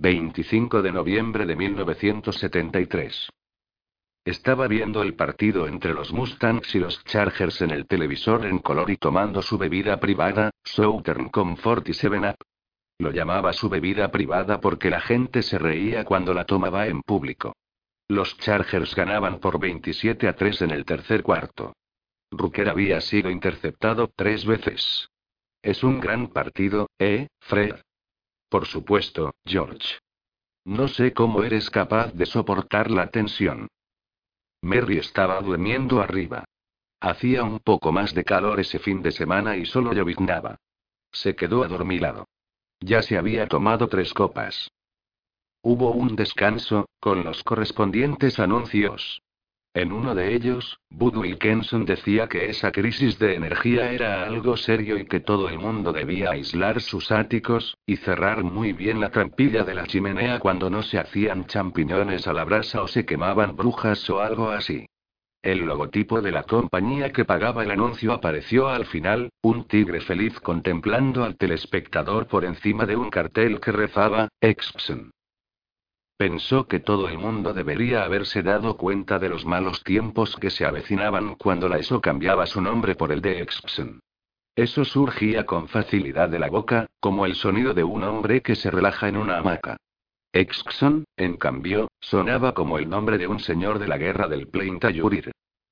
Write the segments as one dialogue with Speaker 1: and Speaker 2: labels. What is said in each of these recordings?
Speaker 1: 25 de noviembre de 1973. Estaba viendo el partido entre los Mustangs y los Chargers en el televisor en color y tomando su bebida privada, Southern Comfort y 7-Up. Lo llamaba su bebida privada porque la gente se reía cuando la tomaba en público. Los Chargers ganaban por 27-3 en el tercer cuarto. Rucker había sido interceptado 3 veces. Es un gran partido, Fred? Por supuesto, George. No sé cómo eres capaz de soportar la tensión. Mary estaba durmiendo arriba. Hacía un poco más de calor ese fin de semana y solo lloviznaba. Se quedó adormilado. Ya se había tomado 3 copas. Hubo un descanso, con los correspondientes anuncios. En uno de ellos, Bud Wilkinson decía que esa crisis de energía era algo serio y que todo el mundo debía aislar sus áticos, y cerrar muy bien la trampilla de la chimenea cuando no se hacían champiñones a la brasa o se quemaban brujas o algo así. El logotipo de la compañía que pagaba el anuncio apareció al final, un tigre feliz contemplando al telespectador por encima de un cartel que rezaba, Exxon. Pensó que todo el mundo debería haberse dado cuenta de los malos tiempos que se avecinaban cuando la ESO cambiaba su nombre por el de Exxon. Eso surgía con facilidad de la boca, como el sonido de un hombre que se relaja en una hamaca. Exxon, en cambio, sonaba como el nombre de un señor de la guerra del Plain Tayurir.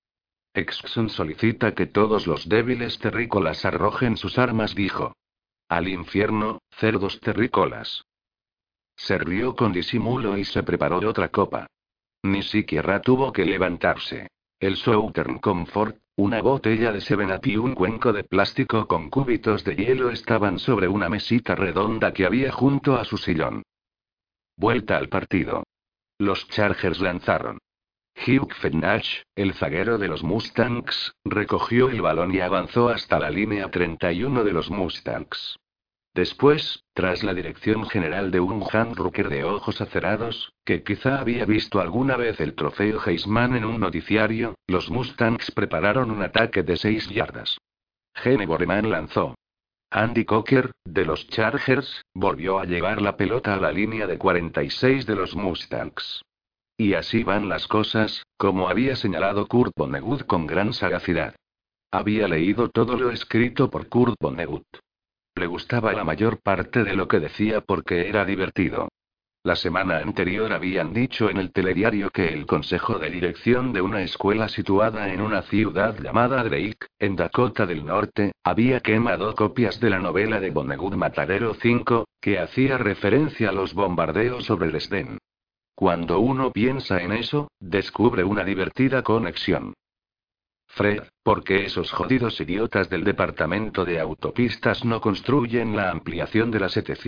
Speaker 1: Exxon solicita que todos los débiles terrícolas arrojen sus armas, dijo. Al infierno, cerdos terrícolas. Se rió con disimulo y se preparó otra copa. Ni siquiera tuvo que levantarse. El Southern Comfort, una botella de 7-Up y un cuenco de plástico con cubitos de hielo estaban sobre una mesita redonda que había junto a su sillón. Vuelta al partido. Los Chargers lanzaron. Hugh Fenach, el zaguero de los Mustangs, recogió el balón y avanzó hasta la línea 31 de los Mustangs. Después, tras la dirección general de un Ham Rucker de ojos acerados, que quizá había visto alguna vez el trofeo Heisman en un noticiario, los Mustangs prepararon un ataque de 6 yardas. Gene Boreman lanzó. Andy Cocker, de los Chargers, volvió a llevar la pelota a la línea de 46 de los Mustangs. Y así van las cosas, como había señalado Kurt Vonnegut con gran sagacidad. Había leído todo lo escrito por Kurt Vonnegut. Le gustaba la mayor parte de lo que decía porque era divertido. La semana anterior habían dicho en el telediario que el consejo de dirección de una escuela situada en una ciudad llamada Drake, en Dakota del Norte, había quemado copias de la novela de Vonnegut Matadero 5, que hacía referencia a los bombardeos sobre Dresden. Cuando uno piensa en eso, descubre una divertida conexión. Fred, ¿por qué esos jodidos idiotas del departamento de autopistas no construyen la ampliación de la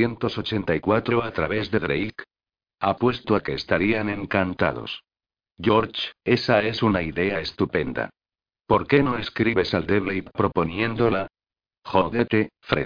Speaker 1: 784 a través de Drake? Apuesto a que estarían encantados. George, esa es una idea estupenda. ¿Por qué no escribes al Debley proponiéndola? Jódete, Fred.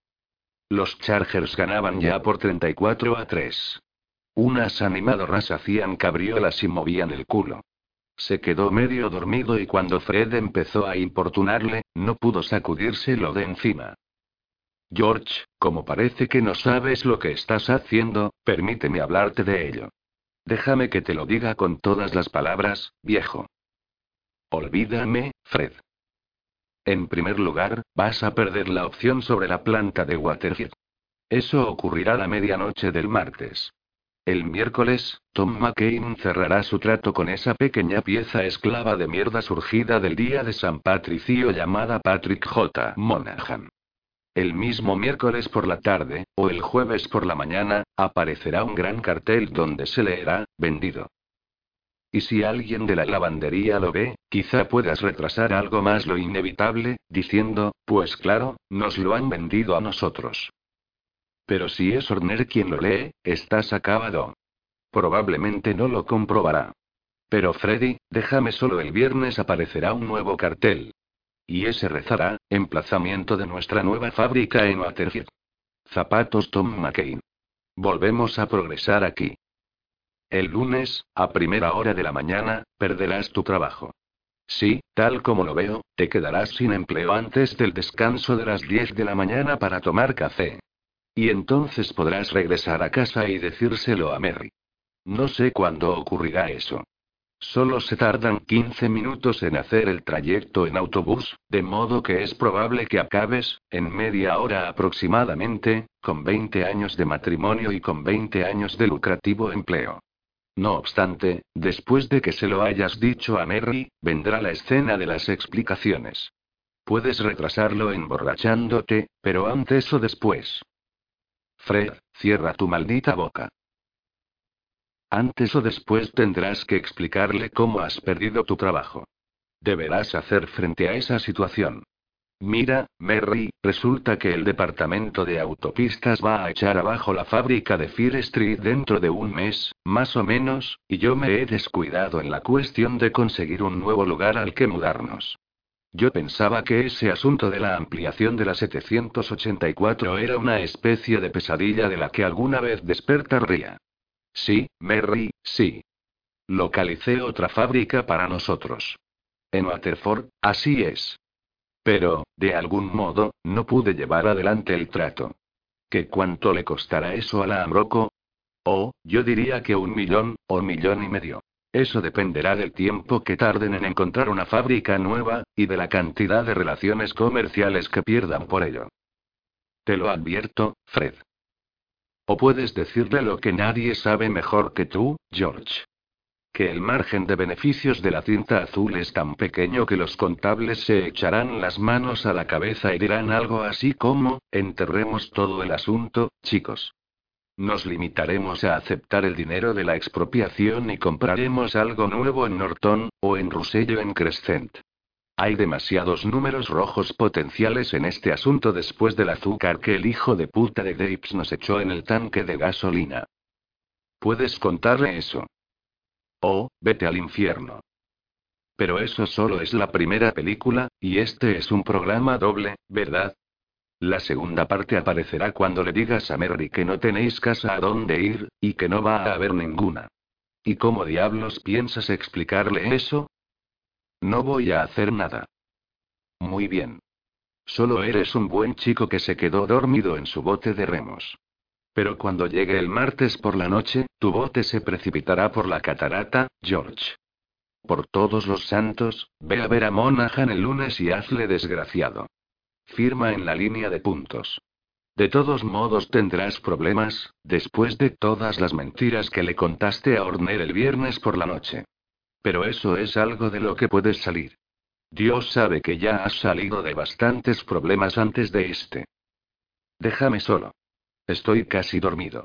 Speaker 1: Los Chargers ganaban ya por 34-3. Unas animadoras hacían cabriolas y movían el culo. Se quedó medio dormido y cuando Fred empezó a importunarle, no pudo sacudírselo de encima. George, como parece que no sabes lo que estás haciendo, permíteme hablarte de ello. Déjame que te lo diga con todas las palabras, viejo. Olvídame, Fred. En primer lugar, vas a perder la opción sobre la planta de Waterhead. Eso ocurrirá la medianoche del martes. El miércoles, Tom McCain cerrará su trato con esa pequeña pieza esclava de mierda surgida del día de San Patricio llamada Patrick J. Monahan. El mismo miércoles por la tarde, o el jueves por la mañana, aparecerá un gran cartel donde se leerá, vendido. Y si alguien de la lavandería lo ve, quizá puedas retrasar algo más lo inevitable, diciendo, pues claro, nos lo han vendido a nosotros. Pero si es Horner quien lo lee, estás acabado. Probablemente no lo comprobará. Pero Freddy, déjame solo el viernes aparecerá un nuevo cartel. Y ese rezará, emplazamiento de nuestra nueva fábrica en Waterhead. Zapatos Tom McCain. Volvemos a progresar aquí. El lunes, a primera hora de la mañana, perderás tu trabajo. Sí, tal como lo veo, te quedarás sin empleo antes del descanso de las 10 de la mañana para tomar café. Y entonces podrás regresar a casa y decírselo a Mary. No sé cuándo ocurrirá eso. Solo se tardan 15 minutos en hacer el trayecto en autobús, de modo que es probable que acabes, en media hora aproximadamente, con 20 años de matrimonio y con 20 años de lucrativo empleo. No obstante, después de que se lo hayas dicho a Mary, vendrá la escena de las explicaciones. Puedes retrasarlo emborrachándote, pero antes o después. Fred, cierra tu maldita boca. Antes o después tendrás que explicarle cómo has perdido tu trabajo. Deberás hacer frente a esa situación. Mira, Mary, resulta que el departamento de autopistas va a echar abajo la fábrica de Fear Street dentro de un mes, más o menos, y yo me he descuidado en la cuestión de conseguir un nuevo lugar al que mudarnos. Yo pensaba que ese asunto de la ampliación de la 784 era una especie de pesadilla de la que alguna vez despertaría. Sí, Mary, sí. Localicé otra fábrica para nosotros. En Waterford, así es. Pero, de algún modo, no pude llevar adelante el trato. ¿Qué cuánto le costará eso a la Amroco? Oh, yo diría que 1 millón, o 1,5 millones. Eso dependerá del tiempo que tarden en encontrar una fábrica nueva, y de la cantidad de relaciones comerciales que pierdan por ello. Te lo advierto, Fred. O puedes decirle lo que nadie sabe mejor que tú, George. Que el margen de beneficios de la cinta azul es tan pequeño que los contables se echarán las manos a la cabeza y dirán algo así como, enterremos todo el asunto, chicos. Nos limitaremos a aceptar el dinero de la expropiación y compraremos algo nuevo en Norton, o en Russell o en Crescent. Hay demasiados números rojos potenciales en este asunto después del azúcar que el hijo de puta de Graves nos echó en el tanque de gasolina. ¿Puedes contarle eso? Oh, vete al infierno. Pero eso solo es la primera película, y este es un programa doble, ¿verdad? La segunda parte aparecerá cuando le digas a Mary que no tenéis casa a dónde ir, y que no va a haber ninguna. ¿Y cómo diablos piensas explicarle eso? No voy a hacer nada. Muy bien. Solo eres un buen chico que se quedó dormido en su bote de remos. Pero cuando llegue el martes por la noche, tu bote se precipitará por la catarata, George. Por todos los santos, ve a ver a Monaghan el lunes y hazle desgraciado. Firma en la línea de puntos. De todos modos tendrás problemas, después de todas las mentiras que le contaste a Horner el viernes por la noche. Pero eso es algo de lo que puedes salir. Dios sabe que ya has salido de bastantes problemas antes de este. Déjame solo. Estoy casi dormido.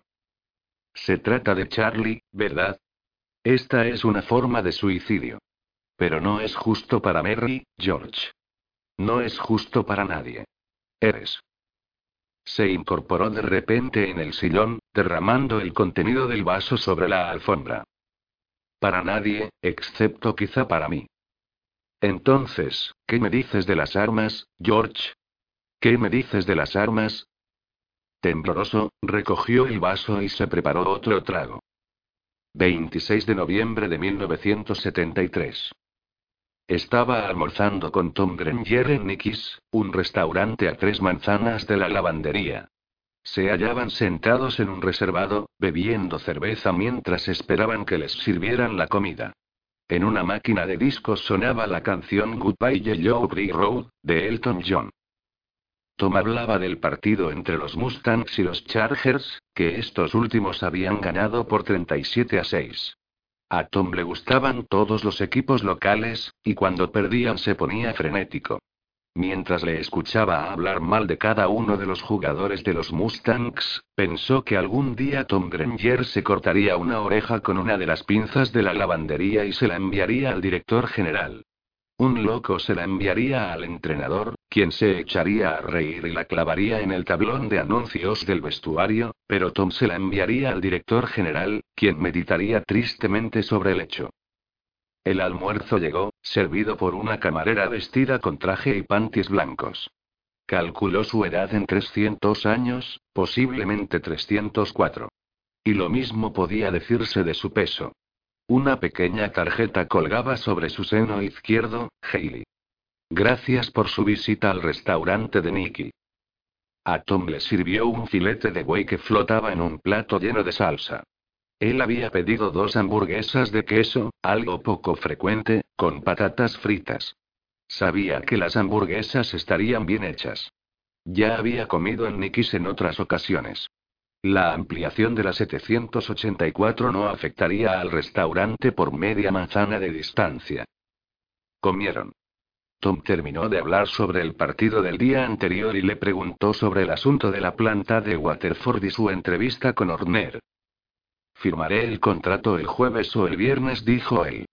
Speaker 1: Se trata de Charlie, ¿verdad? Esta es una forma de suicidio. Pero no es justo para Mary, George. No es justo para nadie. Eres. Se incorporó de repente en el sillón, derramando el contenido del vaso sobre la alfombra. Para nadie, excepto quizá para mí. Entonces, ¿qué me dices de las armas, George? ¿Qué me dices de las armas? Tembloroso, recogió el vaso y se preparó otro trago. 26 de noviembre de 1973. Estaba almorzando con Tom Granger en Nicky's, un restaurante a 3 manzanas de la lavandería. Se hallaban sentados en un reservado, bebiendo cerveza mientras esperaban que les sirvieran la comida. En una máquina de discos sonaba la canción Goodbye Yellow Brick Road, de Elton John. Tom hablaba del partido entre los Mustangs y los Chargers, que estos últimos habían ganado por 37-6. A Tom le gustaban todos los equipos locales, y cuando perdían se ponía frenético. Mientras le escuchaba hablar mal de cada uno de los jugadores de los Mustangs, pensó que algún día Tom Granger se cortaría una oreja con una de las pinzas de la lavandería y se la enviaría al director general. Un loco se la enviaría al entrenador, quien se echaría a reír y la clavaría en el tablón de anuncios del vestuario, pero Tom se la enviaría al director general, quien meditaría tristemente sobre el hecho. El almuerzo llegó, servido por una camarera vestida con traje y panties blancos. Calculó su edad en 300 años, posiblemente 304. Y lo mismo podía decirse de su peso. Una pequeña tarjeta colgaba sobre su seno izquierdo, Hailey. Gracias por su visita al restaurante de Nicky. A Tom le sirvió un filete de buey que flotaba en un plato lleno de salsa. Él había pedido 2 hamburguesas de queso, algo poco frecuente, con patatas fritas. Sabía que las hamburguesas estarían bien hechas. Ya había comido en Nikis en otras ocasiones. La ampliación de la 784 no afectaría al restaurante por media manzana de distancia. Comieron. Tom terminó de hablar sobre el partido del día anterior y le preguntó sobre el asunto de la planta de Waterford y su entrevista con Horner. Firmaré el contrato el jueves o el viernes, dijo él.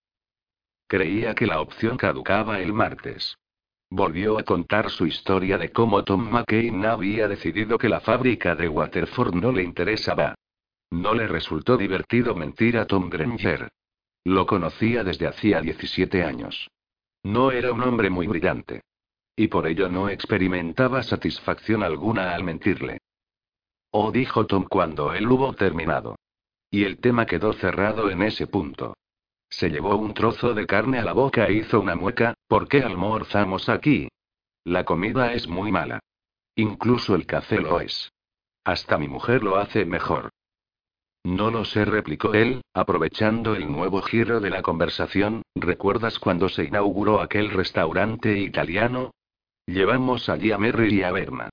Speaker 1: Creía que la opción caducaba el martes. Volvió a contar su historia de cómo Tom McCain había decidido que la fábrica de Waterford no le interesaba. No le resultó divertido mentir a Tom Granger. Lo conocía desde hacía 17 años. No era un hombre muy brillante. Y por ello no experimentaba satisfacción alguna al mentirle. Oh, dijo Tom cuando él hubo terminado. Y el tema quedó cerrado en ese punto. Se llevó un trozo de carne a la boca e hizo una mueca. ¿Por qué almorzamos aquí? La comida es muy mala. Incluso el café lo es. Hasta mi mujer lo hace mejor. No lo sé, replicó él, aprovechando el nuevo giro de la conversación. ¿Recuerdas cuando se inauguró aquel restaurante italiano? Llevamos allí a Merry y a Berna.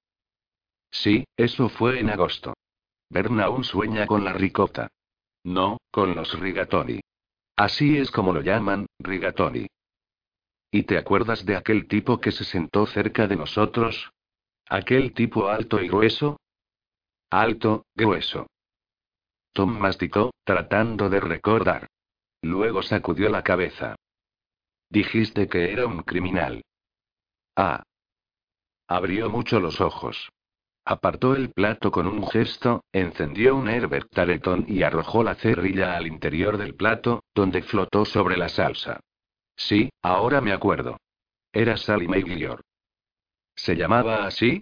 Speaker 1: Sí, eso fue en agosto. Berna aún sueña con la ricota. No, con los rigatoni. Así es como lo llaman, rigatoni. ¿Y te acuerdas de aquel tipo que se sentó cerca de nosotros? ¿Aquel tipo alto y grueso? Alto, grueso. Tom masticó, tratando de recordar. Luego sacudió la cabeza. Dijiste que era un criminal. Ah. Abrió mucho los ojos. Apartó el plato con un gesto, encendió un Herbert Tarleton y arrojó la cerrilla al interior del plato, donde flotó sobre la salsa. Sí, ahora me acuerdo. Era Sally Magliore. ¿Se llamaba así?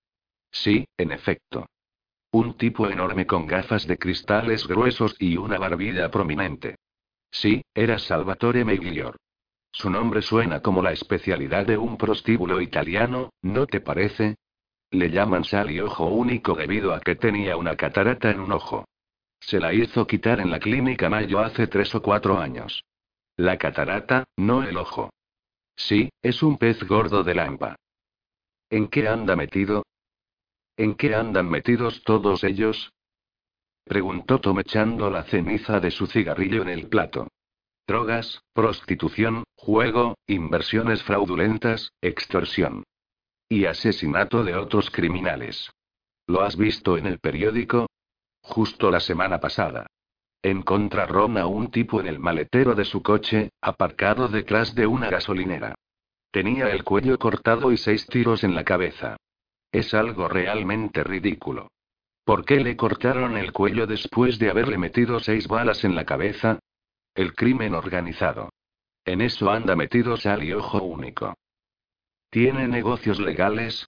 Speaker 1: Sí, en efecto. Un tipo enorme con gafas de cristales gruesos y una barbilla prominente. Sí, era Salvatore Magliore. Su nombre suena como la especialidad de un prostíbulo italiano, ¿no te parece? Le llaman Sally Ojo Único debido a que tenía una catarata en un ojo. Se la hizo quitar en la clínica Mayo hace 3 o 4 años. La catarata, no el ojo. Sí, es un pez gordo de Lampa. ¿En qué anda metido? ¿En qué andan metidos todos ellos? Preguntó Tom echando la ceniza de su cigarrillo en el plato. Drogas, prostitución, juego, inversiones fraudulentas, extorsión. Y asesinato de otros criminales. ¿Lo has visto en el periódico? Justo la semana pasada. Encontraron a un tipo en el maletero de su coche, aparcado detrás de una gasolinera. Tenía el cuello cortado y 6 tiros en la cabeza. Es algo realmente ridículo. ¿Por qué le cortaron el cuello después de haberle metido 6 balas en la cabeza? El crimen organizado. En eso anda metido Sally Ojo Único. ¿Tiene negocios legales?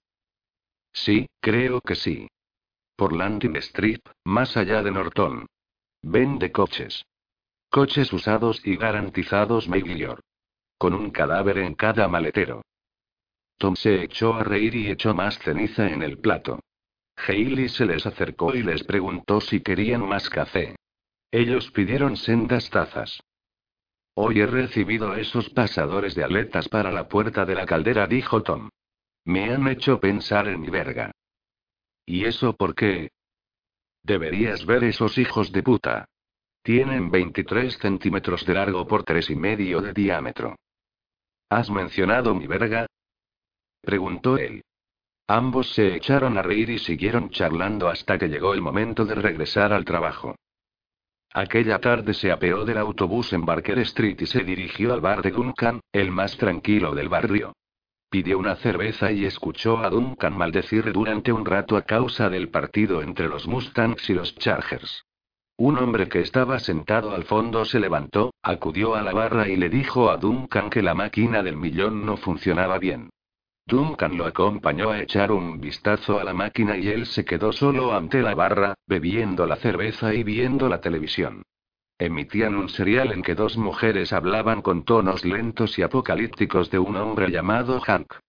Speaker 1: Sí, creo que sí. Por Landing Street, más allá de Norton. Vende coches. Coches usados y garantizados Magliore. Con un cadáver en cada maletero. Tom se echó a reír y echó más ceniza en el plato. Hailey se les acercó y les preguntó si querían más café. Ellos pidieron sendas tazas. Hoy he recibido esos pasadores de aletas para la puerta de la caldera, dijo Tom. Me han hecho pensar en mi verga. ¿Y eso por qué? Deberías ver esos hijos de puta. Tienen 23 centímetros de largo por 3,5 de diámetro. ¿Has mencionado mi verga? Preguntó él. Ambos se echaron a reír y siguieron charlando hasta que llegó el momento de regresar al trabajo. Aquella tarde se apeó del autobús en Barker Street y se dirigió al bar de Duncan, el más tranquilo del barrio. Pidió una cerveza y escuchó a Duncan maldecir durante un rato a causa del partido entre los Mustangs y los Chargers. Un hombre que estaba sentado al fondo se levantó, acudió a la barra y le dijo a Duncan que la máquina del millón no funcionaba bien. Duncan lo acompañó a echar un vistazo a la máquina y él se quedó solo ante la barra, bebiendo la cerveza y viendo la televisión. Emitían un serial en que 2 mujeres hablaban con tonos lentos y apocalípticos de un hombre llamado Hank.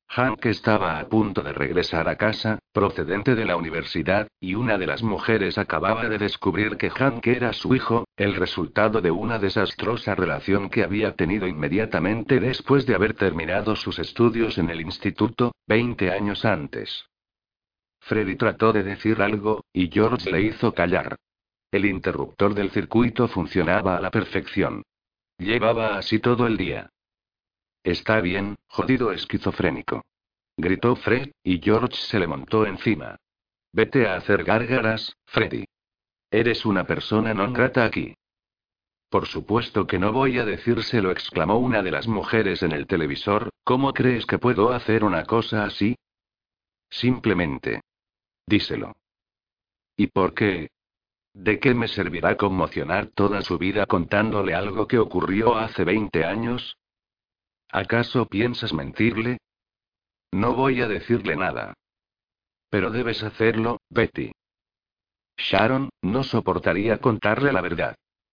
Speaker 1: Hank estaba a punto de regresar a casa, procedente de la universidad, y una de las mujeres acababa de descubrir que Hank era su hijo, el resultado de una desastrosa relación que había tenido inmediatamente después de haber terminado sus estudios en el instituto, 20 años antes. Freddy trató de decir algo, y George le hizo callar. El interruptor del circuito funcionaba a la perfección. Llevaba así todo el día. Está bien, jodido esquizofrénico. Gritó Fred, y George se le montó encima. Vete a hacer gárgaras, Freddy. Eres una persona non grata aquí. Por supuesto que no voy a decírselo, exclamó una de las mujeres en el televisor. ¿Cómo crees que puedo hacer una cosa así? Simplemente. Díselo. ¿Y por qué? ¿De qué me servirá conmocionar toda su vida contándole algo que ocurrió hace 20 años? ¿Acaso piensas mentirle? No voy a decirle nada. Pero debes hacerlo, Betty. Sharon, no soportaría contarle la verdad.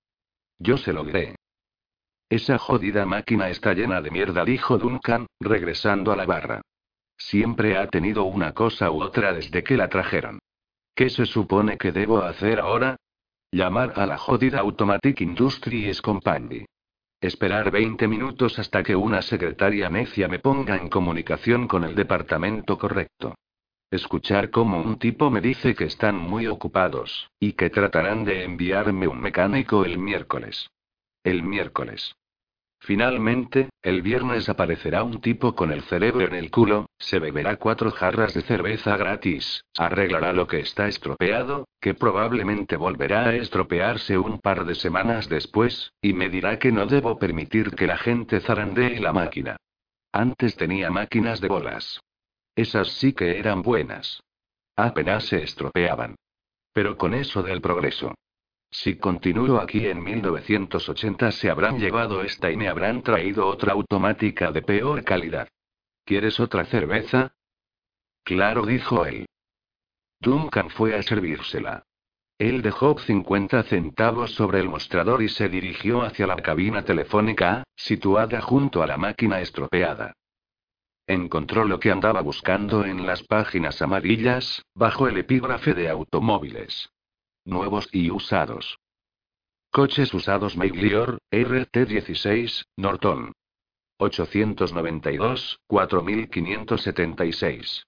Speaker 1: Yo se lo diré. Esa jodida máquina está llena de mierda, dijo Duncan, regresando a la barra. Siempre ha tenido una cosa u otra desde que la trajeron. ¿Qué se supone que debo hacer ahora? Llamar a la jodida Automatic Industries Company. Esperar 20 minutos hasta que una secretaria necia me ponga en comunicación con el departamento correcto. Escuchar cómo un tipo me dice que están muy ocupados, y que tratarán de enviarme un mecánico el miércoles. El miércoles. Finalmente, el viernes aparecerá un tipo con el cerebro en el culo, se beberá 4 jarras de cerveza gratis, arreglará lo que está estropeado, que probablemente volverá a estropearse un par de semanas después, y me dirá que no debo permitir que la gente zarandee la máquina. Antes tenía máquinas de bolas. Esas sí que eran buenas. Apenas se estropeaban. Pero con eso del progreso. Si continúo aquí en 1980 se habrán llevado esta y me habrán traído otra automática de peor calidad. ¿Quieres otra cerveza? Claro, dijo él. Duncan fue a servírsela. Él dejó 50 centavos sobre el mostrador y se dirigió hacia la cabina telefónica, situada junto a la máquina estropeada. Encontró lo que andaba buscando en las páginas amarillas, bajo el epígrafe de automóviles. Nuevos y usados. Coches usados Maglior, RT16, Norton. 892, 4576.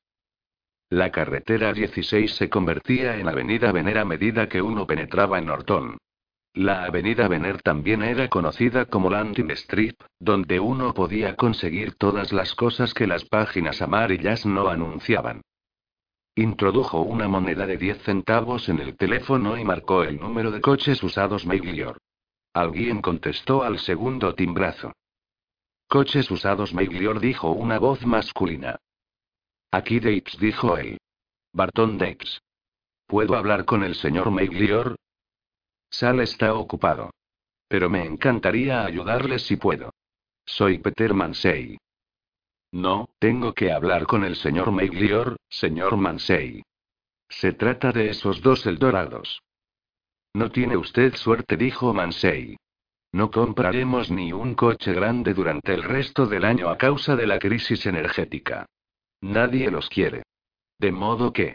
Speaker 1: La carretera 16 se convertía en Avenida Venner a medida que uno penetraba en Norton. La Avenida Venner también era conocida como Landing Strip, donde uno podía conseguir todas las cosas que las páginas amarillas no anunciaban. Introdujo una moneda de 10 centavos en el teléfono y marcó el número de coches usados Maglior. Alguien contestó al segundo timbrazo. Coches usados Maglior, dijo una voz masculina. Aquí Deix, dijo él. Barton Deix. ¿Puedo hablar con el señor Maglior? Sal está ocupado. Pero me encantaría ayudarle si puedo. Soy Peter Mansey. No, tengo que hablar con el señor Maglior, señor Mansey. Se trata de esos 2 Eldorados. No tiene usted suerte, dijo Mansey. No compraremos ni un coche grande durante el resto del año a causa de la crisis energética. Nadie los quiere. De modo que...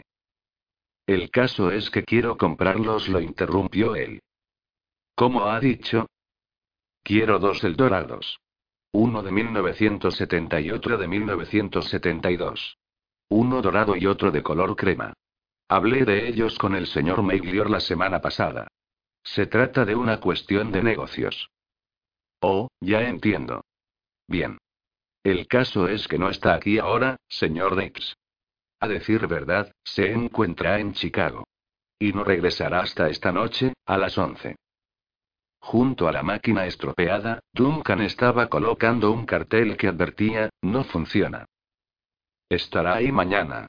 Speaker 1: El caso es que quiero comprarlos, lo interrumpió él. ¿Cómo ha dicho? Quiero 2 Eldorados. Uno de 1970 y otro de 1972. Uno dorado y otro de color crema. Hablé de ellos con el señor Maglior la semana pasada. Se trata de una cuestión de negocios. Oh, ya entiendo. Bien. El caso es que no está aquí ahora, señor Deix. A decir verdad, se encuentra en Chicago. Y no regresará hasta esta noche, a las 11. Junto a la máquina estropeada, Duncan estaba colocando un cartel que advertía, no funciona. ¿Estará ahí mañana?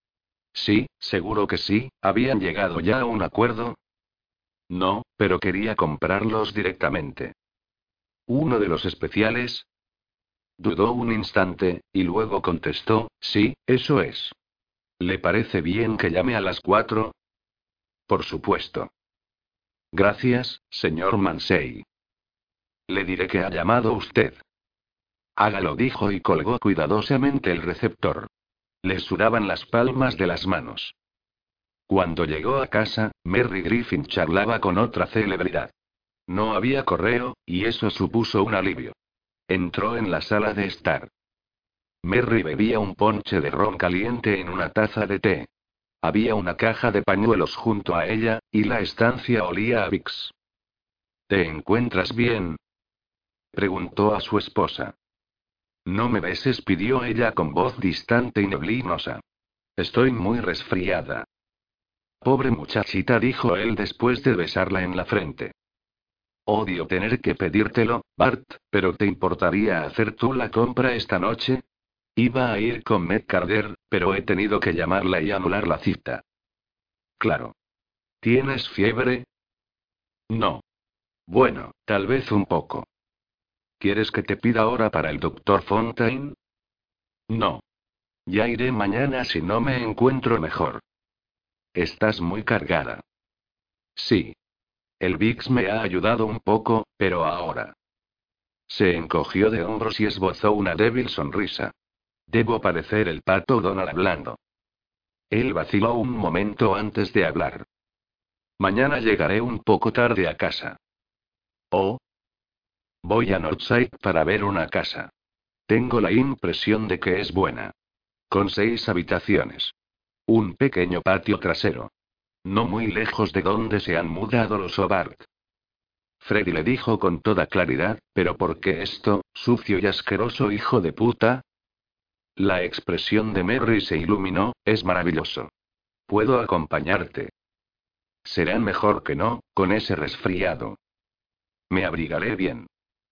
Speaker 1: Sí, seguro que sí. ¿Habían llegado ya a un acuerdo? No, pero quería comprarlos directamente. ¿Uno de los especiales? Dudó un instante, y luego contestó, sí, eso es. ¿Le parece bien que llame a las 4? Por supuesto. Gracias, señor Mansey. Le diré que ha llamado usted. Hágalo, dijo y colgó cuidadosamente el receptor. Le sudaban las palmas de las manos. Cuando llegó a casa, Merry Griffin charlaba con otra celebridad. No había correo, y eso supuso un alivio. Entró en la sala de estar. Merry bebía un ponche de ron caliente en una taza de té. Había una caja de pañuelos junto a ella, y la estancia olía a Vicks. ¿Te encuentras bien?, preguntó a su esposa. No me beses, pidió ella con voz distante y neblinosa. Estoy muy resfriada. Pobre muchachita, dijo él después de besarla en la frente. Odio tener que pedírtelo, Bart, pero ¿te importaría hacer tú la compra esta noche? Iba a ir con Meg Carter, pero he tenido que llamarla y anular la cita. Claro. ¿Tienes fiebre? No. Bueno, tal vez un poco. ¿Quieres que te pida hora para el doctor Fontaine? No. Ya iré mañana si no me encuentro mejor. Estás muy cargada. Sí. El Vicks me ha ayudado un poco, pero ahora. Se encogió de hombros y esbozó una débil sonrisa. Debo parecer el pato Donald hablando. Él vaciló un momento antes de hablar. Mañana llegaré un poco tarde a casa. Oh. Voy a Northside para ver una casa. Tengo la impresión de que es buena. Con 6 habitaciones. Un pequeño patio trasero. No muy lejos de donde se han mudado los Hobart. Freddy le dijo con toda claridad, ¿pero por qué esto, sucio y asqueroso hijo de puta? La expresión de Merry se iluminó, es maravilloso. ¿Puedo acompañarte? Será mejor que no, con ese resfriado. Me abrigaré bien.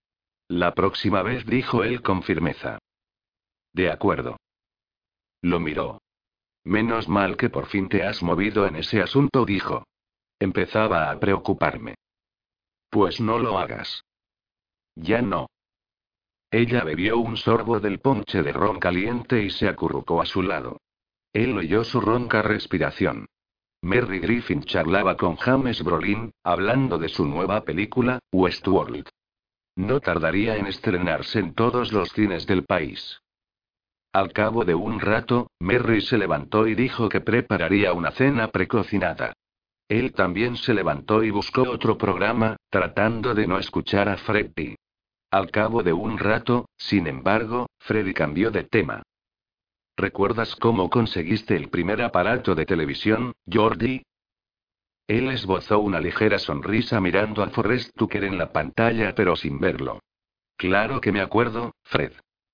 Speaker 1: La próxima vez, dijo él con firmeza. De acuerdo. Lo miró. Menos mal que por fin te has movido en ese asunto, dijo. Empezaba a preocuparme. Pues no lo hagas. Ya no. Ella bebió un sorbo del ponche de ron caliente y se acurrucó a su lado. Él oyó su ronca respiración. Merry Griffin charlaba con James Brolin, hablando de su nueva película, Westworld. No tardaría en estrenarse en todos los cines del país. Al cabo de un rato, Merry se levantó y dijo que prepararía una cena precocinada. Él también se levantó y buscó otro programa, tratando de no escuchar a Freddy. Al cabo de un rato, sin embargo, Freddy cambió de tema. ¿Recuerdas cómo conseguiste el primer aparato de televisión, Georgie? Él esbozó una ligera sonrisa mirando a Forrest Tucker en la pantalla, pero sin verlo. Claro que me acuerdo, Fred.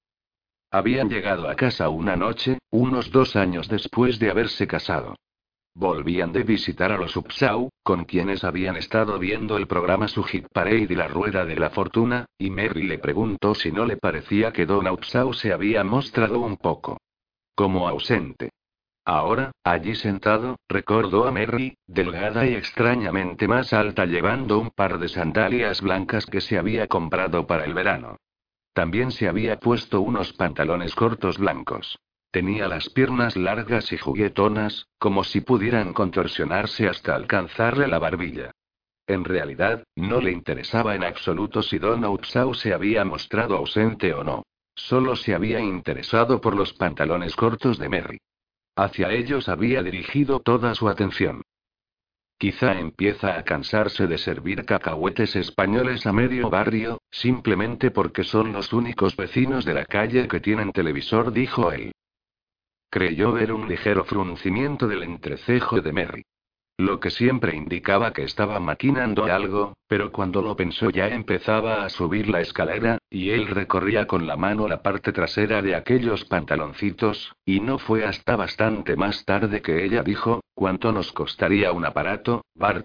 Speaker 1: Habían llegado a casa una noche, unos 2 años después de haberse casado. Volvían de visitar a los Upshaw, con quienes habían estado viendo el programa Su Hit Parade y la Rueda de la Fortuna, y Merry le preguntó si no le parecía que Donna Upshaw se había mostrado un poco como ausente. Ahora, allí sentado, recordó a Merry, delgada y extrañamente más alta, llevando un par de sandalias blancas que se había comprado para el verano. También se había puesto unos pantalones cortos blancos. Tenía las piernas largas y juguetonas, como si pudieran contorsionarse hasta alcanzarle la barbilla. En realidad, no le interesaba en absoluto si Donna Upshaw se había mostrado ausente o no. Solo se había interesado por los pantalones cortos de Merry. Hacia ellos había dirigido toda su atención. Quizá empieza a cansarse de servir cacahuetes españoles a medio barrio, simplemente porque son los únicos vecinos de la calle que tienen televisor, dijo él. Creyó ver un ligero fruncimiento del entrecejo de Merry. Lo que siempre indicaba que estaba maquinando algo, pero cuando lo pensó ya empezaba a subir la escalera, y él recorría con la mano la parte trasera de aquellos pantaloncitos, y no fue hasta bastante más tarde que ella dijo, ¿cuánto nos costaría un aparato, Bart?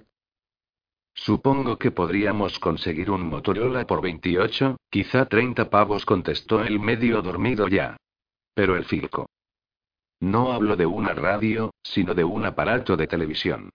Speaker 1: Supongo que podríamos conseguir un Motorola por 28, quizá 30 pavos, contestó él medio dormido ya. Pero el Filco. No hablo de una radio, sino de un aparato de televisión.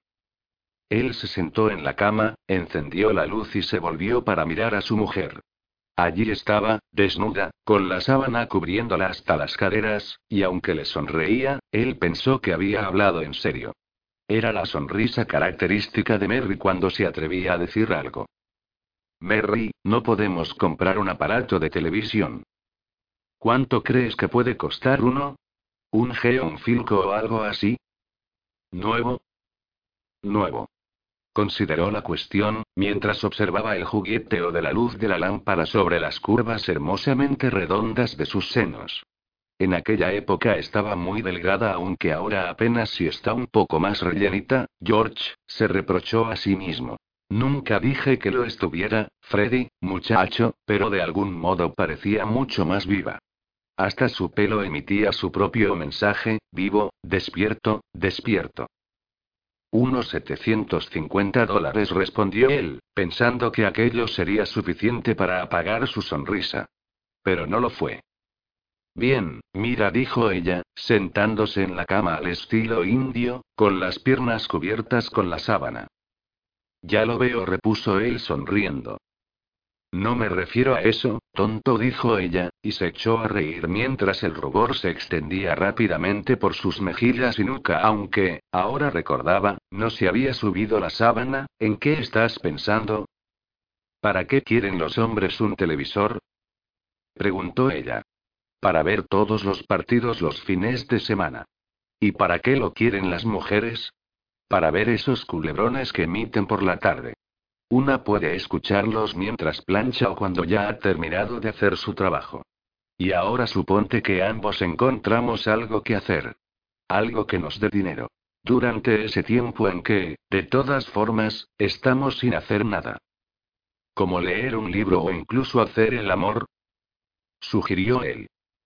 Speaker 1: Él se sentó en la cama, encendió la luz y se volvió para mirar a su mujer. Allí estaba, desnuda, con la sábana cubriéndola hasta las caderas, y aunque le sonreía, él pensó que había hablado en serio. Era la sonrisa característica de Merry cuando se atrevía a decir algo. Merry, no podemos comprar un aparato de televisión. ¿Cuánto crees que puede costar uno? ¿Un Geonfilco o algo así? ¿Nuevo? Nuevo. Consideró la cuestión, mientras observaba el jugueteo de la luz de la lámpara sobre las curvas hermosamente redondas de sus senos. En aquella época estaba muy delgada, aunque ahora apenas si está un poco más rellenita. George se reprochó a sí mismo. Nunca dije que lo estuviera, Freddy, muchacho, pero de algún modo parecía mucho más viva. Hasta su pelo emitía su propio mensaje: vivo, despierto, despierto. Unos $750, respondió él, pensando que aquello sería suficiente para apagar su sonrisa. Pero no lo fue. Bien, mira, dijo ella, sentándose en la cama al estilo indio, con las piernas cubiertas con la sábana. Ya lo veo, repuso él sonriendo. No me refiero a eso, tonto, dijo ella, y se echó a reír mientras el rubor se extendía rápidamente por sus mejillas y nuca, aunque, ahora recordaba, no se había subido la sábana. ¿En qué estás pensando? ¿Para qué quieren los hombres un televisor? Preguntó ella. Para ver todos los partidos los fines de semana. ¿Y para qué lo quieren las mujeres? Para ver esos culebrones que emiten por la tarde. Una puede escucharlos mientras plancha o cuando ya ha terminado de hacer su trabajo. Y ahora suponte que ambos encontramos algo que hacer. Algo que nos dé dinero. Durante ese tiempo en que, de todas formas, estamos sin hacer nada. Como leer un libro o incluso hacer el amor, sugirió él.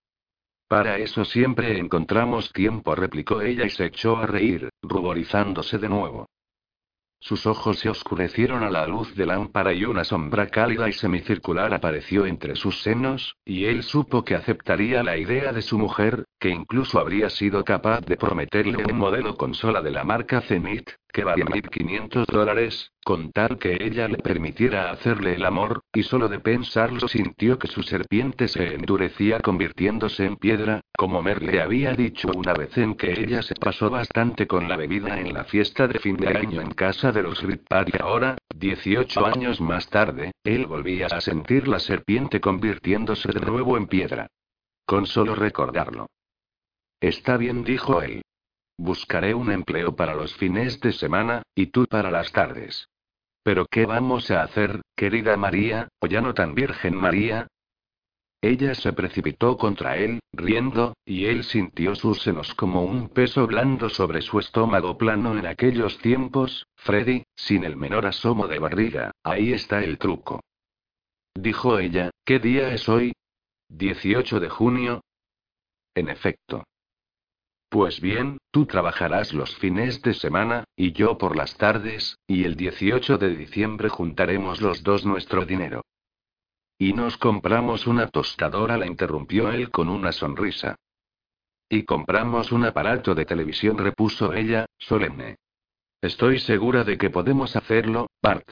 Speaker 1: Para eso siempre encontramos tiempo, replicó ella y se echó a reír, ruborizándose de nuevo. Sus ojos se oscurecieron a la luz de lámpara y una sombra cálida y semicircular apareció entre sus senos, y él supo que aceptaría la idea de su mujer, que incluso habría sido capaz de prometerle un modelo consola de la marca Zenith, que valía $1.500, con tal que ella le permitiera hacerle el amor, y solo de pensarlo sintió que su serpiente se endurecía convirtiéndose en piedra, como Mer le había dicho una vez en que ella se pasó bastante con la bebida en la fiesta de fin de año en casa de los Rippat, y ahora, 18 años más tarde, él volvía a sentir la serpiente convirtiéndose de nuevo en piedra. Con solo recordarlo. Está bien, dijo él. Buscaré un empleo para los fines de semana, y tú para las tardes. ¿Pero qué vamos a hacer, querida María, o ya no tan Virgen María? Ella se precipitó contra él, riendo, y él sintió sus senos como un peso blando sobre su estómago plano. En aquellos tiempos, Freddy, sin el menor asomo de barriga, ahí está el truco. Dijo ella, ¿qué día es hoy? 18 de junio. En efecto. Pues bien, tú trabajarás los fines de semana, y yo por las tardes, y el 18 de diciembre juntaremos los dos nuestro dinero. Y nos compramos una tostadora, la interrumpió él con una sonrisa. Y compramos un aparato de televisión, repuso ella, solemne. Estoy segura de que podemos hacerlo, Bart.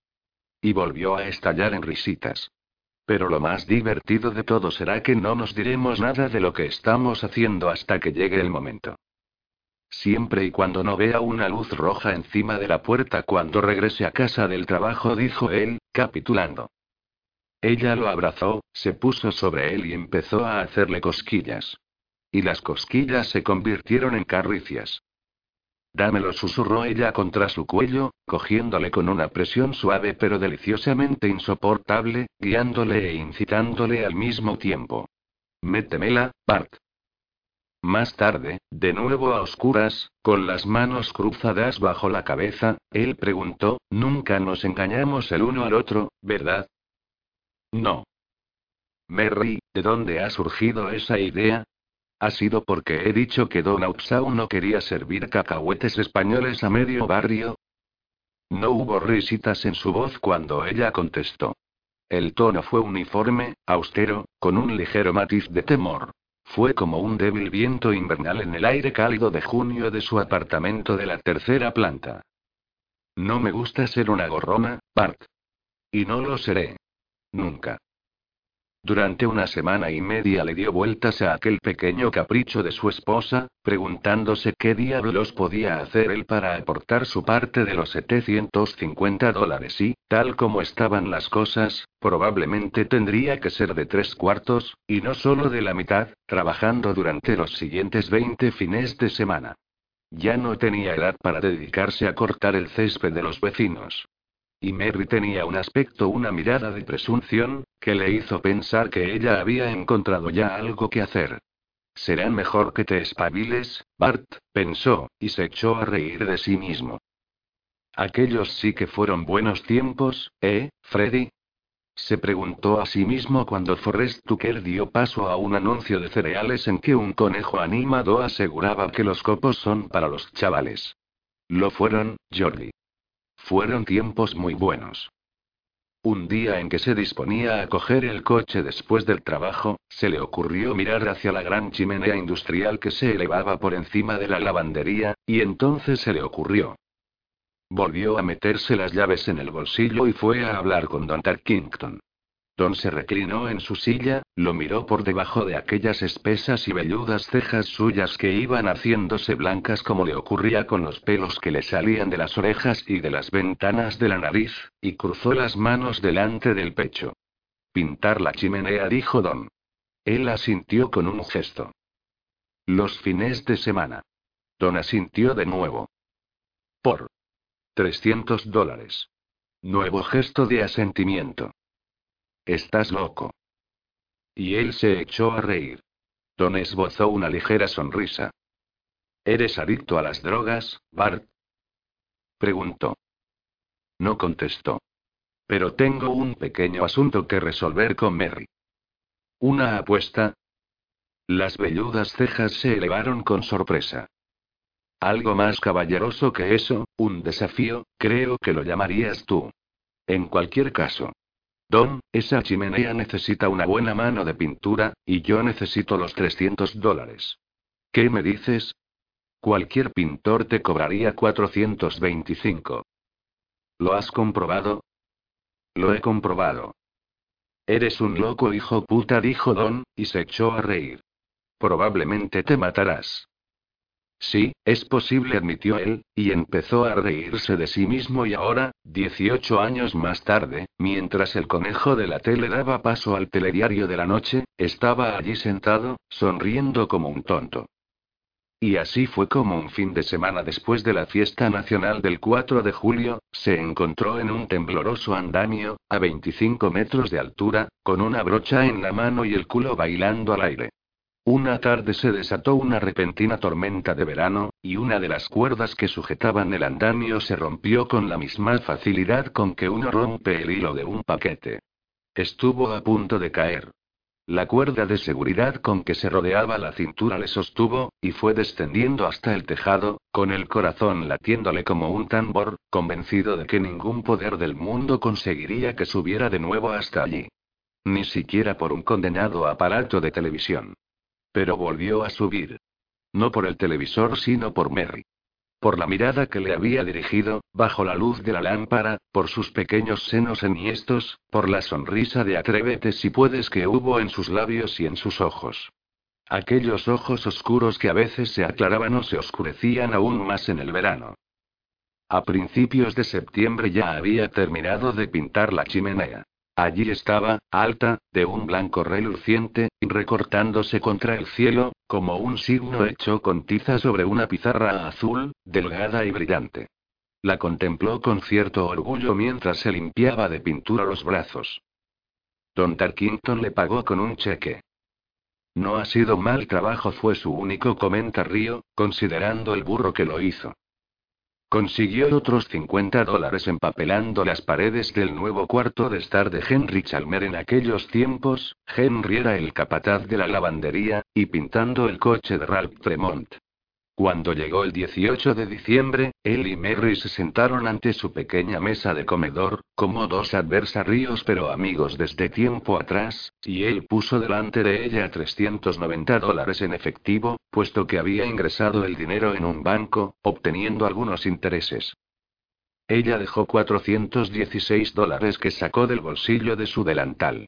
Speaker 1: Y volvió a estallar en risitas. Pero lo más divertido de todo será que no nos diremos nada de lo que estamos haciendo hasta que llegue el momento. Siempre y cuando no vea una luz roja encima de la puerta cuando regrese a casa del trabajo, dijo él, capitulando. Ella lo abrazó, se puso sobre él y empezó a hacerle cosquillas. Y las cosquillas se convirtieron en caricias. Dámelo, susurró ella contra su cuello, cogiéndole con una presión suave pero deliciosamente insoportable, guiándole e incitándole al mismo tiempo. Métemela, Bart. Más tarde, de nuevo a oscuras, con las manos cruzadas bajo la cabeza, él preguntó, nunca nos engañamos el uno al otro, ¿verdad? No. Merry, ¿de dónde ha surgido esa idea? Ha sido porque he dicho que Don Outsau no quería servir cacahuetes españoles a medio barrio. No hubo risitas en su voz cuando ella contestó. El tono fue uniforme, austero, con un ligero matiz de temor. Fue como un débil viento invernal en el aire cálido de junio de su apartamento de la tercera planta. No me gusta ser una gorrona, Bart. Y no lo seré. Nunca. Durante una semana y media le dio vueltas a aquel pequeño capricho de su esposa, preguntándose qué diablos podía hacer él para aportar su parte de los $750 y, tal como estaban las cosas, probablemente tendría que ser de 3/4, y no solo de la mitad, trabajando durante los siguientes 20 fines de semana. Ya no tenía edad para dedicarse a cortar el césped de los vecinos. Y Mary tenía un aspecto, una mirada de presunción, que le hizo pensar que ella había encontrado ya algo que hacer. Será mejor que te espabiles, Bart, pensó, y se echó a reír de sí mismo. Aquellos sí que fueron buenos tiempos, Freddy? Se preguntó a sí mismo cuando Forrest Tucker dio paso a un anuncio de cereales en que un conejo animado aseguraba que los copos son para los chavales. Lo fueron, Jordi. Fueron tiempos muy buenos. Un día en que se disponía a coger el coche después del trabajo, se le ocurrió mirar hacia la gran chimenea industrial que se elevaba por encima de la lavandería, y entonces se le ocurrió. Volvió a meterse las llaves en el bolsillo y fue a hablar con Don Tarkington. Don se reclinó en su silla, lo miró por debajo de aquellas espesas y velludas cejas suyas que iban haciéndose blancas como le ocurría con los pelos que le salían de las orejas y de las ventanas de la nariz, y cruzó las manos delante del pecho. Pintar la chimenea, dijo Don. Él asintió con un gesto. Los fines de semana. Don asintió de nuevo. Por $300. Nuevo gesto de asentimiento. Estás loco. Y él se echó a reír. Don esbozó una ligera sonrisa. ¿Eres adicto a las drogas, Bart? Preguntó. No contestó. Pero tengo un pequeño asunto que resolver con Mary. ¿Una apuesta? Las velludas cejas se elevaron con sorpresa. Algo más caballeroso que eso, un desafío, creo que lo llamarías tú. En cualquier caso. Don, esa chimenea necesita una buena mano de pintura, y yo necesito los $300. ¿Qué me dices? Cualquier pintor te cobraría 425. ¿Lo has comprobado? Lo he comprobado. Eres un loco hijo puta, dijo Don, y se echó a reír. Probablemente te matarás. Sí, es posible, admitió él, y empezó a reírse de sí mismo. Y ahora, 18 años más tarde, mientras el conejo de la tele daba paso al telediario de la noche, estaba allí sentado, sonriendo como un tonto. Y así fue como un fin de semana después de la fiesta nacional del 4 de julio, se encontró en un tembloroso andamio, a 25 metros de altura, con una brocha en la mano y el culo bailando al aire. Una tarde se desató una repentina tormenta de verano, y una de las cuerdas que sujetaban el andamio se rompió con la misma facilidad con que uno rompe el hilo de un paquete. Estuvo a punto de caer. La cuerda de seguridad con que se rodeaba la cintura le sostuvo, y fue descendiendo hasta el tejado, con el corazón latiéndole como un tambor, convencido de que ningún poder del mundo conseguiría que subiera de nuevo hasta allí. Ni siquiera por un condenado aparato de televisión. Pero volvió a subir. No por el televisor, sino por Mary. Por la mirada que le había dirigido, bajo la luz de la lámpara, por sus pequeños senos enhiestos, por la sonrisa de atrévete si puedes que hubo en sus labios y en sus ojos. Aquellos ojos oscuros que a veces se aclaraban o se oscurecían aún más en el verano. A principios de septiembre ya había terminado de pintar la chimenea. Allí estaba, alta, de un blanco reluciente, y recortándose contra el cielo, como un signo hecho con tiza sobre una pizarra azul, delgada y brillante. La contempló con cierto orgullo mientras se limpiaba de pintura los brazos. Don Tarkington le pagó con un cheque. No ha sido mal trabajo, fue su único comentario, considerando el burro que lo hizo. Consiguió otros $50 empapelando las paredes del nuevo cuarto de estar de Henry Chalmer. En aquellos tiempos, Henry era el capataz de la lavandería, y pintando el coche de Ralph Tremont. Cuando llegó el 18 de diciembre, él y Mary se sentaron ante su pequeña mesa de comedor, como dos adversarios pero amigos desde tiempo atrás, y él puso delante de ella $390 en efectivo, puesto que había ingresado el dinero en un banco, obteniendo algunos intereses. Ella dejó $416 que sacó del bolsillo de su delantal.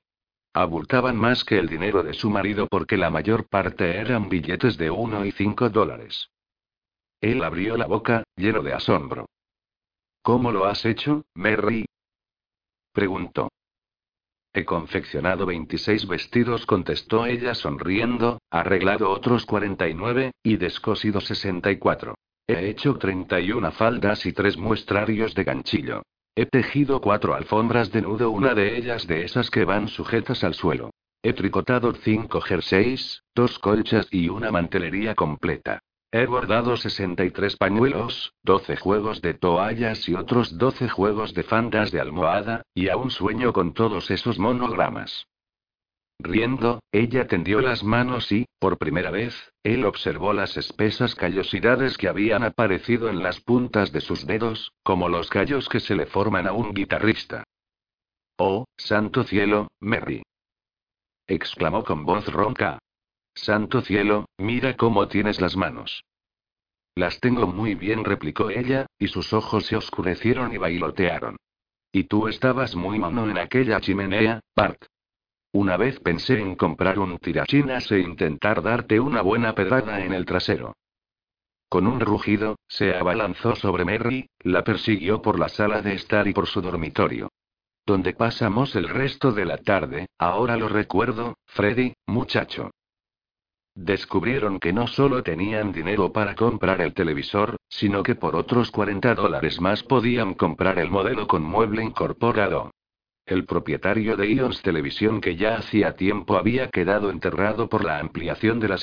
Speaker 1: Abultaban más que el dinero de su marido porque la mayor parte eran billetes de $1 y $5. Él abrió la boca, lleno de asombro. ¿Cómo lo has hecho, Merry? Preguntó. He confeccionado 26 vestidos, contestó ella sonriendo, arreglado otros 49, y descosido 64. He hecho 31 faldas y 3 muestrarios de ganchillo. He tejido 4 alfombras de nudo, una de ellas de esas que van sujetas al suelo. He tricotado 5 jerseys, 2 colchas y una mantelería completa. He bordado 63 pañuelos, 12 juegos de toallas y otros 12 juegos de fandas de almohada, y aún sueño con todos esos monogramas. Riendo, ella tendió las manos y, por primera vez, él observó las espesas callosidades que habían aparecido en las puntas de sus dedos, como los callos que se le forman a un guitarrista. «Oh, santo cielo, Merry», exclamó con voz ronca. «Santo cielo, mira cómo tienes las manos». «Las tengo muy bien», replicó ella, y sus ojos se oscurecieron y bailotearon. «Y tú estabas muy mono en aquella chimenea, Bart. Una vez pensé en comprar un tirachinas e intentar darte una buena pedrada en el trasero». Con un rugido, se abalanzó sobre Merry, la persiguió por la sala de estar y por su dormitorio. «Donde pasamos el resto de la tarde, ahora lo recuerdo, Freddy, muchacho». Descubrieron que no solo tenían dinero para comprar el televisor, sino que por otros $40 más podían comprar el modelo con mueble incorporado. El propietario de Ions Televisión, que ya hacía tiempo había quedado enterrado por la ampliación de la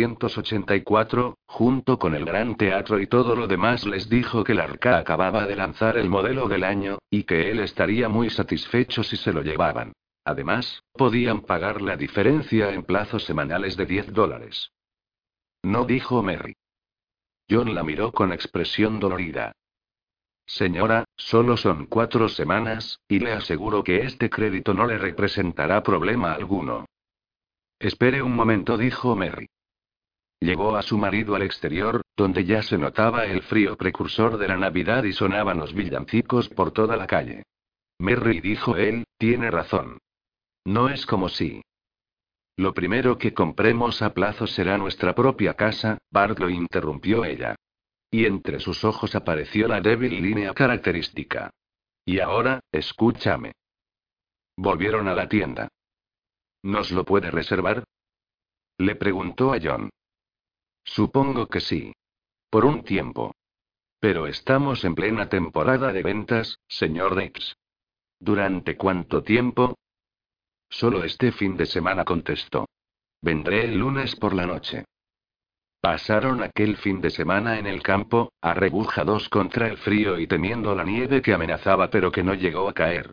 Speaker 1: 784, junto con el Gran Teatro y todo lo demás, les dijo que el Arca acababa de lanzar el modelo del año, y que él estaría muy satisfecho si se lo llevaban. Además, podían pagar la diferencia en plazos semanales de $10. No, dijo Merry. John la miró con expresión dolorida. «Señora, solo son 4 semanas, y le aseguro que este crédito no le representará problema alguno». «Espere un momento», dijo Merry. Llevó a su marido al exterior, donde ya se notaba el frío precursor de la Navidad y sonaban los villancicos por toda la calle. «Merry», dijo él, «tiene razón. No es como si. Lo primero que compremos a plazo será nuestra propia casa», Bart lo interrumpió ella. Y entre sus ojos apareció la débil línea característica. «Y ahora, escúchame». Volvieron a la tienda. «¿Nos lo puede reservar?», le preguntó a John. «Supongo que sí. Por un tiempo. Pero estamos en plena temporada de ventas, señor Dex». «¿Durante cuánto tiempo?». «Solo este fin de semana», contestó. «Vendré el lunes por la noche». Pasaron aquel fin de semana en el campo, arrebujados contra el frío y temiendo la nieve que amenazaba pero que no llegó a caer.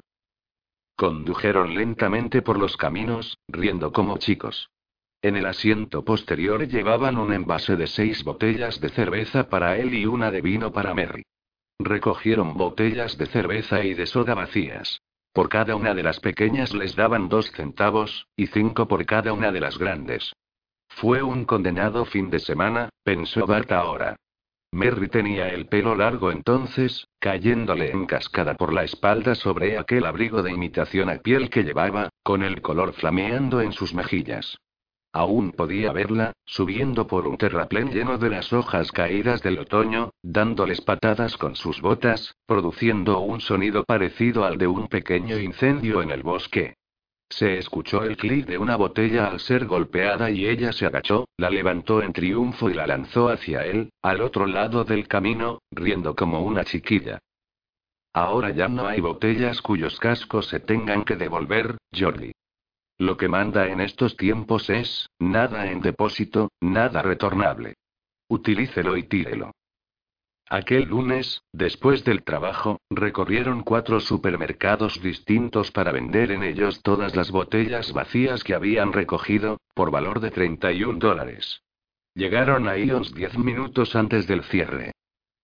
Speaker 1: Condujeron lentamente por los caminos, riendo como chicos. En el asiento posterior llevaban un envase de 6 botellas de cerveza para él y una de vino para Merry. Recogieron botellas de cerveza y de soda vacías. Por cada una de las pequeñas les daban 2 centavos, y 5 por cada una de las grandes. Fue un condenado fin de semana, pensó Bart ahora. Merry tenía el pelo largo entonces, cayéndole en cascada por la espalda sobre aquel abrigo de imitación a piel que llevaba, con el color flameando en sus mejillas. Aún podía verla, subiendo por un terraplén lleno de las hojas caídas del otoño, dándoles patadas con sus botas, produciendo un sonido parecido al de un pequeño incendio en el bosque. Se escuchó el clic de una botella al ser golpeada y ella se agachó, la levantó en triunfo y la lanzó hacia él, al otro lado del camino, riendo como una chiquilla. «Ahora ya no hay botellas cuyos cascos se tengan que devolver, Jordi. Lo que manda en estos tiempos es, nada en depósito, nada retornable. Utilícelo y tírelo». Aquel lunes, después del trabajo, recorrieron 4 supermercados distintos para vender en ellos todas las botellas vacías que habían recogido, por valor de $31. Llegaron a Ions 10 minutos antes del cierre.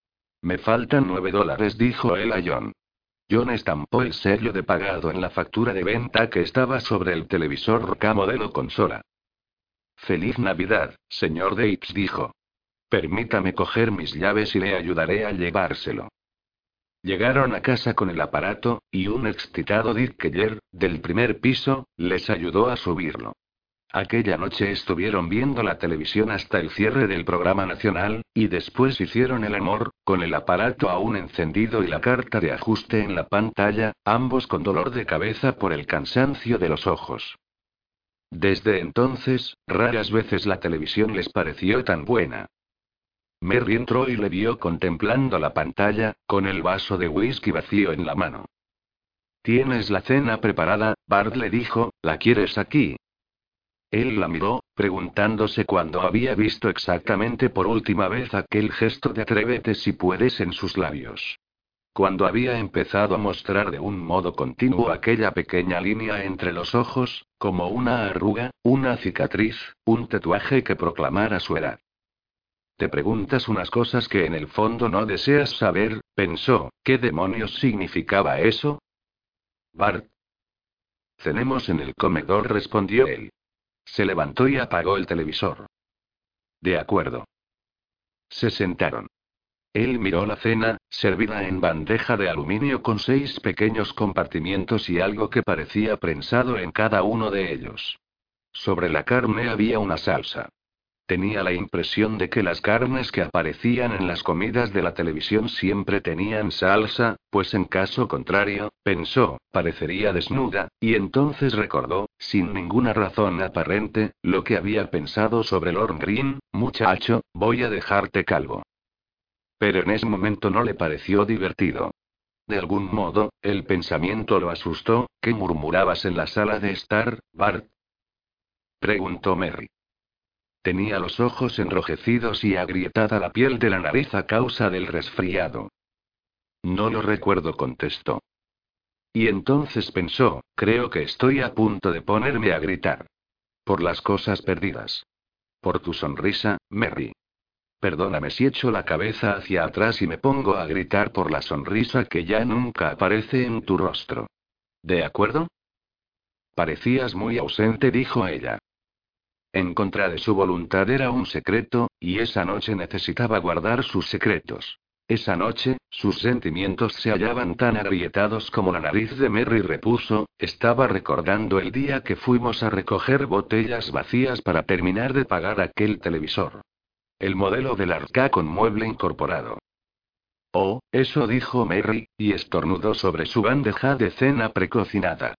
Speaker 1: «Me faltan $9», dijo él a John. John estampó el sello de pagado en la factura de venta que estaba sobre el televisor Roca modelo consola. «Feliz Navidad, señor Dates», dijo. «Permítame coger mis llaves y le ayudaré a llevárselo». Llegaron a casa con el aparato, y un excitado Dick Keller, del primer piso, les ayudó a subirlo. Aquella noche estuvieron viendo la televisión hasta el cierre del programa nacional, y después hicieron el amor, con el aparato aún encendido y la carta de ajuste en la pantalla, ambos con dolor de cabeza por el cansancio de los ojos. Desde entonces, raras veces la televisión les pareció tan buena. Mary entró y le vio contemplando la pantalla, con el vaso de whisky vacío en la mano. ¿Tienes la cena preparada, Bart?, le dijo, ¿la quieres aquí? Él la miró, preguntándose cuándo había visto exactamente por última vez aquel gesto de atrévete si puedes en sus labios. Cuando había empezado a mostrar de un modo continuo aquella pequeña línea entre los ojos, como una arruga, una cicatriz, un tatuaje que proclamara su edad. Te preguntas unas cosas que en el fondo no deseas saber, pensó, ¿qué demonios significaba eso? Bart. Cenemos en el comedor, respondió él. Se levantó y apagó el televisor. De acuerdo. Se sentaron. Él miró la cena, servida en bandeja de aluminio con 6 pequeños compartimientos y algo que parecía prensado en cada uno de ellos. Sobre la carne había una salsa. Tenía la impresión de que las carnes que aparecían en las comidas de la televisión siempre tenían salsa, pues en caso contrario, pensó, parecería desnuda, y entonces recordó, sin ninguna razón aparente, lo que había pensado sobre Lord Green: muchacho, voy a dejarte calvo. Pero en ese momento no le pareció divertido. De algún modo, el pensamiento lo asustó. ¿Qué murmurabas en la sala de estar, Bart?, preguntó Mary. Tenía los ojos enrojecidos y agrietada la piel de la nariz a causa del resfriado. No lo recuerdo, contestó. Y entonces pensó, creo que estoy a punto de ponerme a gritar. Por las cosas perdidas. Por tu sonrisa, Mary. Perdóname si echo la cabeza hacia atrás y me pongo a gritar por la sonrisa que ya nunca aparece en tu rostro. ¿De acuerdo? Parecías muy ausente, dijo ella. En contra de su voluntad era un secreto, y esa noche necesitaba guardar sus secretos. Esa noche, sus sentimientos se hallaban tan agrietados como la nariz de Mary, repuso, estaba recordando el día que fuimos a recoger botellas vacías para terminar de pagar aquel televisor. El modelo del arcade con mueble incorporado. Oh, eso, dijo Mary, y estornudó sobre su bandeja de cena precocinada.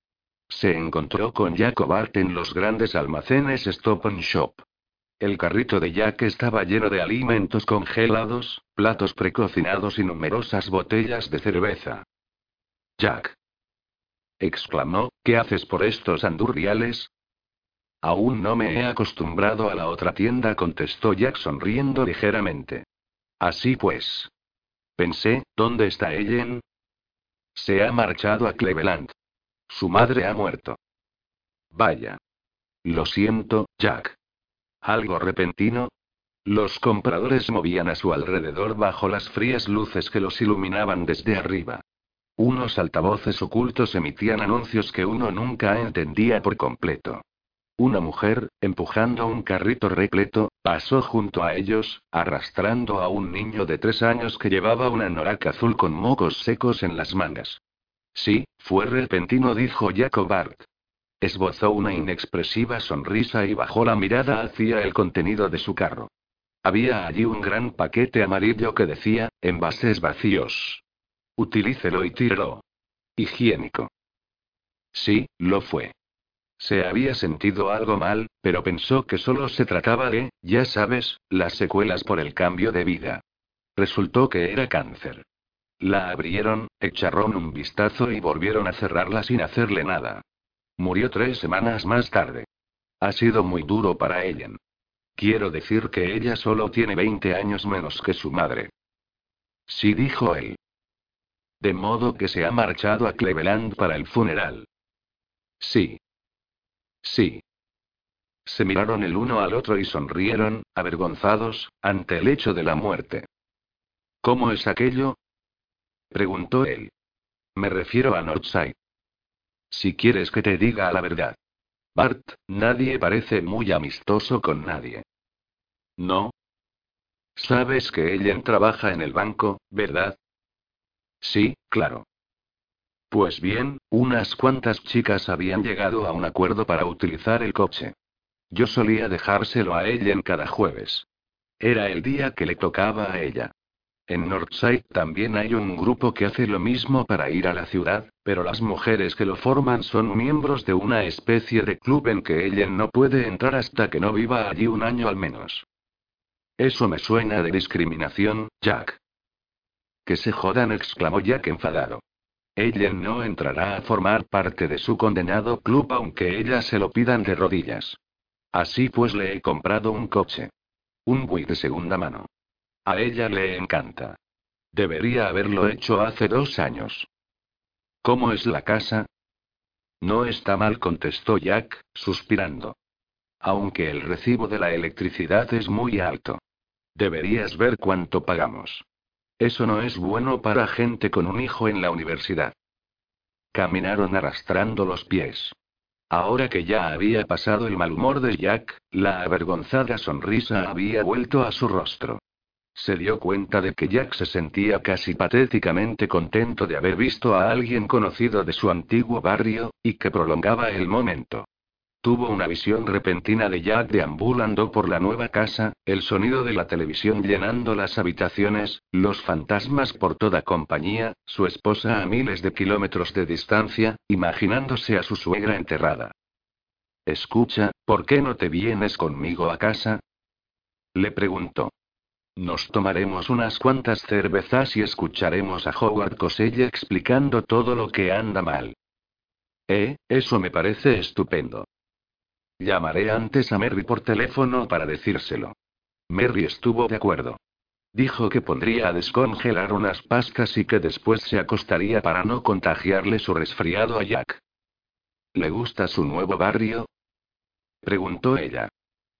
Speaker 1: Se encontró con Jack Bart en los grandes almacenes Stop and Shop. El carrito de Jack estaba lleno de alimentos congelados, platos precocinados y numerosas botellas de cerveza. Jack. Exclamó, ¿qué haces por estos andurriales? Aún no me he acostumbrado a la otra tienda, contestó Jack sonriendo ligeramente. Así pues. Pensé, ¿dónde está Ellen? Se ha marchado a Cleveland. Su madre ha muerto. Vaya. Lo siento, Jack. ¿Algo repentino? Los compradores movían a su alrededor bajo las frías luces que los iluminaban desde arriba. Unos altavoces ocultos emitían anuncios que uno nunca entendía por completo. Una mujer, empujando un carrito repleto, pasó junto a ellos, arrastrando a un niño de 3 años que llevaba una anorak azul con mocos secos en las mangas. Sí, fue repentino, dijo Jacob Bart. Esbozó una inexpresiva sonrisa y bajó la mirada hacia el contenido de su carro. Había allí un gran paquete amarillo que decía, envases vacíos. Utilícelo y tírelo. Higiénico. Sí, lo fue. Se había sentido algo mal, pero pensó que solo se trataba de, ya sabes, las secuelas por el cambio de vida. Resultó que era cáncer. La abrieron, echaron un vistazo y volvieron a cerrarla sin hacerle nada. Murió 3 semanas más tarde. Ha sido muy duro para Ellen. Quiero decir que ella solo tiene 20 años menos que su madre. Sí, dijo él. De modo que se ha marchado a Cleveland para el funeral. Sí. Sí. Se miraron el uno al otro y sonrieron, avergonzados, ante el hecho de la muerte. ¿Cómo es aquello? Preguntó él. Me refiero a Northside. Si quieres que te diga la verdad. Bart, nadie parece muy amistoso con nadie. ¿No? Sabes que Ellen trabaja en el banco, ¿verdad? Sí, claro. Pues bien, unas cuantas chicas habían llegado a un acuerdo para utilizar el coche. Yo solía dejárselo a ella en cada jueves. Era el día que le tocaba a ella. En Northside también hay un grupo que hace lo mismo para ir a la ciudad, pero las mujeres que lo forman son miembros de una especie de club en que ella no puede entrar hasta que no viva allí un año al menos. Eso me suena de discriminación, Jack. Que se jodan, exclamó Jack enfadado. Ella no entrará a formar parte de su condenado club aunque ella se lo pidan de rodillas. Así pues le he comprado un coche. Un Buick de segunda mano. A ella le encanta. Debería haberlo hecho hace 2 años. ¿Cómo es la casa? No está mal, contestó Jack, suspirando. Aunque el recibo de la electricidad es muy alto. Deberías ver cuánto pagamos. Eso no es bueno para gente con un hijo en la universidad. Caminaron arrastrando los pies. Ahora que ya había pasado el mal humor de Jack, la avergonzada sonrisa había vuelto a su rostro. Se dio cuenta de que Jack se sentía casi patéticamente contento de haber visto a alguien conocido de su antiguo barrio, y que prolongaba el momento. Tuvo una visión repentina de Jack deambulando por la nueva casa, el sonido de la televisión llenando las habitaciones, los fantasmas por toda compañía, su esposa a miles de kilómetros de distancia, imaginándose a su suegra enterrada. Escucha, ¿por qué no te vienes conmigo a casa? Le preguntó. Nos tomaremos unas cuantas cervezas y escucharemos a Howard Cosell explicando todo lo que anda mal. Eso me parece estupendo. Llamaré antes a Mary por teléfono para decírselo. Mary estuvo de acuerdo. Dijo que pondría a descongelar unas pastas y que después se acostaría para no contagiarle su resfriado a Jack. ¿Le gusta su nuevo barrio? Preguntó ella.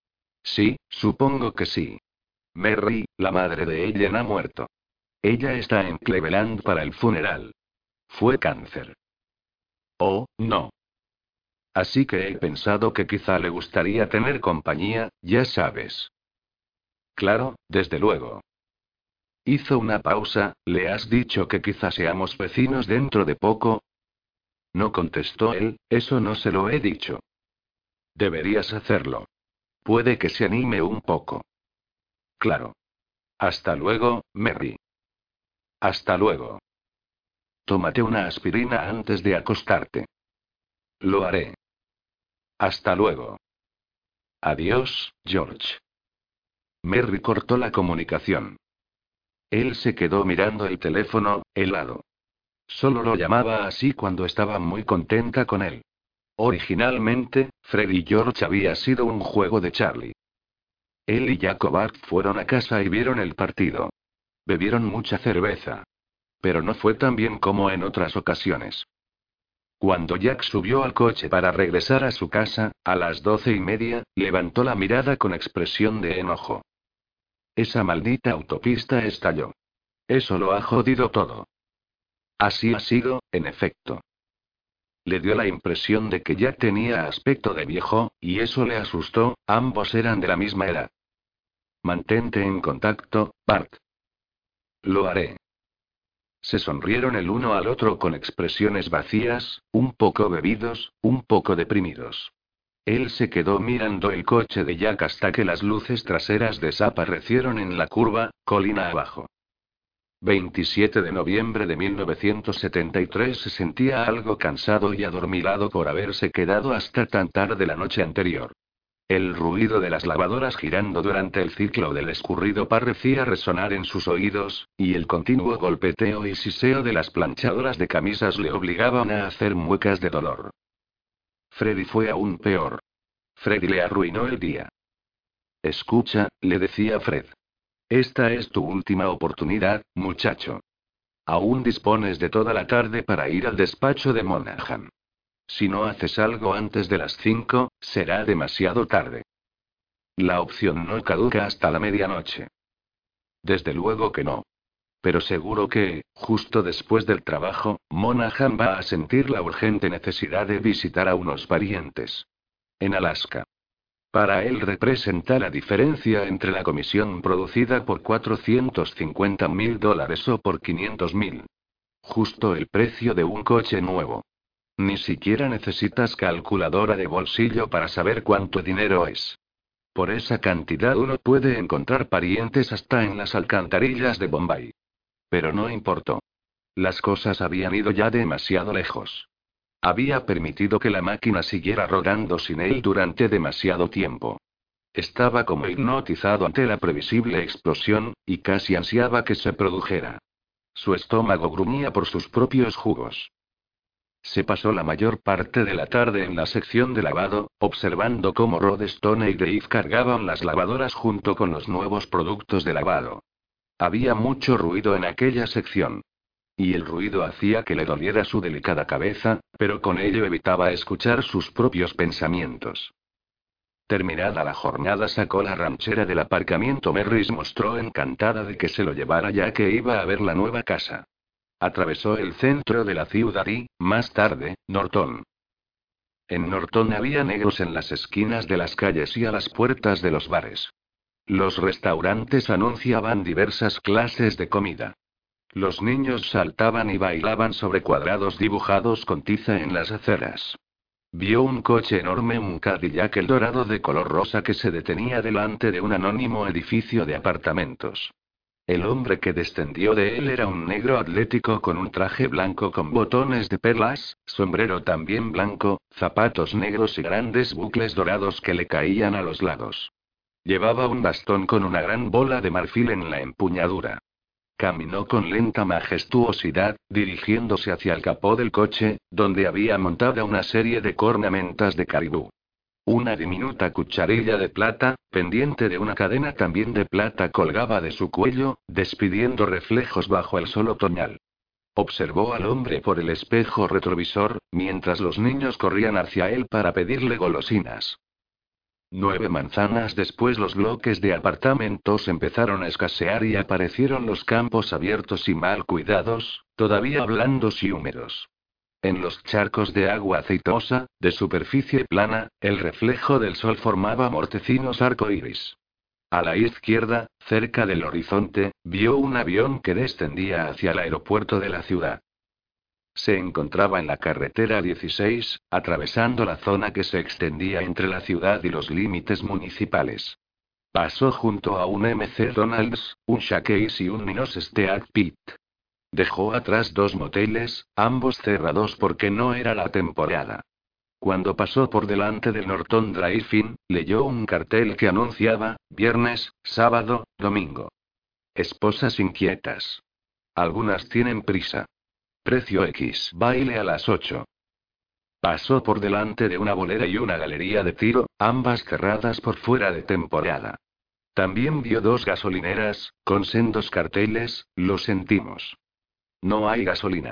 Speaker 1: Sí, supongo que sí. Mary, la madre de ellen, ha muerto. Ella está en Cleveland para el funeral. Fue cáncer. Oh, no. Así que he pensado que quizá le gustaría tener compañía, ya sabes. Claro, desde luego. Hizo una pausa. ¿Le has dicho que quizá seamos vecinos dentro de poco? No, contestó él, eso no se lo he dicho. Deberías hacerlo. Puede que se anime un poco. Claro. Hasta luego, Mary. Hasta luego. Tómate una aspirina antes de acostarte. Lo haré. Hasta luego. Adiós, George. Mary cortó la comunicación. Él se quedó mirando el teléfono, helado. Solo lo llamaba así cuando estaba muy contenta con él. Originalmente, Fred y George había sido un juego de Charlie. Él y Jacob fueron a casa y vieron el partido. Bebieron mucha cerveza. Pero no fue tan bien como en otras ocasiones. Cuando Jack subió al coche para regresar a su casa, a las 12:30, levantó la mirada con expresión de enojo. Esa maldita autopista estalló. Eso lo ha jodido todo. Así ha sido, en efecto. Le dio la impresión de que Jack tenía aspecto de viejo, y eso le asustó. Ambos eran de la misma edad. Mantente en contacto, Bart. Lo haré. Se sonrieron el uno al otro con expresiones vacías, un poco bebidos, un poco deprimidos. Él se quedó mirando el coche de Jack hasta que las luces traseras desaparecieron en la curva, colina abajo. 27 de noviembre de 1973. Se sentía algo cansado y adormilado por haberse quedado hasta tan tarde la noche anterior. El ruido de las lavadoras girando durante el ciclo del escurrido parecía resonar en sus oídos, y el continuo golpeteo y siseo de las planchadoras de camisas le obligaban a hacer muecas de dolor. Freddy fue aún peor. Freddy le arruinó el día. Escucha, le decía Fred. Esta es tu última oportunidad, muchacho. Aún dispones de toda la tarde para ir al despacho de Monahan. Si no haces algo antes de las 5, será demasiado tarde. La opción no caduca hasta la medianoche. Desde luego que no. Pero seguro que, justo después del trabajo, Monahan va a sentir la urgente necesidad de visitar a unos parientes. En Alaska. Para él representa la diferencia entre la comisión producida por $450,000 o por $500,000. Justo el precio de un coche nuevo. Ni siquiera necesitas calculadora de bolsillo para saber cuánto dinero es. Por esa cantidad uno puede encontrar parientes hasta en las alcantarillas de Bombay. Pero no importó. Las cosas habían ido ya demasiado lejos. Había permitido que la máquina siguiera rodando sin él durante demasiado tiempo. Estaba como hipnotizado ante la previsible explosión, y casi ansiaba que se produjera. Su estómago gruñía por sus propios jugos. Se pasó la mayor parte de la tarde en la sección de lavado, observando cómo Rod Stone y Dave cargaban las lavadoras junto con los nuevos productos de lavado. Había mucho ruido en aquella sección. Y el ruido hacía que le doliera su delicada cabeza, pero con ello evitaba escuchar sus propios pensamientos. Terminada la jornada sacó la ranchera del aparcamiento. Merris mostró encantada de que se lo llevara ya que iba a ver la nueva casa. Atravesó el centro de la ciudad y, más tarde, Norton. En Norton había negros en las esquinas de las calles y a las puertas de los bares. Los restaurantes anunciaban diversas clases de comida. Los niños saltaban y bailaban sobre cuadrados dibujados con tiza en las aceras. Vio un coche enorme, un Cadillac el dorado de color rosa que se detenía delante de un anónimo edificio de apartamentos. El hombre que descendió de él era un negro atlético con un traje blanco con botones de perlas, sombrero también blanco, zapatos negros y grandes bucles dorados que le caían a los lados. Llevaba un bastón con una gran bola de marfil en la empuñadura. Caminó con lenta majestuosidad, dirigiéndose hacia el capó del coche, donde había montada una serie de cornamentas de caribú. Una diminuta cucharilla de plata, pendiente de una cadena también de plata, colgaba de su cuello, despidiendo reflejos bajo el sol otoñal. Observó al hombre por el espejo retrovisor, mientras los niños corrían hacia él para pedirle golosinas. 9 manzanas después los bloques de apartamentos empezaron a escasear y aparecieron los campos abiertos y mal cuidados, todavía blandos y húmedos. En los charcos de agua aceitosa, de superficie plana, el reflejo del sol formaba mortecinos arcoíris. A la izquierda, cerca del horizonte, vio un avión que descendía hacia el aeropuerto de la ciudad. Se encontraba en la carretera 16, atravesando la zona que se extendía entre la ciudad y los límites municipales. Pasó junto a un McDonald's, un Shakey's y un Minos Steak Pit. Dejó atrás 2 moteles, ambos cerrados porque no era la temporada. Cuando pasó por delante del Norton Drive-In, leyó un cartel que anunciaba, viernes, sábado, domingo. Esposas inquietas. Algunas tienen prisa. Precio X. Baile a las 8. Pasó por delante de una bolera y una galería de tiro, ambas cerradas por fuera de temporada. También vio 2 gasolineras, con sendos carteles, lo sentimos. No hay gasolina.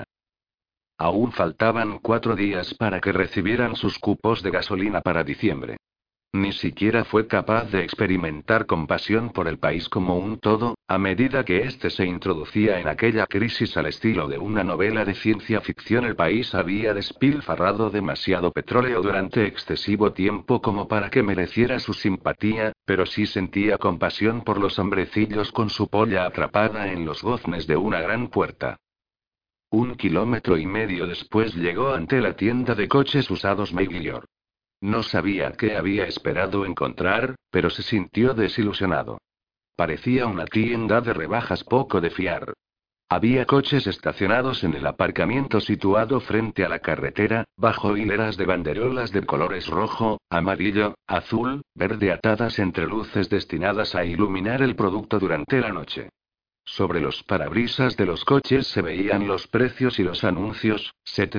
Speaker 1: Aún faltaban 4 días para que recibieran sus cupos de gasolina para diciembre. Ni siquiera fue capaz de experimentar compasión por el país como un todo, a medida que éste se introducía en aquella crisis al estilo de una novela de ciencia ficción. El país había despilfarrado demasiado petróleo durante excesivo tiempo como para que mereciera su simpatía, pero sí sentía compasión por los hombrecillos con su polla atrapada en los goznes de una gran puerta. 1,5 kilómetros después llegó ante la tienda de coches usados Maglior. No sabía qué había esperado encontrar, pero se sintió desilusionado. Parecía una tienda de rebajas poco de fiar. Había coches estacionados en el aparcamiento situado frente a la carretera, bajo hileras de banderolas de colores rojo, amarillo, azul, verde atadas entre luces destinadas a iluminar el producto durante la noche. Sobre los parabrisas de los coches se veían los precios y los anuncios,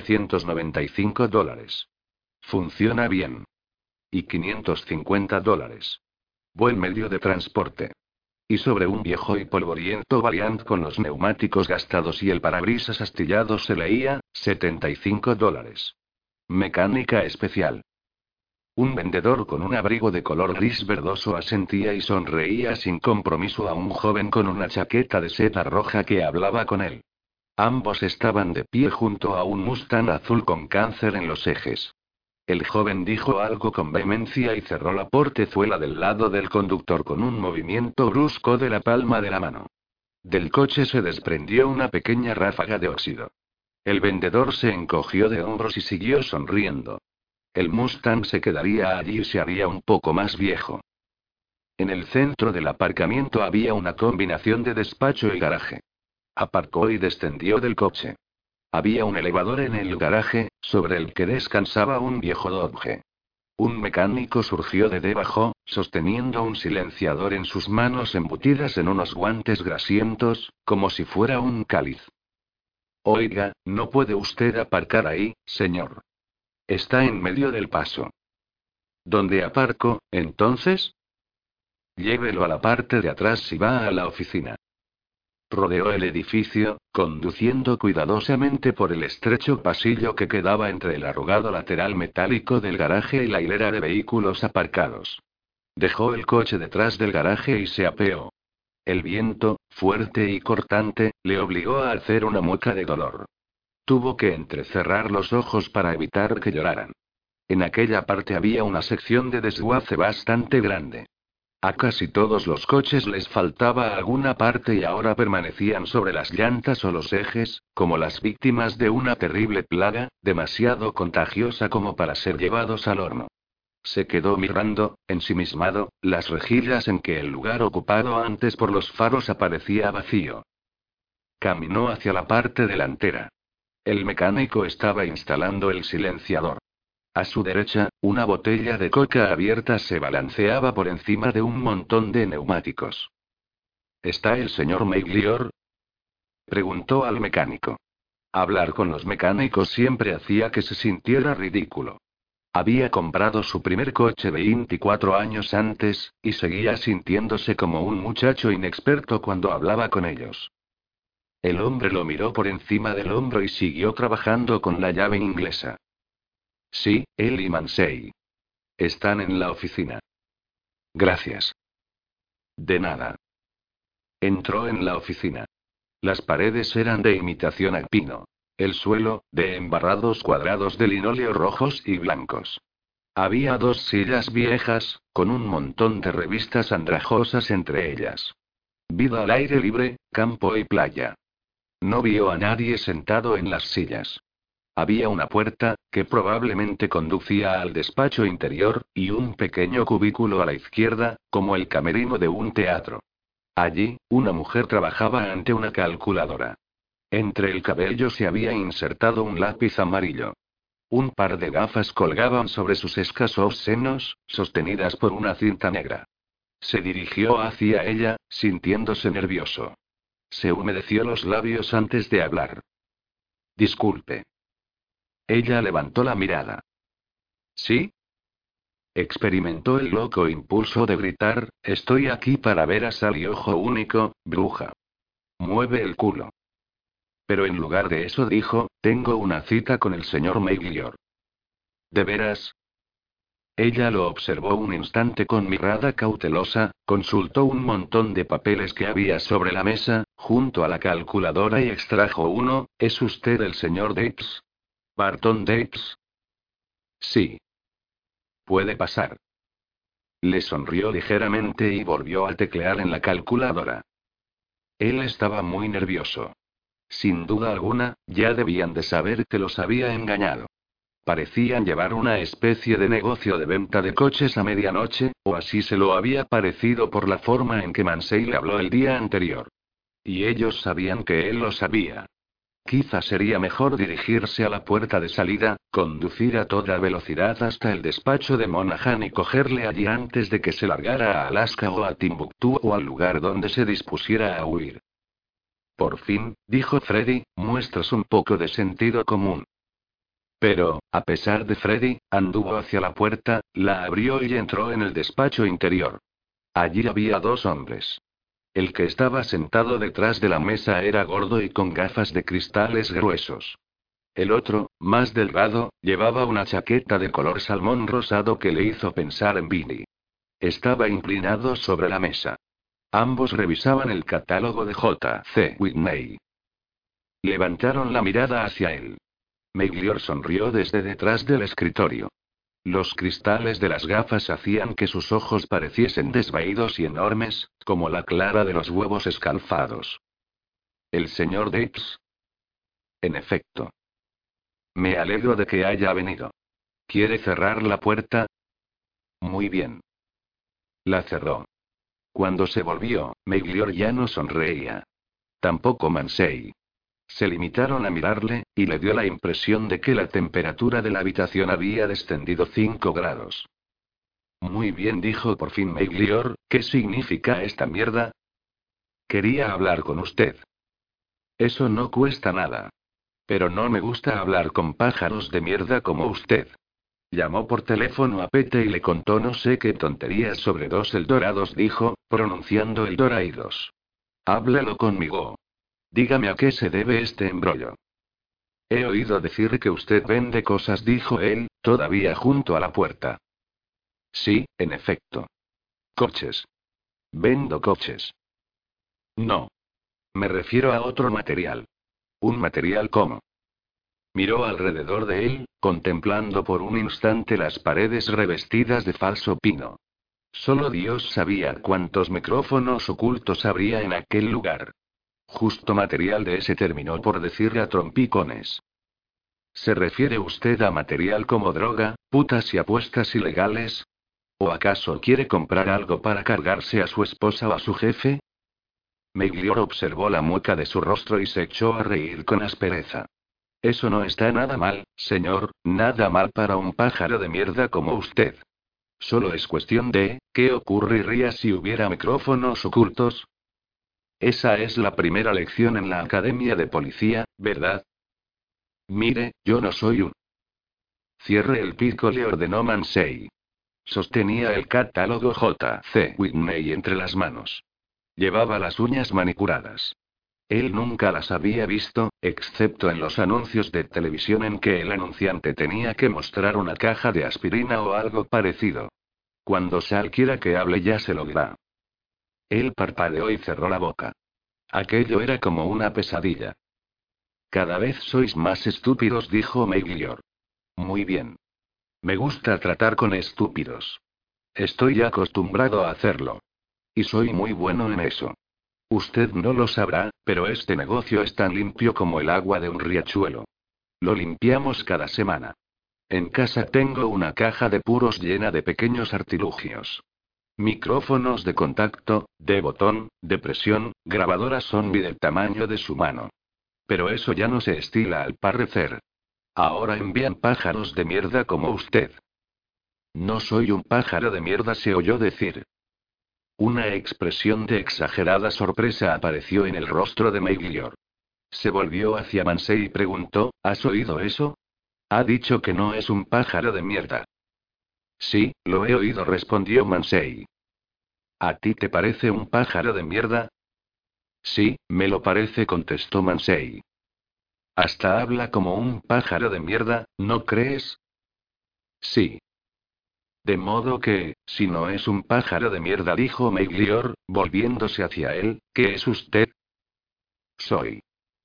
Speaker 1: $795. Funciona bien. Y $550. Buen medio de transporte. Y sobre un viejo y polvoriento Valiant con los neumáticos gastados y el parabrisas astillado se leía, $75. Mecánica especial. Un vendedor con un abrigo de color gris verdoso asentía y sonreía sin compromiso a un joven con una chaqueta de seda roja que hablaba con él. Ambos estaban de pie junto a un Mustang azul con cáncer en los ejes. El joven dijo algo con vehemencia y cerró la portezuela del lado del conductor con un movimiento brusco de la palma de la mano. Del coche se desprendió una pequeña ráfaga de óxido. El vendedor se encogió de hombros y siguió sonriendo. El Mustang se quedaría allí y se haría un poco más viejo. En el centro del aparcamiento había una combinación de despacho y garaje. Aparcó y descendió del coche. Había un elevador en el garaje, sobre el que descansaba un viejo Dodge. Un mecánico surgió de debajo, sosteniendo un silenciador en sus manos embutidas en unos guantes grasientos, como si fuera un cáliz. Oiga, ¿no puede usted aparcar ahí, señor? Está en medio del paso. ¿Dónde aparco, entonces? Llévelo a la parte de atrás si va a la oficina. Rodeó el edificio, conduciendo cuidadosamente por el estrecho pasillo que quedaba entre el arrugado lateral metálico del garaje y la hilera de vehículos aparcados. Dejó el coche detrás del garaje y se apeó. El viento, fuerte y cortante, le obligó a hacer una mueca de dolor. Tuvo que entrecerrar los ojos para evitar que lloraran. En aquella parte había una sección de desguace bastante grande. A casi todos los coches les faltaba alguna parte y ahora permanecían sobre las llantas o los ejes, como las víctimas de una terrible plaga, demasiado contagiosa como para ser llevados al horno. Se quedó mirando, ensimismado, las rejillas en que el lugar ocupado antes por los faros aparecía vacío. Caminó hacia la parte delantera. El mecánico estaba instalando el silenciador. A su derecha, una botella de coca abierta se balanceaba por encima de un montón de neumáticos. ¿Está el señor Maglior? Preguntó al mecánico. Hablar con los mecánicos siempre hacía que se sintiera ridículo. Había comprado su primer coche 24 años antes, y seguía sintiéndose como un muchacho inexperto cuando hablaba con ellos. El hombre lo miró por encima del hombro y siguió trabajando con la llave inglesa. Sí, él y Mansei. Están en la oficina. Gracias. De nada. Entró en la oficina. Las paredes eran de imitación a pino. El suelo, de embarrados cuadrados de linóleo rojos y blancos. Había 2 sillas viejas, con un montón de revistas andrajosas entre ellas. Vida al aire libre, campo y playa. No vio a nadie sentado en las sillas. Había una puerta, que probablemente conducía al despacho interior, y un pequeño cubículo a la izquierda, como el camerino de un teatro. Allí, una mujer trabajaba ante una calculadora. Entre el cabello se había insertado un lápiz amarillo. Un par de gafas colgaban sobre sus escasos senos, sostenidas por una cinta negra. Se dirigió hacia ella, sintiéndose nervioso. Se humedeció los labios antes de hablar. Disculpe. Ella levantó la mirada. ¿Sí? Experimentó el loco impulso de gritar, estoy aquí para ver a Sally Ojo Único, bruja. Mueve el culo. Pero en lugar de eso dijo, tengo una cita con el señor Maglior. ¿De veras? Ella lo observó un instante con mirada cautelosa, consultó un montón de papeles que había sobre la mesa, junto a la calculadora y extrajo uno, ¿es usted el señor Dapes? ¿Barton Dapes? Sí. Puede pasar. Le sonrió ligeramente y volvió a teclear en la calculadora. Él estaba muy nervioso. Sin duda alguna, ya debían de saber que los había engañado. Parecían llevar una especie de negocio de venta de coches a medianoche, o así se lo había parecido por la forma en que Mansei le habló el día anterior. Y ellos sabían que él lo sabía. Quizá sería mejor dirigirse a la puerta de salida, conducir a toda velocidad hasta el despacho de Monaghan y cogerle allí antes de que se largara a Alaska o a Timbuktu o al lugar donde se dispusiera a huir. Por fin, dijo Freddy, muestras un poco de sentido común. Pero, a pesar de Freddy, anduvo hacia la puerta, la abrió y entró en el despacho interior. Allí había 2 hombres. El que estaba sentado detrás de la mesa era gordo y con gafas de cristales gruesos. El otro, más delgado, llevaba una chaqueta de color salmón rosado que le hizo pensar en Billy. Estaba inclinado sobre la mesa. Ambos revisaban el catálogo de J.C. Whitney. Levantaron la mirada hacia él. Maglior sonrió desde detrás del escritorio. Los cristales de las gafas hacían que sus ojos pareciesen desvaídos y enormes, como la clara de los huevos escalfados. ¿El señor Dapes? En efecto. Me alegro de que haya venido. ¿Quiere cerrar la puerta? Muy bien. La cerró. Cuando se volvió, Meglior ya no sonreía. Tampoco Mansei. Se limitaron a mirarle, y le dio la impresión de que la temperatura de la habitación había descendido 5 grados. Muy bien, dijo por fin Meglior, ¿qué significa esta mierda? Quería hablar con usted. Eso no cuesta nada. Pero no me gusta hablar con pájaros de mierda como usted. Llamó por teléfono a Pete y le contó no sé qué tonterías sobre dos Eldorados, dijo, pronunciando Eldoraidos. Háblalo conmigo. Dígame a qué se debe este embrollo. He oído decir que usted vende cosas, dijo él, todavía junto a la puerta. Sí, en efecto. Coches. Vendo coches. No. Me refiero a otro material. ¿Un material cómo? Miró alrededor de él, contemplando por un instante las paredes revestidas de falso pino. Solo Dios sabía cuántos micrófonos ocultos habría en aquel lugar. Justo material de ese terminó por decirle a trompicones. ¿Se refiere usted a material como droga, putas y apuestas ilegales? ¿O acaso quiere comprar algo para cargarse a su esposa o a su jefe? Meglior observó la mueca de su rostro y se echó a reír con aspereza. Eso no está nada mal, señor, nada mal para un pájaro de mierda como usted. Solo es cuestión de, ¿qué ocurriría si hubiera micrófonos ocultos? Esa es la primera lección en la academia de policía, ¿verdad? Mire, yo no soy un... Cierre el pico, le ordenó Mansei. Sostenía el catálogo J. C. Whitney entre las manos. Llevaba las uñas manicuradas. Él nunca las había visto, excepto en los anuncios de televisión en que el anunciante tenía que mostrar una caja de aspirina o algo parecido. Cuando Sal quiera que hable ya se lo dirá. Él parpadeó y cerró la boca. Aquello era como una pesadilla. Cada vez sois más estúpidos, dijo Meglior. Muy bien. Me gusta tratar con estúpidos. Estoy acostumbrado a hacerlo. Y soy muy bueno en eso. Usted no lo sabrá, pero este negocio es tan limpio como el agua de un riachuelo. Lo limpiamos cada semana. En casa tengo una caja de puros llena de pequeños artilugios. Micrófonos de contacto, de botón, de presión, grabadoras zombie del tamaño de su mano. Pero eso ya no se estila al parecer. Ahora envían pájaros de mierda como usted. No soy un pájaro de mierda, se oyó decir. Una expresión de exagerada sorpresa apareció en el rostro de Meglior. Se volvió hacia Mansei y preguntó, ¿has oído eso? Ha dicho que no es un pájaro de mierda. Sí, lo he oído, respondió Mansei. ¿A ti te parece un pájaro de mierda? Sí, me lo parece, contestó Mansei. Hasta habla como un pájaro de mierda, ¿no crees? Sí. De modo que, si no es un pájaro de mierda, dijo Meglior, volviéndose hacia él, ¿qué es usted? Soy.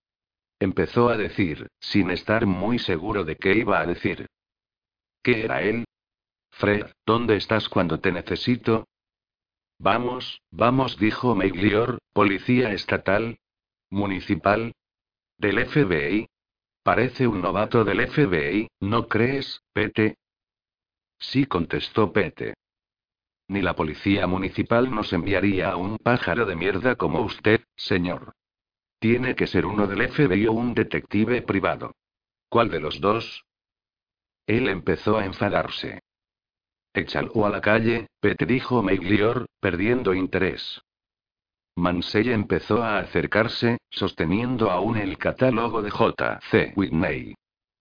Speaker 1: Empezó a decir, sin estar muy seguro de qué iba a decir. ¿Qué era él? Fred, ¿dónde estás cuando te necesito? Vamos, vamos, dijo Meglior, policía estatal. Municipal. Del FBI. Parece un novato del FBI, ¿no crees, Pete? Sí, contestó Pete. Ni la policía municipal nos enviaría a un pájaro de mierda como usted, señor. Tiene que ser uno del FBI o un detective privado. ¿Cuál de los dos? Él empezó a enfadarse. Échalo a la calle, Pete, dijo Meglior, perdiendo interés. Mansei empezó a acercarse, sosteniendo aún el catálogo de J. C. Whitney.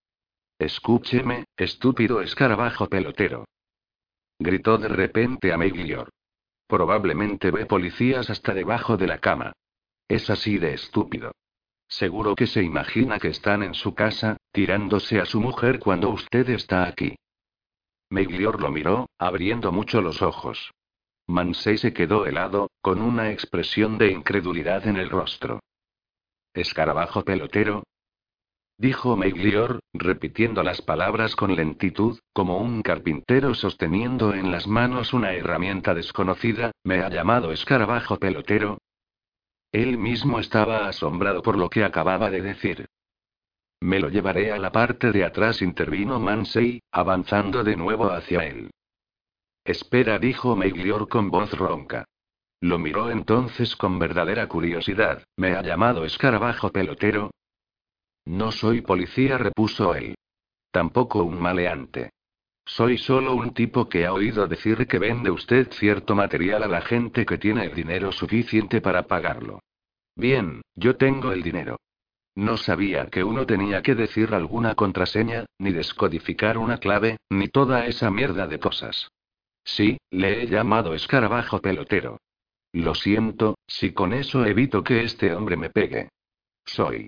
Speaker 1: Escúcheme, estúpido escarabajo pelotero. Gritó de repente a Meglior. Probablemente ve policías hasta debajo de la cama. Es así de estúpido. Seguro que se imagina que están en su casa, tirándose a su mujer cuando usted está aquí. Meglior lo miró, abriendo mucho los ojos. Mansei se quedó helado, con una expresión de incredulidad en el rostro. ¿Escarabajo pelotero? Dijo Meglior, repitiendo las palabras con lentitud, como un carpintero sosteniendo en las manos una herramienta desconocida. ¿Me ha llamado escarabajo pelotero? Él mismo estaba asombrado por lo que acababa de decir. Me lo llevaré a la parte de atrás, intervino Mansei, avanzando de nuevo hacia él. Espera, dijo Meglior con voz ronca. Lo miró entonces con verdadera curiosidad. ¿Me ha llamado escarabajo pelotero? No soy policía, repuso él. Tampoco un maleante. Soy solo un tipo que ha oído decir que vende usted cierto material a la gente que tiene el dinero suficiente para pagarlo. Bien, yo tengo el dinero. No sabía que uno tenía que decir alguna contraseña, ni descodificar una clave, ni toda esa mierda de cosas. Sí, le he llamado escarabajo pelotero. Lo siento, si con eso evito que este hombre me pegue. Soy.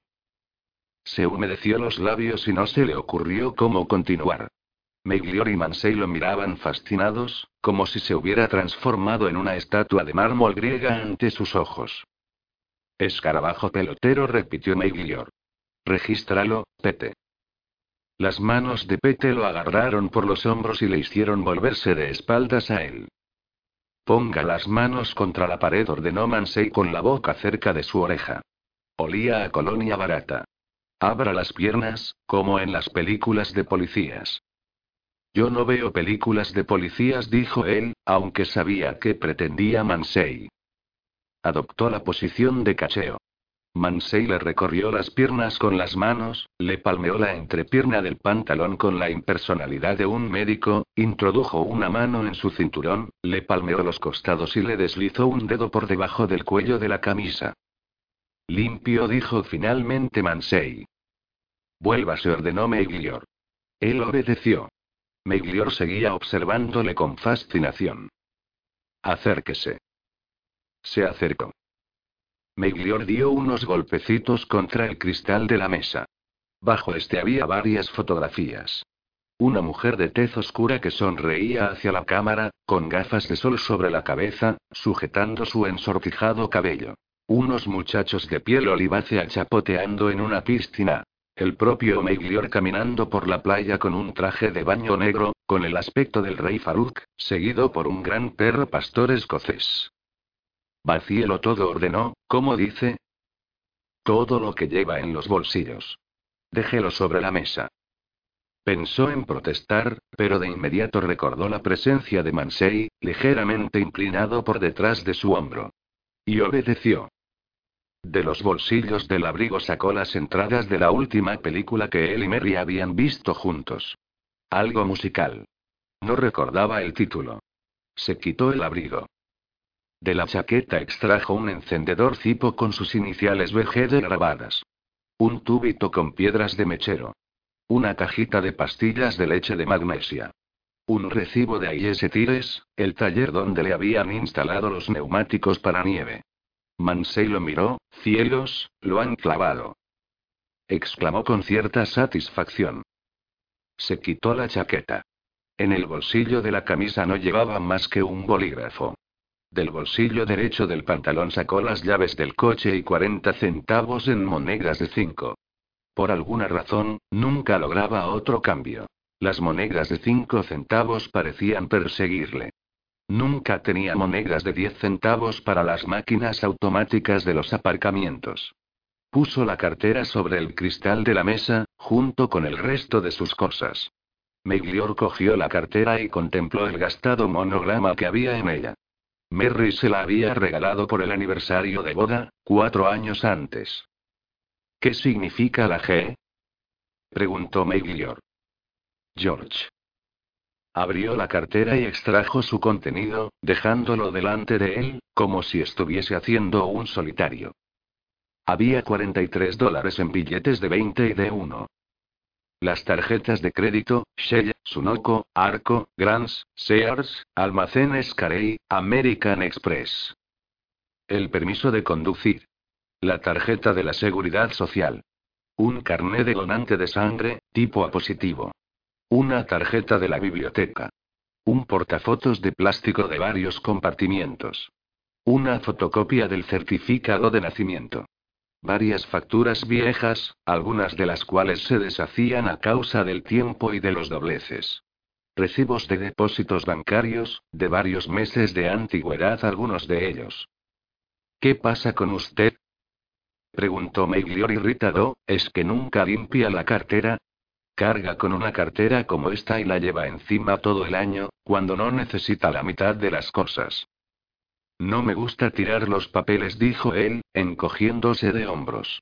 Speaker 1: Se humedeció los labios y no se le ocurrió cómo continuar. Meglior y Mansei lo miraban fascinados, como si se hubiera transformado en una estatua de mármol griega ante sus ojos. Escarabajo pelotero, repitió Meglior. Regístralo, Pete. Las manos de Pete lo agarraron por los hombros y le hicieron volverse de espaldas a él. Ponga las manos contra la pared, ordenó Mansei con la boca cerca de su oreja. Olía a colonia barata. Abra las piernas, como en las películas de policías. Yo no veo películas de policías, dijo él, aunque sabía que pretendía Mansei. Adoptó la posición de cacheo. Mansei le recorrió las piernas con las manos, le palmeó la entrepierna del pantalón con la impersonalidad de un médico, introdujo una mano en su cinturón, le palmeó los costados y le deslizó un dedo por debajo del cuello de la camisa. Limpio, dijo finalmente Mansei. Vuélvase, ordenó Meglior. Él obedeció. Meglior seguía observándole con fascinación. Acérquese. Se acercó. Meglior dio unos golpecitos contra el cristal de la mesa. Bajo este había varias fotografías. Una mujer de tez oscura que sonreía hacia la cámara, con gafas de sol sobre la cabeza, sujetando su ensortijado cabello. Unos muchachos de piel olivácea chapoteando en una piscina. El propio Meglior caminando por la playa con un traje de baño negro, con el aspecto del rey Farouk, seguido por un gran perro pastor escocés. Vacíelo todo, ordenó. ¿Cómo dice? Todo lo que lleva en los bolsillos. Déjelo sobre la mesa. Pensó en protestar, pero de inmediato recordó la presencia de Mansei, ligeramente inclinado por detrás de su hombro. Y obedeció. De los bolsillos del abrigo sacó las entradas de la última película que él y Mary habían visto juntos. Algo musical. No recordaba el título. Se quitó el abrigo. De la chaqueta extrajo un encendedor Zippo con sus iniciales BG grabadas. Un tubito con piedras de mechero. Una cajita de pastillas de leche de magnesia. Un recibo de AIS Tires, el taller donde le habían instalado los neumáticos para nieve. Mansei lo miró. Cielos, lo han clavado. Exclamó con cierta satisfacción. Se quitó la chaqueta. En el bolsillo de la camisa no llevaba más que un bolígrafo. Del bolsillo derecho del pantalón sacó las llaves del coche y 40 centavos en monedas de 5. Por alguna razón, nunca lograba otro cambio. Las monedas de 5 centavos parecían perseguirle. Nunca tenía monedas de 10 centavos para las máquinas automáticas de los aparcamientos. Puso la cartera sobre el cristal de la mesa, junto con el resto de sus cosas. Meglior cogió la cartera y contempló el gastado monograma que había en ella. Mary se la había regalado por el aniversario de boda, 4 años antes. ¿Qué significa la G? Preguntó Meglior. George. Abrió la cartera y extrajo su contenido, dejándolo delante de él, como si estuviese haciendo un solitario. Había $43 en billetes de 20 y de 1. Las tarjetas de crédito, Shell, Sunoco, Arco, Grants, Sears, Almacenes Carey, American Express. El permiso de conducir. La tarjeta de la Seguridad Social. Un carné de donante de sangre, tipo A positivo. Una tarjeta de la biblioteca. Un portafotos de plástico de varios compartimientos. Una fotocopia del certificado de nacimiento. Varias facturas viejas, algunas de las cuales se deshacían a causa del tiempo y de los dobleces. Recibos de depósitos bancarios, de varios meses de antigüedad algunos de ellos. ¿Qué pasa con usted? Preguntó Meglior irritado, ¿es que nunca limpia la cartera? Carga con una cartera como esta y la lleva encima todo el año, cuando no necesita la mitad de las cosas. No me gusta tirar los papeles, dijo él, encogiéndose de hombros.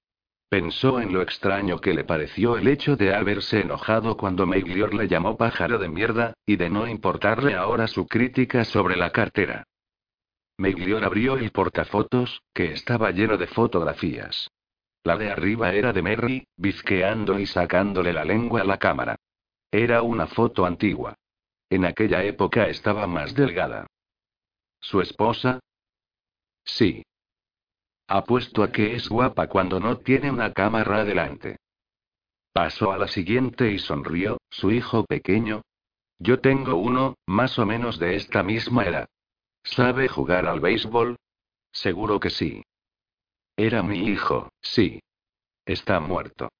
Speaker 1: Pensó en lo extraño que le pareció el hecho de haberse enojado cuando Meglior le llamó pájaro de mierda, y de no importarle ahora su crítica sobre la cartera. Meglior abrió el portafotos, que estaba lleno de fotografías. La de arriba era de Merry, bizqueando y sacándole la lengua a la cámara. Era una foto antigua. En aquella época estaba más delgada. ¿Su esposa? Sí. Apuesto a que es guapa cuando no tiene una cámara delante. Pasó a la siguiente y sonrió, ¿su hijo pequeño? Yo tengo uno, más o menos de esta misma edad. ¿Sabe jugar al béisbol? Seguro que sí. Era mi hijo, sí. Está muerto.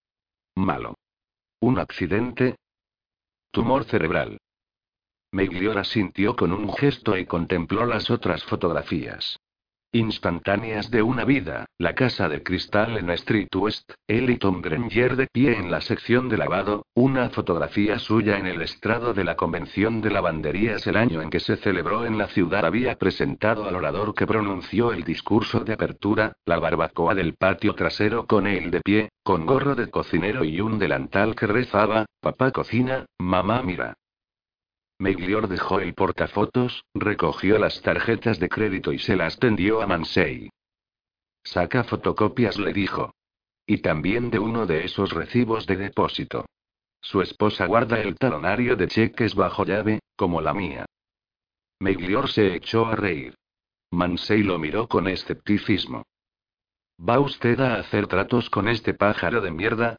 Speaker 1: Malo. ¿Un accidente? Tumor cerebral. Meglior asintió con un gesto y contempló las otras fotografías. Instantáneas de una vida, la casa de cristal en Street West, él y Tom Granger de pie en la sección de lavado, una fotografía suya en el estrado de la convención de lavanderías el año en que se celebró en la ciudad había presentado al orador que pronunció el discurso de apertura, la barbacoa del patio trasero con él de pie, con gorro de cocinero y un delantal que rezaba, papá cocina, mamá mira. Meglior dejó el portafotos, recogió las tarjetas de crédito y se las tendió a Mansei. Saca fotocopias, le dijo. Y también de uno de esos recibos de depósito. Su esposa guarda el talonario de cheques bajo llave, como la mía. Meglior se echó a reír. Mansei lo miró con escepticismo. ¿Va usted a hacer tratos con este pájaro de mierda?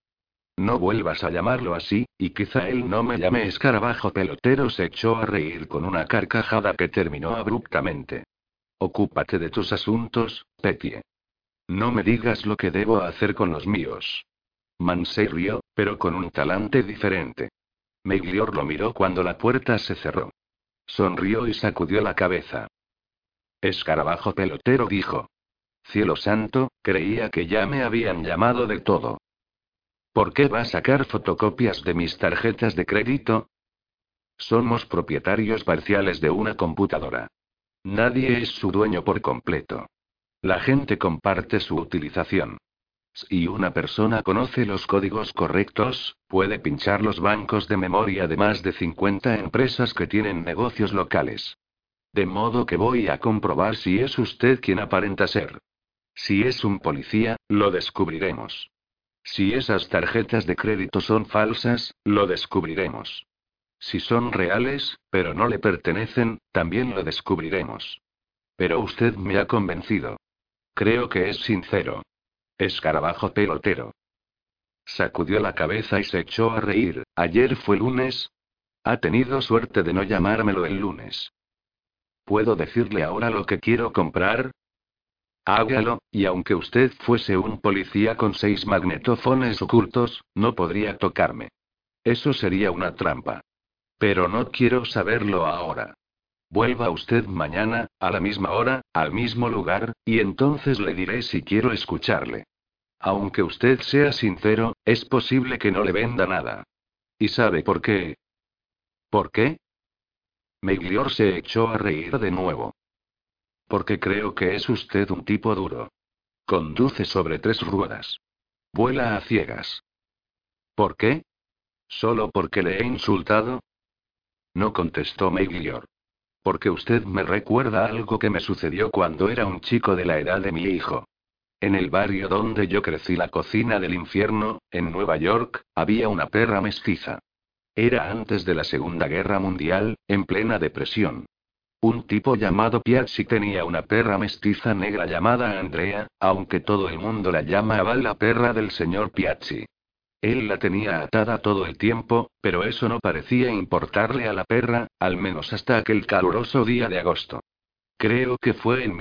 Speaker 1: No vuelvas a llamarlo así, y quizá él no me llame escarabajo pelotero. Se echó a reír con una carcajada que terminó abruptamente. Ocúpate de tus asuntos, Pettie. No me digas lo que debo hacer con los míos. Mansei rió, pero con un talante diferente. Meglior lo miró cuando la puerta se cerró. Sonrió y sacudió la cabeza. Escarabajo pelotero, dijo. Cielo santo, creía que ya me habían llamado de todo. ¿Por qué va a sacar fotocopias de mis tarjetas de crédito? Somos propietarios parciales de una computadora. Nadie es su dueño por completo. La gente comparte su utilización. Si una persona conoce los códigos correctos, puede pinchar los bancos de memoria de más de 50 empresas que tienen negocios locales. De modo que voy a comprobar si es usted quien aparenta ser. Si es un policía, lo descubriremos. Si esas tarjetas de crédito son falsas, lo descubriremos. Si son reales, pero no le pertenecen, también lo descubriremos. Pero usted me ha convencido. Creo que es sincero. Escarabajo pelotero. Sacudió la cabeza y se echó a reír. ¿Ayer fue lunes? Ha tenido suerte de no llamármelo el lunes. ¿Puedo decirle ahora lo que quiero comprar? Hágalo, y aunque usted fuese un policía con 6 magnetofones ocultos, no podría tocarme. Eso sería una trampa. Pero no quiero saberlo ahora. Vuelva usted mañana, a la misma hora, al mismo lugar, y entonces le diré si quiero escucharle. Aunque usted sea sincero, es posible que no le venda nada. ¿Y sabe por qué? ¿Por qué? Meglior se echó a reír de nuevo. Porque creo que es usted un tipo duro. Conduce sobre 3 ruedas. Vuela a ciegas. ¿Por qué? ¿Solo porque le he insultado? No contestó Meglior. Porque usted me recuerda algo que me sucedió cuando era un chico de la edad de mi hijo. En el barrio donde yo crecí, la cocina del infierno, en Nueva York, había una perra mestiza. Era antes de la Segunda Guerra Mundial, en plena depresión. Un tipo llamado Piazzi tenía una perra mestiza negra llamada Andrea, aunque todo el mundo la llamaba la perra del señor Piazzi. Él la tenía atada todo el tiempo, pero eso no parecía importarle a la perra, al menos hasta aquel caluroso día de agosto. Creo que fue en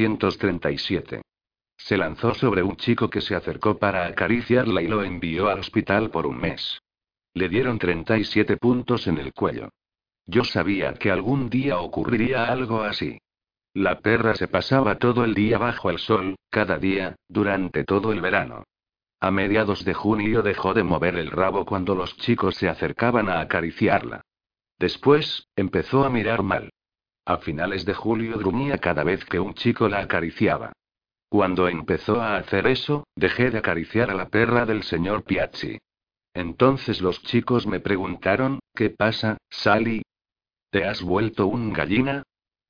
Speaker 1: 1937. Se lanzó sobre un chico que se acercó para acariciarla y lo envió al hospital por un mes. Le dieron 37 puntos en el cuello. Yo sabía que algún día ocurriría algo así. La perra se pasaba todo el día bajo el sol, cada día, durante todo el verano. A mediados de junio dejó de mover el rabo cuando los chicos se acercaban a acariciarla. Después, empezó a mirar mal. A finales de julio gruñía cada vez que un chico la acariciaba. Cuando empezó a hacer eso, dejé de acariciar a la perra del señor Piazzi. Entonces los chicos me preguntaron, ¿qué pasa, Sally? ¿Te has vuelto un gallina?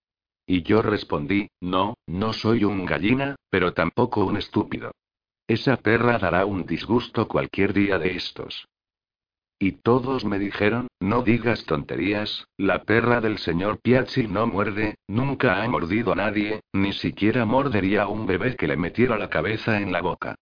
Speaker 1: Y yo respondí, no, no soy un gallina, pero tampoco un estúpido. Esa perra dará un disgusto cualquier día de estos. Y todos me dijeron, no digas tonterías, la perra del señor Piazzi no muerde, nunca ha mordido a nadie, ni siquiera mordería a un bebé que le metiera la cabeza en la boca.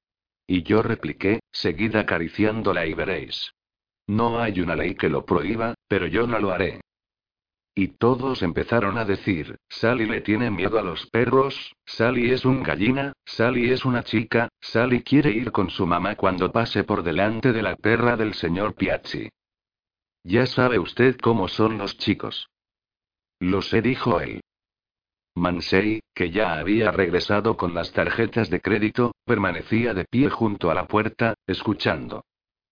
Speaker 1: Y yo repliqué, seguid acariciándola y veréis. No hay una ley que lo prohíba, pero yo no lo haré. Y todos empezaron a decir, Sally le tiene miedo a los perros, Sally es un gallina, Sally es una chica, Sally quiere ir con su mamá cuando pase por delante de la perra del señor Piazzi. Ya sabe usted cómo son los chicos. Lo sé, dijo él. Mansei, que ya había regresado con las tarjetas de crédito, permanecía de pie junto a la puerta, escuchando.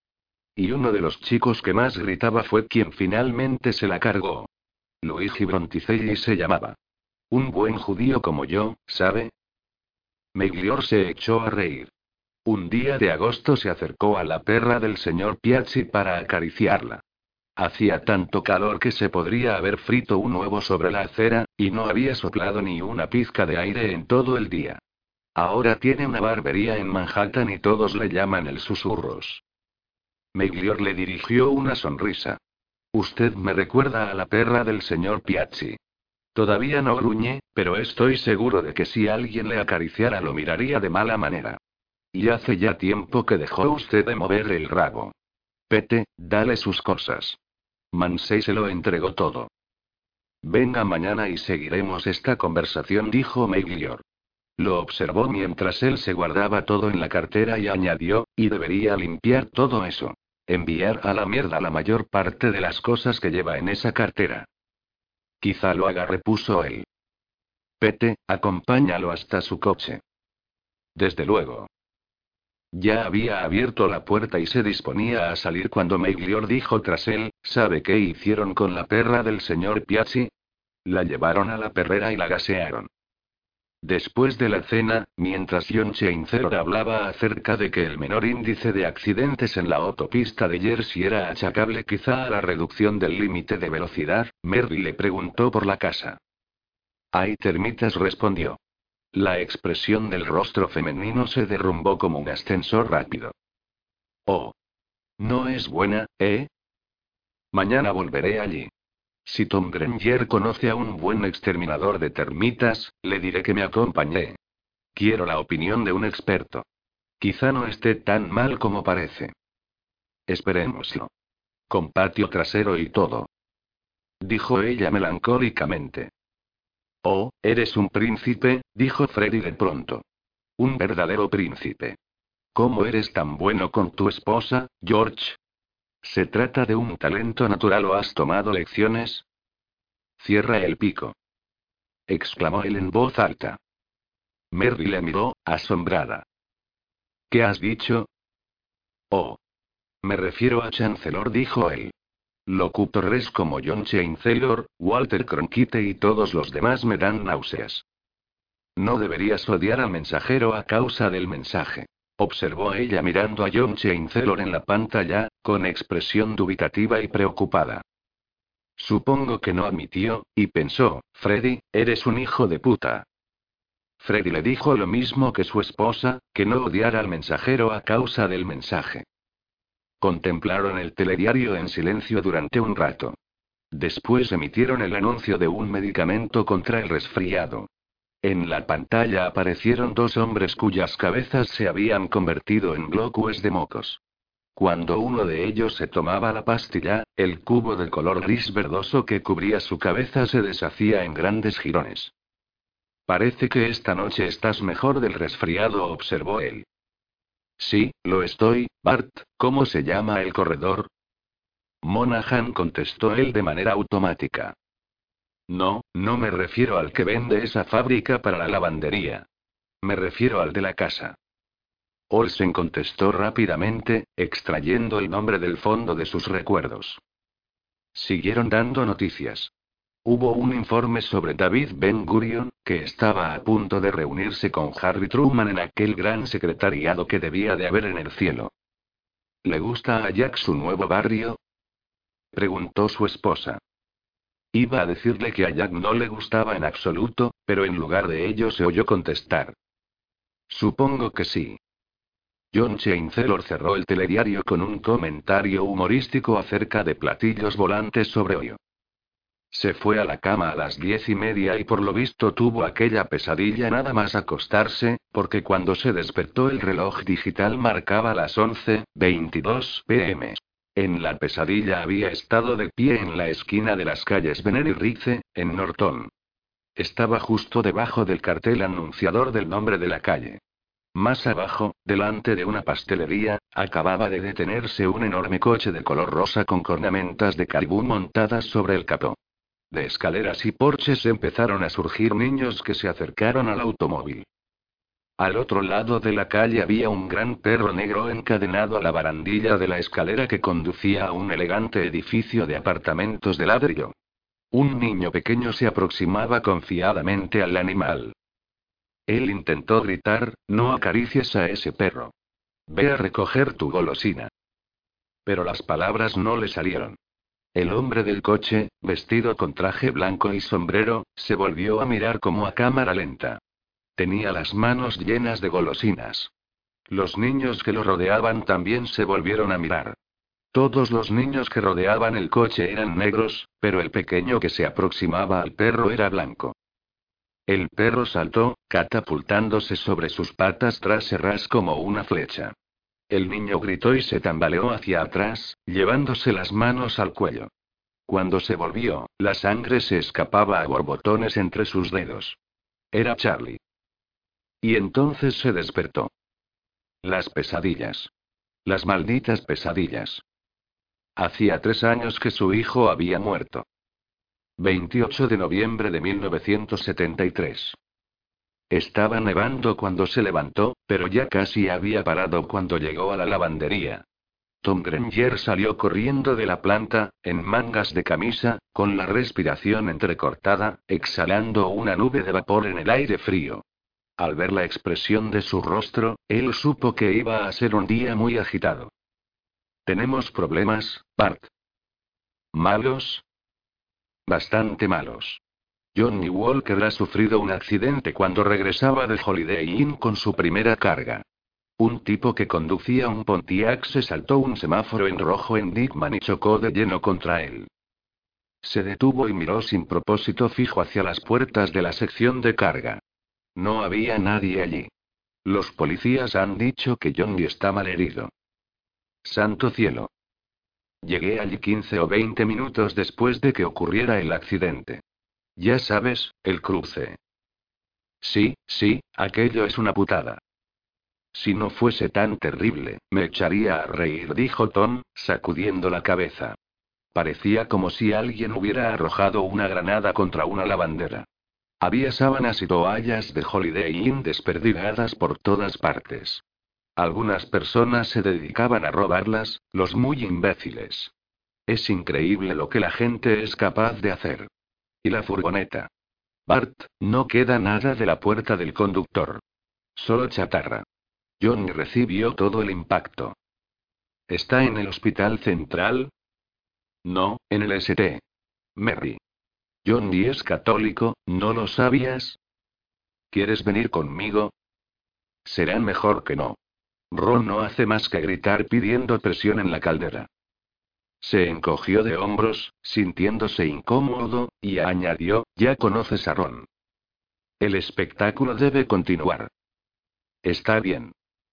Speaker 1: Y uno de los chicos que más gritaba fue quien finalmente se la cargó. Luigi Bronticelli se llamaba. Un buen judío como yo, ¿sabe? Meglior se echó a reír. Un día de agosto se acercó a la perra del señor Piazzi para acariciarla. Hacía tanto calor que se podría haber frito un huevo sobre la acera, y no había soplado ni una pizca de aire en todo el día. Ahora tiene una barbería en Manhattan y todos le llaman el susurros. Meglior le dirigió una sonrisa. Usted me recuerda a la perra del señor Piazzi. Todavía no gruñe, pero estoy seguro de que si alguien le acariciara lo miraría de mala manera. Y hace ya tiempo que dejó usted de mover el rabo. Pete, dale sus cosas. Mansei se lo entregó todo. Venga mañana y seguiremos esta conversación, dijo Meglior. Lo observó mientras él se guardaba todo en la cartera y añadió, y debería limpiar todo eso. Enviar a la mierda la mayor parte de las cosas que lleva en esa cartera. Quizá lo haga, repuso él. Pete, acompáñalo hasta su coche. Desde luego. Ya había abierto la puerta y se disponía a salir cuando Meglior dijo tras él, ¿sabe qué hicieron con la perra del señor Piazzi? La llevaron a la perrera y la gasearon. Después de la cena, mientras John Chancellor hablaba acerca de que el menor índice de accidentes en la autopista de Jersey era achacable quizá a la reducción del límite de velocidad, Mary le preguntó por la casa. Hay termitas, respondió. La expresión del rostro femenino se derrumbó como un ascensor rápido. Oh. No es buena, ¿eh? Mañana volveré allí. Si Tom Granger conoce a un buen exterminador de termitas, le diré que me acompañe. Quiero la opinión de un experto. Quizá no esté tan mal como parece. Esperémoslo. Con patio trasero y todo. Dijo ella melancólicamente. Oh, eres un príncipe, dijo Freddy de pronto. Un verdadero príncipe. ¿Cómo eres tan bueno con tu esposa, George? ¿Se trata de un talento natural o has tomado lecciones? Cierra el pico. Exclamó él en voz alta. Mary le miró, asombrada. ¿Qué has dicho? Oh. Me refiero a Chancellor, dijo él. Locutores como John Chancellor, Walter Cronkite y todos los demás me dan náuseas. No deberías odiar al mensajero a causa del mensaje. Observó ella mirando a John Chancellor en la pantalla, con expresión dubitativa y preocupada. Supongo que no admitió, y pensó, Freddy, eres un hijo de puta. Freddy le dijo lo mismo que su esposa, que no odiara al mensajero a causa del mensaje. Contemplaron el telediario en silencio durante un rato. Después emitieron el anuncio de un medicamento contra el resfriado. En la pantalla aparecieron dos hombres cuyas cabezas se habían convertido en bloques de mocos. Cuando uno de ellos se tomaba la pastilla, el cubo de color gris verdoso que cubría su cabeza se deshacía en grandes jirones. Parece que esta noche estás mejor del resfriado, observó él. Sí, lo estoy, Bart. ¿Cómo se llama el corredor? Monahan, contestó él de manera automática. No, no me refiero al que vende esa fábrica para la lavandería. Me refiero al de la casa. Olsen contestó rápidamente, extrayendo el nombre del fondo de sus recuerdos. Siguieron dando noticias. Hubo un informe sobre David Ben-Gurion, que estaba a punto de reunirse con Harry Truman en aquel gran secretariado que debía de haber en el cielo. ¿Le gusta a Jack su nuevo barrio?, preguntó su esposa. Iba a decirle que a Jack no le gustaba en absoluto, pero en lugar de ello se oyó contestar. Supongo que sí. John Chancellor cerró el telediario con un comentario humorístico acerca de platillos volantes sobre Ohio. Se fue a la cama a las 10:30 y por lo visto tuvo aquella pesadilla nada más acostarse, porque cuando se despertó el reloj digital marcaba las 11:22 p.m. En la pesadilla había estado de pie en la esquina de las calles Venner y Rice, en Norton. Estaba justo debajo del cartel anunciador del nombre de la calle. Más abajo, delante de una pastelería, acababa de detenerse un enorme coche de color rosa con cornamentas de caribú montadas sobre el capó. De escaleras y porches empezaron a surgir niños que se acercaron al automóvil. Al otro lado de la calle había un gran perro negro encadenado a la barandilla de la escalera que conducía a un elegante edificio de apartamentos de ladrillo. Un niño pequeño se aproximaba confiadamente al animal. Él intentó gritar: «No acaricies a ese perro. Ve a recoger tu golosina». Pero las palabras no le salieron. El hombre del coche, vestido con traje blanco y sombrero, se volvió a mirar como a cámara lenta. Tenía las manos llenas de golosinas. Los niños que lo rodeaban también se volvieron a mirar. Todos los niños que rodeaban el coche eran negros, pero el pequeño que se aproximaba al perro era blanco. El perro saltó, catapultándose sobre sus patas traseras como una flecha. El niño gritó y se tambaleó hacia atrás, llevándose las manos al cuello. Cuando se volvió, la sangre se escapaba a borbotones entre sus dedos. Era Charlie. Y entonces se despertó. Las pesadillas. Las malditas pesadillas. Hacía 3 años que su hijo había muerto. 28 de noviembre de 1973. Estaba nevando cuando se levantó, pero ya casi había parado cuando llegó a la lavandería. Tom Granger salió corriendo de la planta, en mangas de camisa, con la respiración entrecortada, exhalando una nube de vapor en el aire frío. Al ver la expresión de su rostro, él supo que iba a ser un día muy agitado. «Tenemos problemas, Bart». «¿Malos?». «Bastante malos». Johnny Walker ha sufrido un accidente cuando regresaba de Holiday Inn con su primera carga. Un tipo que conducía un Pontiac se saltó un semáforo en rojo en Dickman y chocó de lleno contra él. Se detuvo y miró sin propósito fijo hacia las puertas de la sección de carga. No había nadie allí. Los policías han dicho que Johnny está malherido. Santo cielo. Llegué allí 15 o 20 minutos después de que ocurriera el accidente. Ya sabes, el cruce. Sí, aquello es una putada. Si no fuese tan terrible, me echaría a reír, dijo Tom, sacudiendo la cabeza. Parecía como si alguien hubiera arrojado una granada contra una lavandera. Había sábanas y toallas de Holiday Inn desperdigadas por todas partes. Algunas personas se dedicaban a robarlas, los muy imbéciles. Es increíble lo que la gente es capaz de hacer. ¿Y la furgoneta? Bart, no queda nada de la puerta del conductor. Solo chatarra. Johnny recibió todo el impacto. ¿Está en el hospital central? No, en el St. Mary. Johnny es católico, ¿no lo sabías? ¿Quieres venir conmigo? Será mejor que no. Ron no hace más que gritar pidiendo presión en la caldera. Se encogió de hombros, sintiéndose incómodo, y añadió: «Ya conoces a Ron. El espectáculo debe continuar». «Está bien».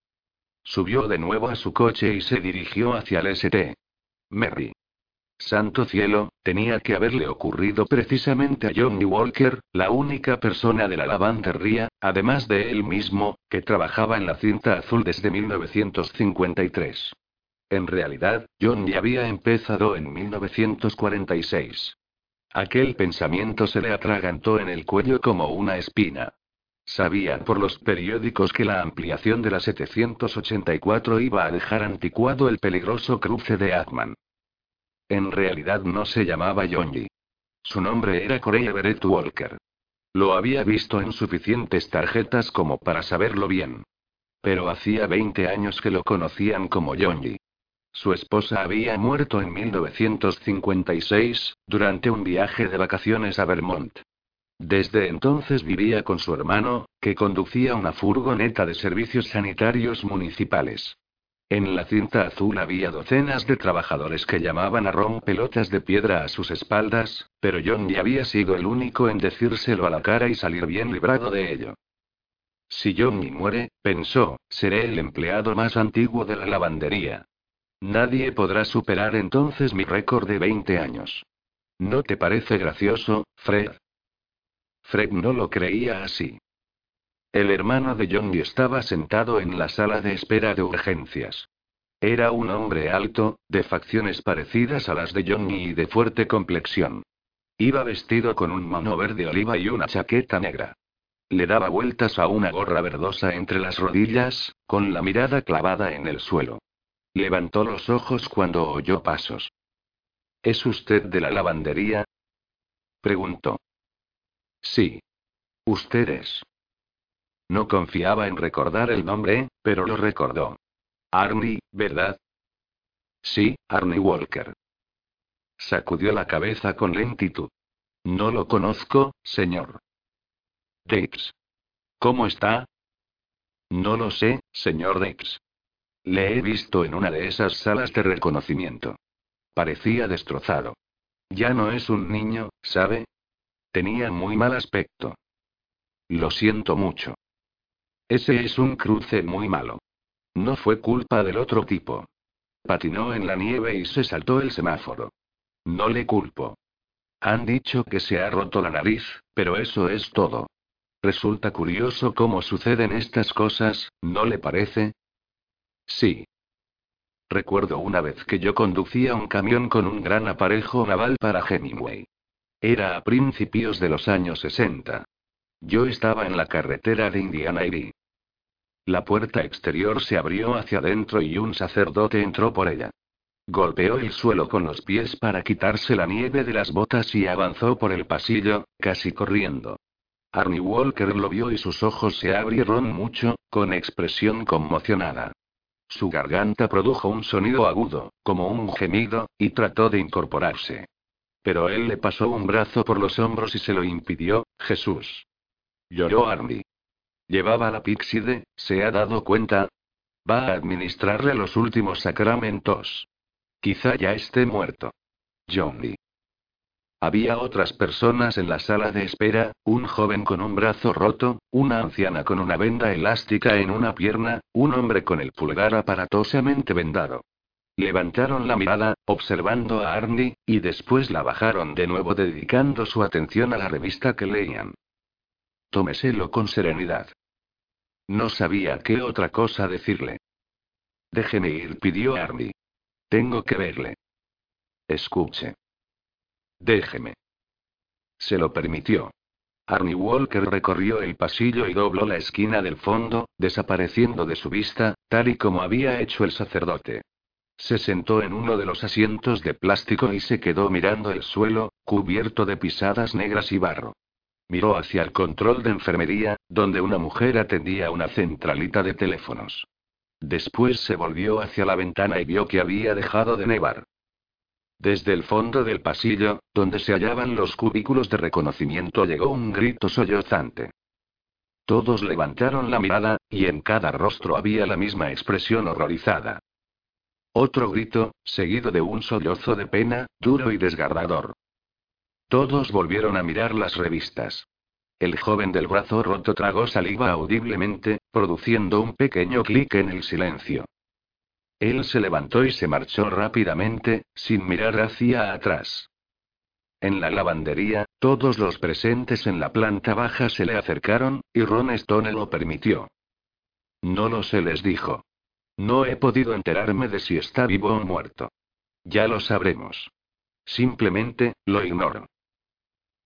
Speaker 1: Subió de nuevo a su coche y se dirigió hacia el St. Mary. Santo cielo, tenía que haberle ocurrido precisamente a Johnny Walker, la única persona de la lavandería, además de él mismo, que trabajaba en la cinta azul desde 1953. En realidad, Johnny había empezado en 1946. Aquel pensamiento se le atragantó en el cuello como una espina. Sabía por los periódicos que la ampliación de la 784 iba a dejar anticuado el peligroso cruce de Atman. En realidad no se llamaba Johnny. Su nombre era Corey Everett Walker. Lo había visto en suficientes tarjetas como para saberlo bien. Pero hacía 20 años que lo conocían como Johnny. Su esposa había muerto en 1956, durante un viaje de vacaciones a Vermont. Desde entonces vivía con su hermano, que conducía una furgoneta de servicios sanitarios municipales. En la cinta azul había docenas de trabajadores que llamaban a Ron pelotas de piedra a sus espaldas, pero Johnny había sido el único en decírselo a la cara y salir bien librado de ello. Si Johnny muere, pensó, seré el empleado más antiguo de la lavandería. Nadie podrá superar entonces mi récord de 20 años. ¿No te parece gracioso, Fred? Fred no lo creía así. El hermano de Johnny estaba sentado en la sala de espera de urgencias. Era un hombre alto, de facciones parecidas a las de Johnny y de fuerte complexión. Iba vestido con un mono verde oliva y una chaqueta negra. Le daba vueltas a una gorra verdosa entre las rodillas, con la mirada clavada en el suelo. Levantó los ojos cuando oyó pasos. ¿Es usted de la lavandería? Preguntó. Sí. Usted es. No confiaba en recordar el nombre, pero lo recordó. Arnie, ¿verdad? Sí, Arnie Walker. Sacudió la cabeza con lentitud. No lo conozco, señor. Dapes. ¿Cómo está? No lo sé, señor Dapes. Le he visto en una de esas salas de reconocimiento. Parecía destrozado. Ya no es un niño, ¿sabe? Tenía muy mal aspecto. Lo siento mucho. Ese es un cruce muy malo. No fue culpa del otro tipo. Patinó en la nieve y se saltó el semáforo. No le culpo. Han dicho que se ha roto la nariz, pero eso es todo. Resulta curioso cómo suceden estas cosas, ¿no le parece? Sí. Recuerdo una vez que yo conducía un camión con un gran aparejo naval para Hemingway. Era a principios de los años 60. Yo estaba en la carretera de Indiana y vi. La puerta exterior se abrió hacia adentro y un sacerdote entró por ella. Golpeó el suelo con los pies para quitarse la nieve de las botas y avanzó por el pasillo, casi corriendo. Arnie Walker lo vio y sus ojos se abrieron mucho, con expresión conmocionada. Su garganta produjo un sonido agudo, como un gemido, y trató de incorporarse. Pero él le pasó un brazo por los hombros y se lo impidió. Jesús. Lloró Arnie. Llevaba la píxide, ¿se ha dado cuenta? Va a administrarle los últimos sacramentos. Quizá ya esté muerto. Johnny. Había otras personas en la sala de espera, un joven con un brazo roto, una anciana con una venda elástica en una pierna, un hombre con el pulgar aparatosamente vendado. Levantaron la mirada, observando a Arnie, y después la bajaron de nuevo dedicando su atención a la revista que leían. Tómeselo con serenidad. No sabía qué otra cosa decirle. Déjeme ir, pidió Arnie. Tengo que verle. Escuche. Déjeme. Se lo permitió. Arnie Walker recorrió el pasillo y dobló la esquina del fondo, desapareciendo de su vista, tal y como había hecho el sacerdote. Se sentó en uno de los asientos de plástico y se quedó mirando el suelo, cubierto de pisadas negras y barro. Miró hacia el control de enfermería, donde una mujer atendía una centralita de teléfonos. Después se volvió hacia la ventana y vio que había dejado de nevar. Desde el fondo del pasillo, donde se hallaban los cubículos de reconocimiento, llegó un grito sollozante. Todos levantaron la mirada, y en cada rostro había la misma expresión horrorizada. Otro grito, seguido de un sollozo de pena, duro y desgarrador. Todos volvieron a mirar las revistas. El joven del brazo roto tragó saliva audiblemente, produciendo un pequeño clic en el silencio. Él se levantó y se marchó rápidamente, sin mirar hacia atrás. En la lavandería, todos los presentes en la planta baja se le acercaron, y Ron Stone lo permitió. No lo sé, les dijo. No he podido enterarme de si está vivo o muerto. Ya lo sabremos. Simplemente, lo ignoro.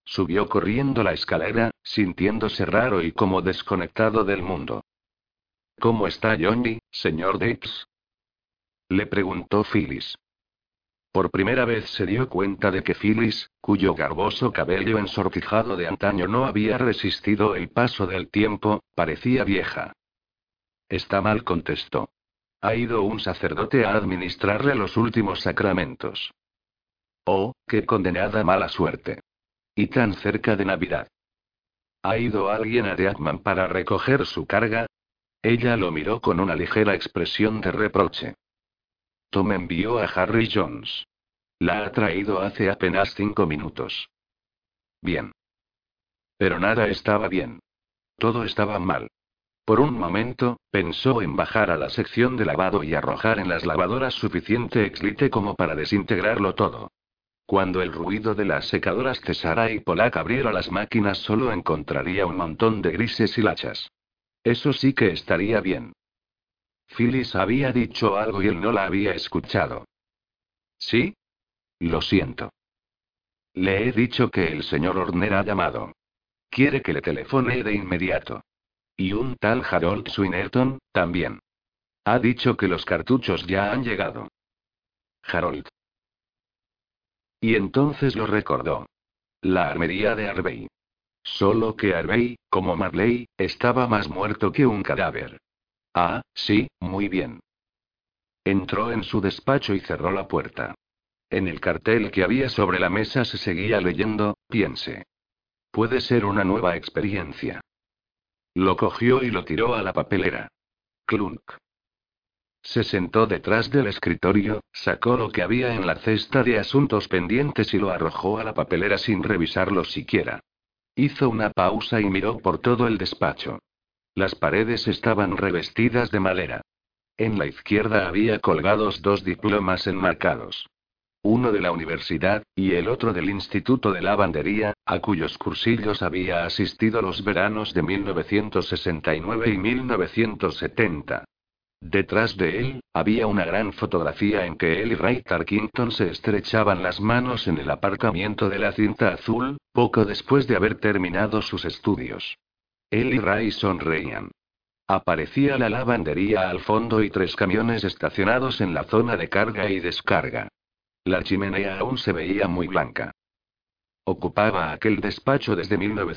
Speaker 1: Subió corriendo la escalera, sintiéndose raro y como desconectado del mundo. ¿Cómo está Johnny, señor Dex? Le preguntó Phyllis. Por primera vez se dio cuenta de que Phyllis, cuyo garboso cabello ensortijado de antaño no había resistido el paso del tiempo, parecía vieja. Está mal, contestó. Ha ido un sacerdote a administrarle los últimos sacramentos. Oh, qué condenada mala suerte. Y tan cerca de Navidad. ¿Ha ido alguien a Deadman para recoger su carga? Ella lo miró con una ligera expresión de reproche. Tom envió a Harry Jones. La ha traído hace apenas 5 minutos. Bien. Pero nada estaba bien. Todo estaba mal. Por un momento, pensó en bajar a la sección de lavado y arrojar en las lavadoras suficiente exlite como para desintegrarlo todo. Cuando el ruido de las secadoras cesara y Polak abriera las máquinas, solo encontraría un montón de grises y lachas. Eso sí que estaría bien. Phyllis había dicho algo y él no la había escuchado. ¿Sí? Lo siento. Le he dicho que el señor Horner ha llamado. Quiere que le telefone de inmediato. Y un tal Harold Swinnerton, también. Ha dicho que los cartuchos ya han llegado. Harold. Y entonces lo recordó. La armería de Harvey. Solo que Harvey, como Marley, estaba más muerto que un cadáver. Ah, sí, muy bien. Entró en su despacho y cerró la puerta. En el cartel que había sobre la mesa se seguía leyendo, piense. Puede ser una nueva experiencia. Lo cogió y lo tiró a la papelera. Clunk. Se sentó detrás del escritorio, sacó lo que había en la cesta de asuntos pendientes y lo arrojó a la papelera sin revisarlo siquiera. Hizo una pausa y miró por todo el despacho. Las paredes estaban revestidas de madera. En la izquierda había colgados 2 diplomas enmarcados. Uno de la universidad, y el otro del Instituto de Lavandería, a cuyos cursillos había asistido los veranos de 1969 y 1970. Detrás de él, había una gran fotografía en que él y Ray Tarkington se estrechaban las manos en el aparcamiento de la Cinta Azul, poco después de haber terminado sus estudios. Él y Ray sonreían. Aparecía la lavandería al fondo y 3 camiones estacionados en la zona de carga y descarga. La chimenea aún se veía muy blanca. Ocupaba aquel despacho desde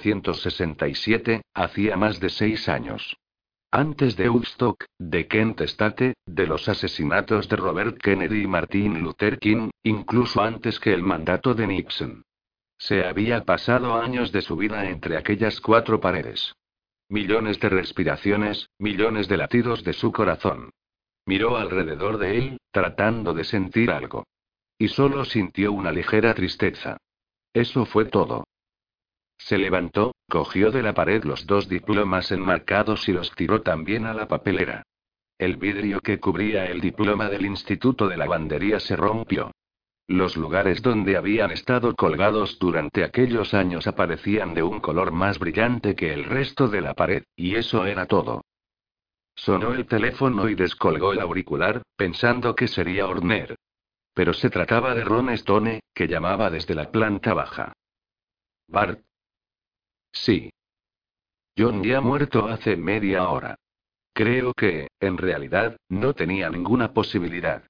Speaker 1: 1967, hacía más de 6 años. Antes de Woodstock, de Kent State, de los asesinatos de Robert Kennedy y Martin Luther King, incluso antes que el mandato de Nixon. Se había pasado años de su vida entre aquellas 4 paredes. Millones de respiraciones, millones de latidos de su corazón. Miró alrededor de él, tratando de sentir algo. Y solo sintió una ligera tristeza. Eso fue todo. Se levantó, cogió de la pared los 2 diplomas enmarcados y los tiró también a la papelera. El vidrio que cubría el diploma del Instituto de Lavandería se rompió. Los lugares donde habían estado colgados durante aquellos años aparecían de un color más brillante que el resto de la pared, y eso era todo. Sonó el teléfono y descolgó el auricular, pensando que sería Horner. Pero se trataba de Ron Stone, que llamaba desde la planta baja. Bart. Sí. John ya ha muerto hace media hora. Creo que, en realidad, no tenía ninguna posibilidad.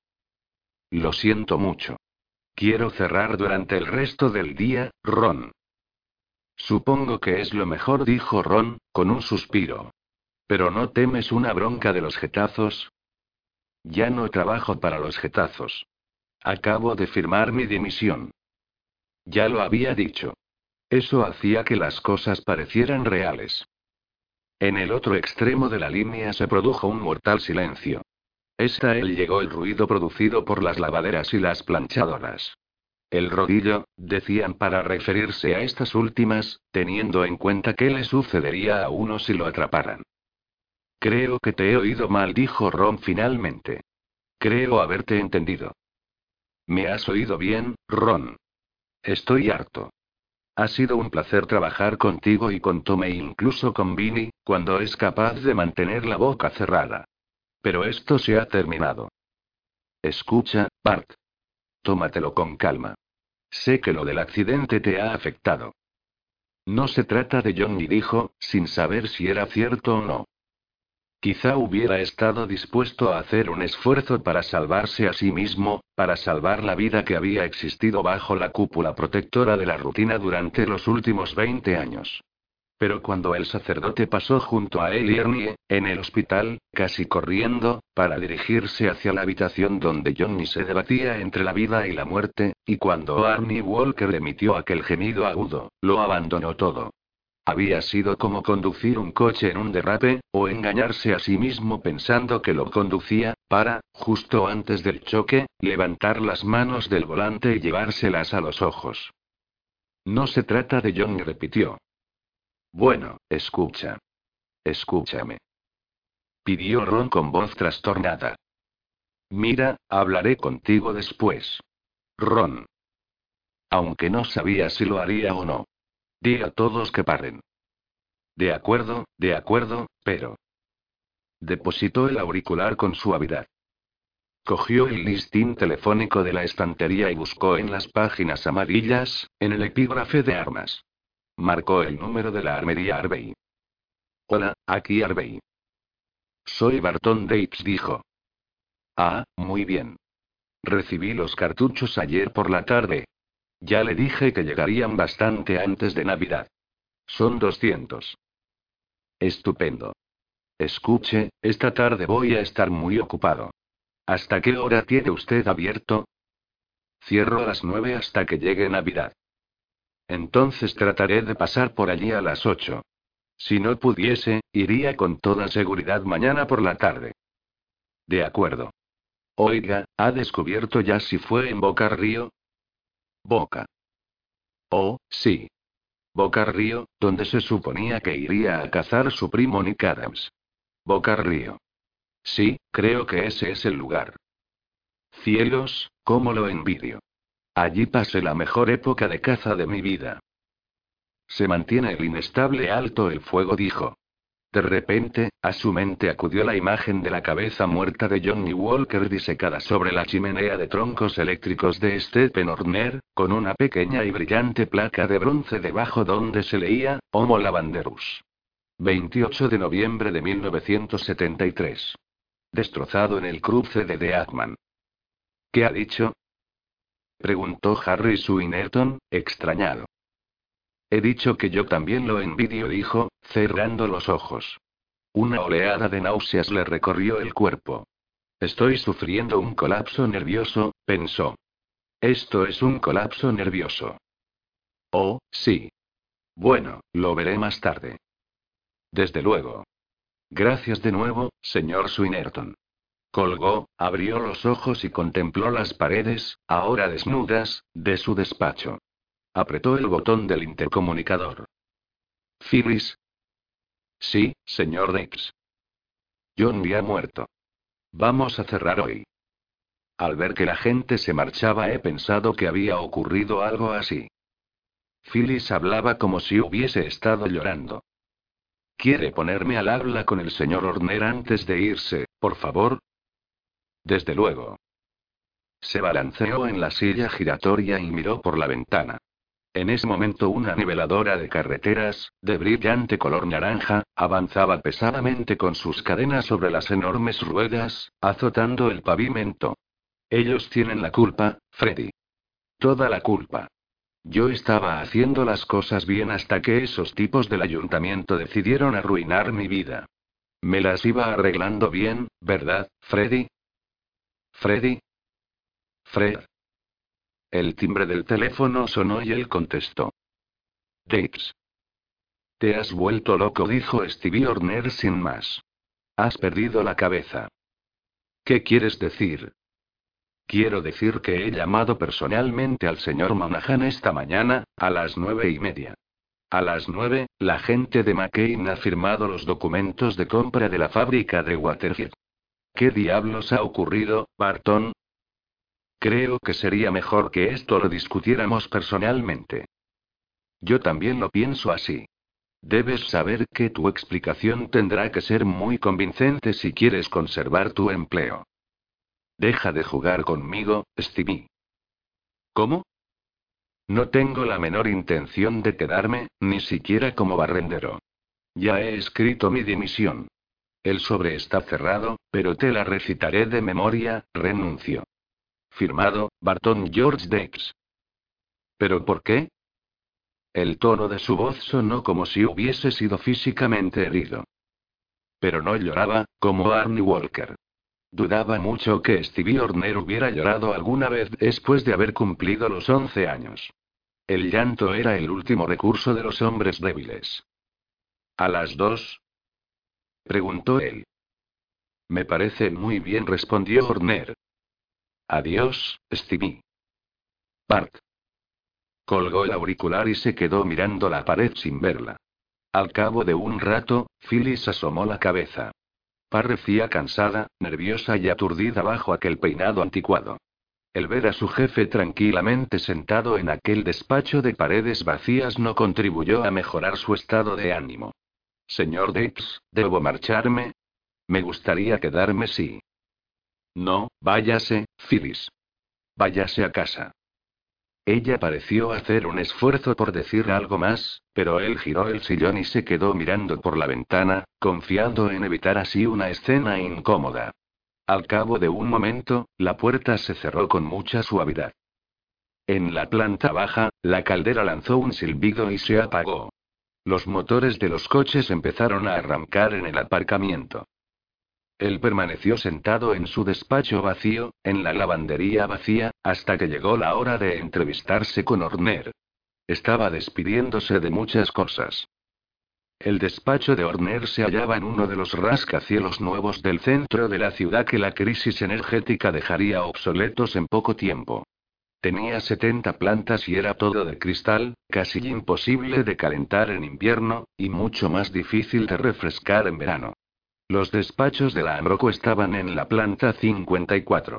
Speaker 1: Lo siento mucho. Quiero cerrar durante el resto del día, Ron. Supongo que es lo mejor, dijo Ron, con un suspiro. ¿Pero no temes una bronca de los Getazos? Ya no trabajo para los Getazos. Acabo de firmar mi dimisión. Ya lo había dicho. Eso hacía que las cosas parecieran reales. En el otro extremo de la línea se produjo un mortal silencio. Hasta él llegó el ruido producido por las lavaderas y las planchadoras. El rodillo, decían para referirse a estas últimas, teniendo en cuenta qué le sucedería a uno si lo atraparan. Creo que te he oído mal, dijo Ron finalmente. Creo haberte entendido. Me has oído bien, Ron. Estoy harto. Ha sido un placer trabajar contigo y con Tom e incluso con Vinny, cuando es capaz de mantener la boca cerrada. Pero esto se ha terminado. Escucha, Bart. Tómatelo con calma. Sé que lo del accidente te ha afectado. No se trata de Johnny, dijo, sin saber si era cierto o no. Quizá hubiera estado dispuesto a hacer un esfuerzo para salvarse a sí mismo, para salvar la vida que había existido bajo la cúpula protectora de la rutina durante los últimos 20 años. Pero cuando el sacerdote pasó junto a él y Ernie, en el hospital, casi corriendo, para dirigirse hacia la habitación donde Johnny se debatía entre la vida y la muerte, y cuando Arnie Walker emitió aquel gemido agudo, lo abandonó todo. Había sido como conducir un coche en un derrape, o engañarse a sí mismo pensando que lo conducía, para, justo antes del choque, levantar las manos del volante y llevárselas a los ojos. No se trata de Johnny, repitió. Bueno, escucha. Escúchame. Pidió Ron con voz trastornada. Mira, hablaré contigo después. Ron. Aunque no sabía si lo haría o no. Di a todos que paren. De acuerdo, pero. Depositó el auricular con suavidad. Cogió el listín telefónico de la estantería y buscó en las páginas amarillas, en el epígrafe de armas. Marcó el número de la armería Harvey. Hola, aquí Harvey. Soy Barton Davis, dijo. Ah, muy bien. Recibí los cartuchos ayer por la tarde. Ya le dije que llegarían bastante antes de Navidad. Son 200. Estupendo. Escuche, esta tarde voy a estar muy ocupado. ¿Hasta qué hora tiene usted abierto? Cierro a las 9 hasta que llegue Navidad. Entonces trataré de pasar por allí a las 8. Si no pudiese, iría con toda seguridad mañana por la tarde. De acuerdo. Oiga, ¿ha descubierto ya si fue en Boca Río? Boca. Oh, sí. Boca Río, donde se suponía que iría a cazar su primo Nick Adams. Boca Río. Sí, creo que ese es el lugar. Cielos, cómo lo envidio. Allí pasé la mejor época de caza de mi vida. Se mantiene el inestable alto el fuego, dijo. De repente, a su mente acudió la imagen de la cabeza muerta de Johnny Walker disecada sobre la chimenea de troncos eléctricos de Stephen Horner, con una pequeña y brillante placa de bronce debajo donde se leía, Homo Lavanderus. 28 de noviembre de 1973. Destrozado en el cruce de The Atman. ¿Qué ha dicho? Preguntó Harry Swinnerton, extrañado. He dicho que yo también lo envidio, dijo, cerrando los ojos. Una oleada de náuseas le recorrió el cuerpo. Estoy sufriendo un colapso nervioso, pensó. Esto es un colapso nervioso. Oh, sí. Bueno, lo veré más tarde. Desde luego. Gracias de nuevo, señor Swinnerton. Colgó, abrió los ojos y contempló las paredes, ahora desnudas, de su despacho. Apretó el botón del intercomunicador. Phyllis. Sí, señor Dex. Johnny ha muerto. Vamos a cerrar hoy. Al ver que la gente se marchaba he pensado que había ocurrido algo así. Phyllis hablaba como si hubiese estado llorando. ¿Quiere ponerme al habla con el señor Horner antes de irse, por favor? Desde luego. Se balanceó en la silla giratoria y miró por la ventana. En ese momento una niveladora de carreteras, de brillante color naranja, avanzaba pesadamente con sus cadenas sobre las enormes ruedas, azotando el pavimento. Ellos tienen la culpa, Freddy. Toda la culpa. Yo estaba haciendo las cosas bien hasta que esos tipos del ayuntamiento decidieron arruinar mi vida. Me las iba arreglando bien, ¿verdad, Freddy? Freddy. Fred. El timbre del teléfono sonó y él contestó. Davis. Te has vuelto loco, dijo Stevie Horner sin más. Has perdido la cabeza. ¿Qué quieres decir? Quiero decir que he llamado personalmente al señor Monahan esta mañana, a las 9:30. A las 9, la gente de McCain ha firmado los documentos de compra de la fábrica de Waterhead. ¿Qué diablos ha ocurrido, Barton? Creo que sería mejor que esto lo discutiéramos personalmente. Yo también lo pienso así. Debes saber que tu explicación tendrá que ser muy convincente si quieres conservar tu empleo. Deja de jugar conmigo, Stevie. ¿Cómo? No tengo la menor intención de quedarme, ni siquiera como barrendero. Ya he escrito mi dimisión. El sobre está cerrado, pero te la recitaré de memoria, renuncio. Firmado, Barton George Dex. ¿Pero por qué? El tono de su voz sonó como si hubiese sido físicamente herido. Pero no lloraba, como Arnie Walker. Dudaba mucho que Stevie Horner hubiera llorado alguna vez después de haber cumplido los 11 años. El llanto era el último recurso de los hombres débiles. ¿A las 2? Preguntó él. Me parece muy bien, respondió Horner. Adiós, Stevie. Bart. Colgó el auricular y se quedó mirando la pared sin verla. Al cabo de un rato, Phyllis asomó la cabeza. Parecía cansada, nerviosa y aturdida bajo aquel peinado anticuado. El ver a su jefe tranquilamente sentado en aquel despacho de paredes vacías no contribuyó a mejorar su estado de ánimo. Señor Dex, ¿debo marcharme? Me gustaría quedarme sí. No, váyase, Phyllis. Váyase a casa. Ella pareció hacer un esfuerzo por decir algo más, pero él giró el sillón y se quedó mirando por la ventana, confiando en evitar así una escena incómoda. Al cabo de un momento, la puerta se cerró con mucha suavidad. En la planta baja, la caldera lanzó un silbido y se apagó. Los motores de los coches empezaron a arrancar en el aparcamiento. Él permaneció sentado en su despacho vacío, en la lavandería vacía, hasta que llegó la hora de entrevistarse con Horner. Estaba despidiéndose de muchas cosas. El despacho de Horner se hallaba en uno de los rascacielos nuevos del centro de la ciudad que la crisis energética dejaría obsoletos en poco tiempo. Tenía 70 plantas y era todo de cristal, casi imposible de calentar en invierno, y mucho más difícil de refrescar en verano. Los despachos de la Amroco estaban en la planta 54.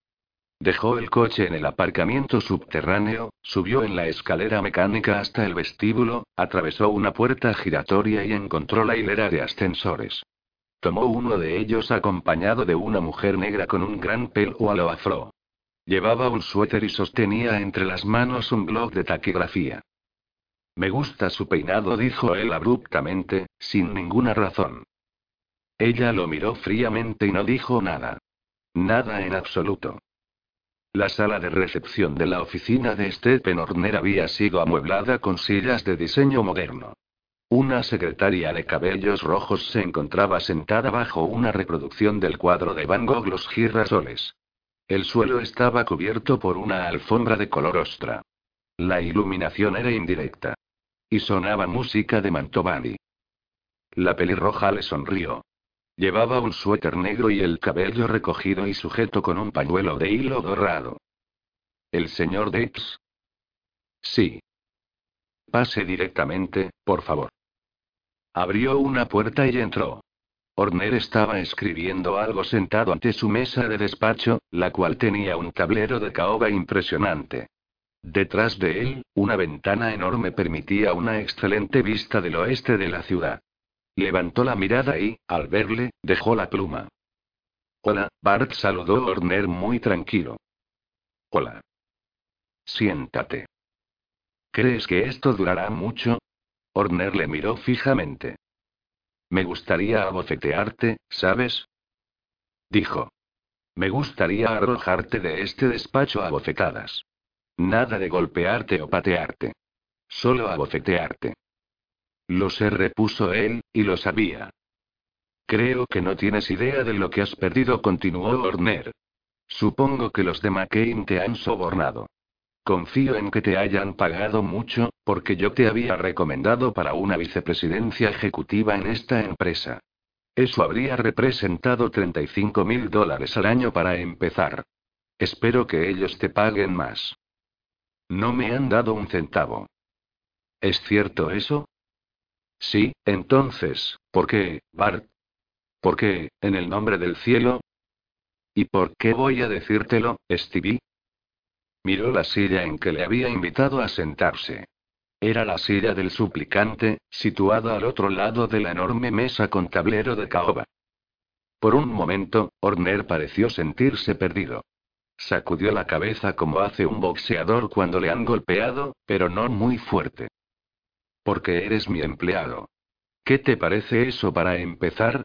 Speaker 1: Dejó el coche en el aparcamiento subterráneo, subió en la escalera mecánica hasta el vestíbulo, atravesó una puerta giratoria y encontró la hilera de ascensores. Tomó uno de ellos acompañado de una mujer negra con un gran pelo a lo afro. Llevaba un suéter y sostenía entre las manos un blog de taquigrafía. Me gusta su peinado, dijo él abruptamente, sin ninguna razón. Ella lo miró fríamente y no dijo nada. Nada en absoluto. La sala de recepción de la oficina de Stephen Horner había sido amueblada con sillas de diseño moderno. Una secretaria de cabellos rojos se encontraba sentada bajo una reproducción del cuadro de Van Gogh Los girasoles. El suelo estaba cubierto por una alfombra de color ostra. La iluminación era indirecta. Y sonaba música de Mantovani. La pelirroja le sonrió. Llevaba un suéter negro y el cabello recogido y sujeto con un pañuelo de hilo dorado. ¿El señor Dex? Sí. Pase directamente, por favor. Abrió una puerta y entró. Horner estaba escribiendo algo sentado ante su mesa de despacho, la cual tenía un tablero de caoba impresionante. Detrás de él, una ventana enorme permitía una excelente vista del oeste de la ciudad. Levantó la mirada y, al verle, dejó la pluma. Hola, Bart, saludó Horner muy tranquilo. Hola. Siéntate. ¿Crees que esto durará mucho? Horner le miró fijamente. Me gustaría abofetearte, ¿sabes? Dijo. Me gustaría arrojarte de este despacho a bofetadas. Nada de golpearte o patearte. Solo abofetearte. Lo sé, repuso él, y lo sabía. Creo que no tienes idea de lo que has perdido, continuó Horner. Supongo que los de McCain te han sobornado. Confío en que te hayan pagado mucho, porque yo te había recomendado para una vicepresidencia ejecutiva en esta empresa. Eso habría representado $35,000 al año para empezar. Espero que ellos te paguen más. No me han dado un centavo. ¿Es cierto eso? Sí, entonces, ¿por qué, Bart? ¿Por qué, en el nombre del cielo? ¿Y por qué voy a decírtelo, Stevie? Miró la silla en que le había invitado a sentarse. Era la silla del suplicante, situada al otro lado de la enorme mesa con tablero de caoba. Por un momento, Horner pareció sentirse perdido. Sacudió la cabeza como hace un boxeador cuando le han golpeado, pero no muy fuerte. Porque eres mi empleado. ¿Qué te parece eso para empezar?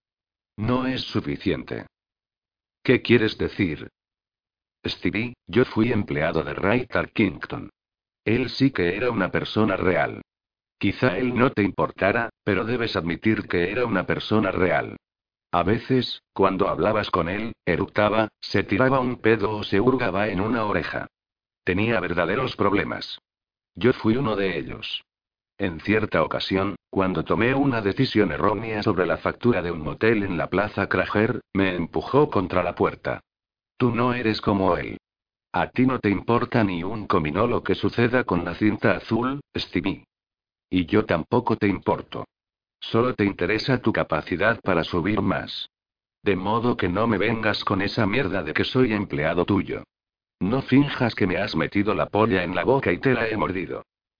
Speaker 1: No es suficiente. ¿Qué quieres decir? Stevie, yo fui empleado de Ray Tarkington. Él sí que era una persona real. Quizá él no te importara, pero debes admitir que era una persona real. A veces, cuando hablabas con él, eructaba, se tiraba un pedo o se hurgaba en una oreja. Tenía verdaderos problemas. Yo fui uno de ellos. En cierta ocasión, cuando tomé una decisión errónea sobre la factura de un motel en la Plaza Crager, me empujó contra la puerta. Tú no eres como él. A ti no te importa ni un comino lo que suceda con la cinta azul, Stevie. Y yo tampoco te importo. Solo te interesa tu capacidad para subir más. De modo que no me vengas con esa mierda de que soy empleado tuyo. No finjas que me has metido la polla en la boca y te la he mordido.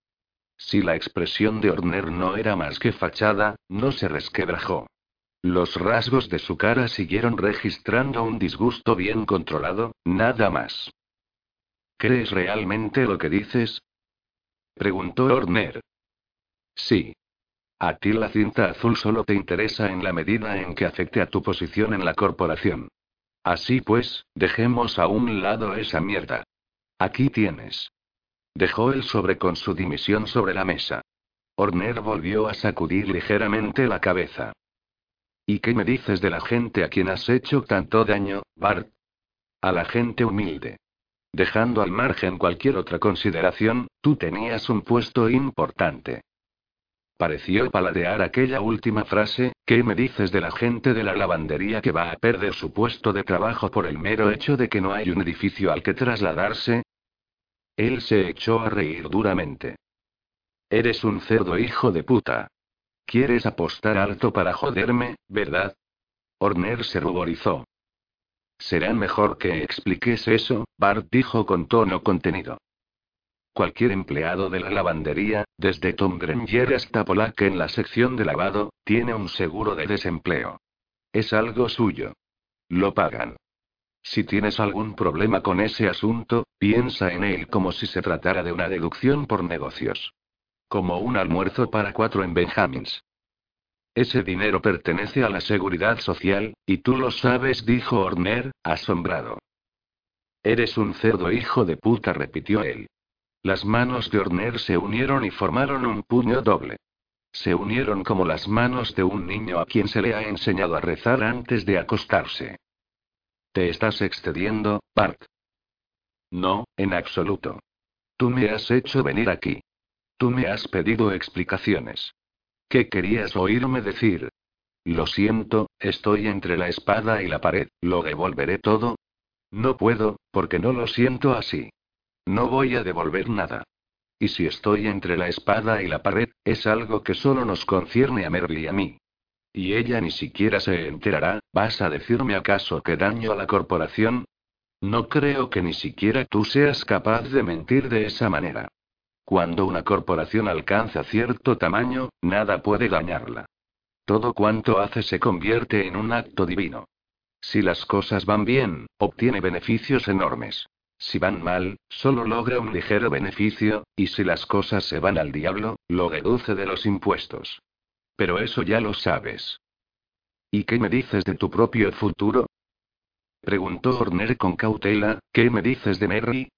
Speaker 1: Si la expresión de Horner no era más que fachada, no se resquebrajó. Los rasgos de su cara siguieron registrando un disgusto bien controlado, nada más. ¿Crees realmente lo que dices? Preguntó Horner. Sí. A ti la cinta azul solo te interesa en la medida en que afecte a tu posición en la corporación. Así pues, dejemos a un lado esa mierda. Aquí tienes. Dejó el sobre con su dimisión sobre la mesa. Horner volvió a sacudir ligeramente la cabeza. ¿Y qué me dices de la gente a quien has hecho tanto daño, Bart? A la gente humilde. Dejando al margen cualquier otra consideración, tú tenías un puesto importante. Pareció paladear aquella última frase. ¿Qué me dices de la gente de la lavandería que va a perder su puesto de trabajo por el mero hecho de que no hay un edificio al que trasladarse? Él se echó a reír duramente. Eres un cerdo hijo de puta. ¿Quieres apostar alto para joderme, verdad? Horner se ruborizó. Será mejor que expliques eso, Bart dijo con tono contenido. Cualquier empleado de la lavandería, desde Tom Granger hasta Polak en la sección de lavado, tiene un seguro de desempleo. Es algo suyo. Lo pagan. Si tienes algún problema con ese asunto, piensa en él como si se tratara de una deducción por negocios. Como un almuerzo para 4 en Benjamins. Ese dinero pertenece a la seguridad social, y tú lo sabes, dijo Horner, asombrado. Eres un cerdo hijo de puta, repitió él. Las manos de Horner se unieron y formaron un puño doble. Se unieron como las manos de un niño a quien se le ha enseñado a rezar antes de acostarse. Te estás excediendo, Bart. No, en absoluto. Tú me has hecho venir aquí. Tú me has pedido explicaciones. ¿Qué querías oírme decir? Lo siento, estoy entre la espada y la pared, ¿lo devolveré todo? No puedo, porque no lo siento así. No voy a devolver nada. Y si estoy entre la espada y la pared, es algo que solo nos concierne a Merle y a mí. Y ella ni siquiera se enterará. ¿Vas a decirme acaso que daño a la corporación? No creo que ni siquiera tú seas capaz de mentir de esa manera. Cuando una corporación alcanza cierto tamaño, nada puede dañarla. Todo cuanto hace se convierte en un acto divino. Si las cosas van bien, obtiene beneficios enormes. Si van mal, solo logra un ligero beneficio, y si las cosas se van al diablo, lo deduce de los impuestos. Pero eso ya lo sabes. ¿Y qué me dices de tu propio futuro? Preguntó Horner con cautela. ¿Qué me dices de Merry?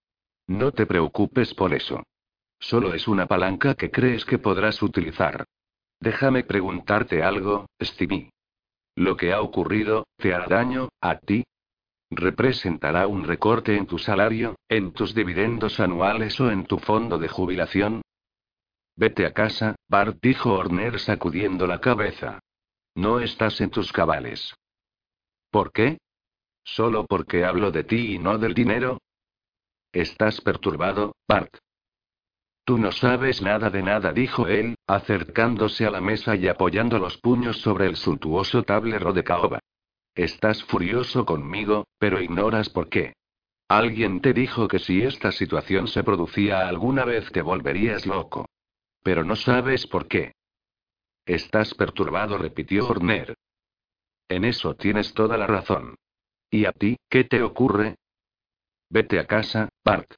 Speaker 1: No te preocupes por eso. Solo es una palanca que crees que podrás utilizar. Déjame preguntarte algo, Stevie. ¿Lo que ha ocurrido, te hará daño, a ti? ¿Representará un recorte en tu salario, en tus dividendos anuales o en tu fondo de jubilación? Vete a casa, Bart, dijo Horner sacudiendo la cabeza. No estás en tus cabales. ¿Por qué? ¿Solo porque hablo de ti y no del dinero? Estás perturbado, Bart. Tú no sabes nada de nada, dijo él, acercándose a la mesa y apoyando los puños sobre el suntuoso tablero de caoba. Estás furioso conmigo, pero ignoras por qué. Alguien te dijo que si esta situación se producía alguna vez te volverías loco. Pero no sabes por qué. Estás perturbado, repitió Horner. En eso tienes toda la razón. ¿Y a ti, qué te ocurre? Vete a casa, Bart.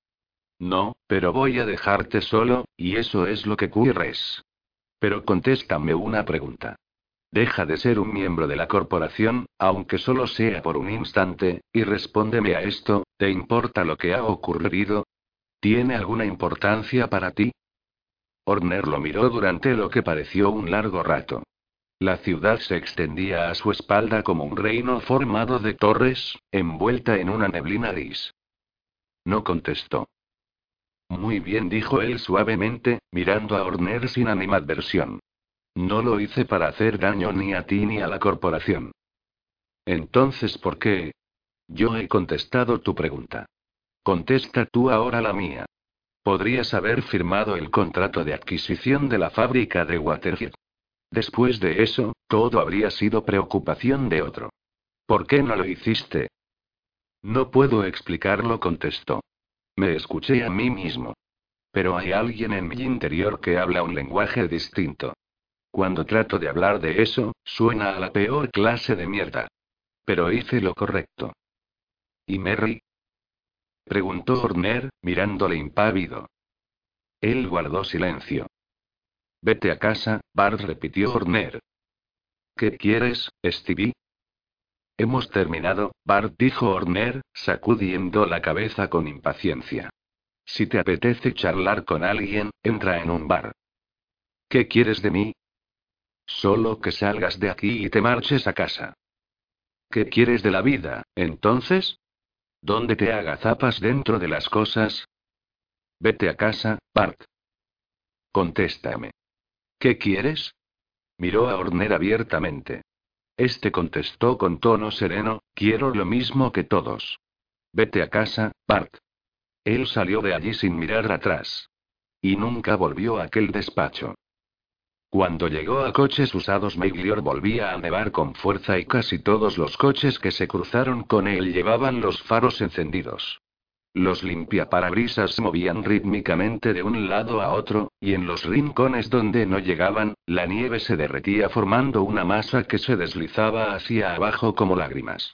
Speaker 1: No, pero voy a dejarte solo, y eso es lo que quieres. Pero contéstame una pregunta. Deja de ser un miembro de la corporación, aunque solo sea por un instante, y respóndeme a esto, ¿te importa lo que ha ocurrido? ¿Tiene alguna importancia para ti? Horner lo miró durante lo que pareció un largo rato. La ciudad se extendía a su espalda como un reino formado de torres, envuelta en una neblina gris. No contestó. Muy bien, dijo él suavemente, mirando a Horner sin animadversión. No lo hice para hacer daño ni a ti ni a la corporación. Entonces, ¿por qué? Yo he contestado tu pregunta. Contesta tú ahora la mía. Podrías haber firmado el contrato de adquisición de la fábrica de Waterhead. Después de eso, todo habría sido preocupación de otro. ¿Por qué no lo hiciste? No puedo explicarlo, contestó. Me escuché a mí mismo. Pero hay alguien en mi interior que habla un lenguaje distinto. Cuando trato de hablar de eso, suena a la peor clase de mierda. Pero hice lo correcto. ¿Y Merry? Preguntó Horner, mirándole impávido. Él guardó silencio. Vete a casa, Bart, repitió Horner. ¿Qué quieres, Stevie? Hemos terminado, Bart, dijo Horner, sacudiendo la cabeza con impaciencia. Si te apetece charlar con alguien, entra en un bar. ¿Qué quieres de mí? Solo que salgas de aquí y te marches a casa. ¿Qué quieres de la vida, entonces? ¿Dónde te agazapas dentro de las cosas? Vete a casa, Bart. Contéstame. ¿Qué quieres? Miró a Horner abiertamente. Este contestó con tono sereno, quiero lo mismo que todos. Vete a casa, Bart. Él salió de allí sin mirar atrás. Y nunca volvió a aquel despacho. Cuando llegó a Coches Usados, Meglior volvía a nevar con fuerza y casi todos los coches que se cruzaron con él llevaban los faros encendidos. Los limpiaparabrisas se movían rítmicamente de un lado a otro, y en los rincones donde no llegaban, la nieve se derretía formando una masa que se deslizaba hacia abajo como lágrimas.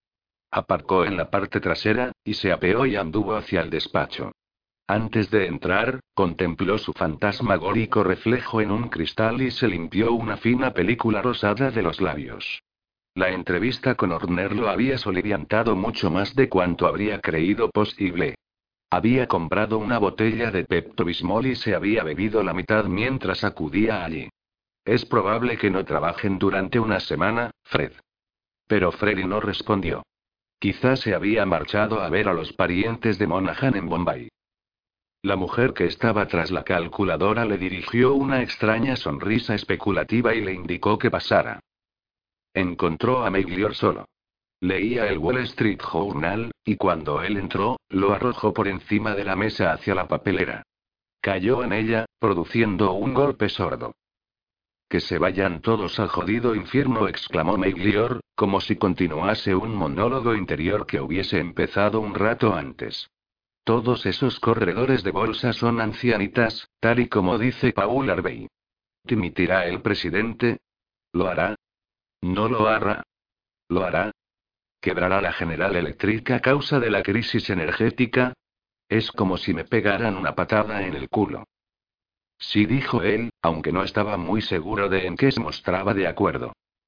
Speaker 1: Aparcó en la parte trasera, y se apeó y anduvo hacia el despacho. Antes de entrar, contempló su fantasmagórico reflejo en un cristal y se limpió una fina película rosada de los labios. La entrevista con Horner lo había soliviantado mucho más de cuanto habría creído posible. Había comprado una botella de Pepto-Bismol y se había bebido la mitad mientras acudía allí. Es probable que no trabajen durante una semana, Fred. Pero Freddy no respondió. Quizás se había marchado a ver a los parientes de Monaghan en Bombay. La mujer que estaba tras la calculadora le dirigió una extraña sonrisa especulativa y le indicó que pasara. Encontró a Meglior solo. Leía el Wall Street Journal, y cuando él entró, lo arrojó por encima de la mesa hacia la papelera. Cayó en ella, produciendo un golpe sordo. Que se vayan todos al jodido infierno, exclamó Meglior, como si continuase un monólogo interior que hubiese empezado un rato antes. Todos esos corredores de bolsa son ancianitas, tal y como dice Paul Harvey. ¿Dimitirá el presidente? ¿Lo hará? ¿No lo hará? ¿Lo hará? ¿Quebrará la General Electric a causa de la crisis energética? Es como si me pegaran una patada en el culo. Sí, dijo él, aunque no estaba muy seguro de en qué se mostraba de acuerdo.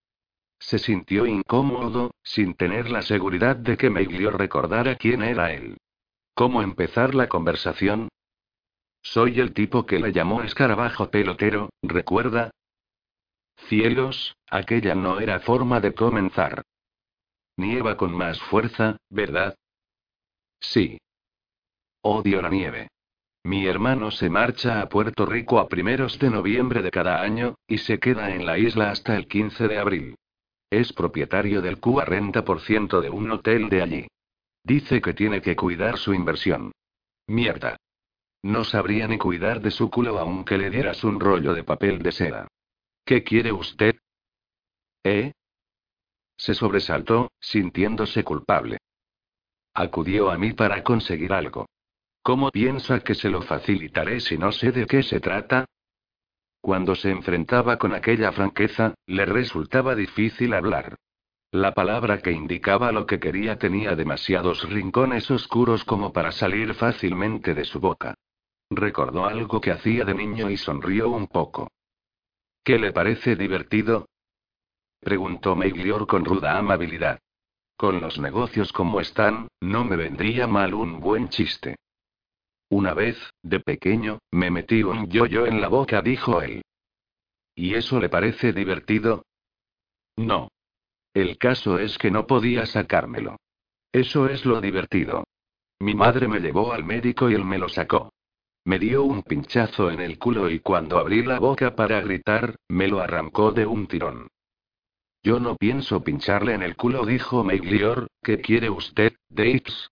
Speaker 1: Se sintió incómodo, sin tener la seguridad de que Meglior recordara quién era él. ¿Cómo empezar la conversación? Soy el tipo que le llamó escarabajo pelotero, ¿recuerda? Cielos, aquella no era forma de comenzar. Nieva con más fuerza, ¿verdad? Sí. Odio la nieve. Mi hermano se marcha a Puerto Rico a primeros de noviembre de cada año, y se queda en la isla hasta el 15 de abril. Es propietario del 40% de un hotel de allí. Dice que tiene que cuidar su inversión. Mierda. No sabría ni cuidar de su culo aunque le dieras un rollo de papel de seda. ¿Qué quiere usted? ¿Eh? Se sobresaltó, sintiéndose culpable. Acudió a mí para conseguir algo. ¿Cómo piensa que se lo facilitaré si no sé de qué se trata? Cuando se enfrentaba con aquella franqueza, le resultaba difícil hablar. La palabra que indicaba lo que quería tenía demasiados rincones oscuros como para salir fácilmente de su boca. Recordó algo que hacía de niño y sonrió un poco. ¿Qué le parece divertido?, preguntó Meglior con ruda amabilidad. Con los negocios como están, no me vendría mal un buen chiste. Una vez, de pequeño, me metí un yo-yo en la boca, dijo él. ¿Y eso le parece divertido? No. El caso es que no podía sacármelo. Eso es lo divertido. Mi madre me llevó al médico y él me lo sacó. Me dio un pinchazo en el culo y cuando abrí la boca para gritar, me lo arrancó de un tirón. Yo no pienso pincharle en el culo, dijo Meglior. ¿Qué quiere usted, Dates?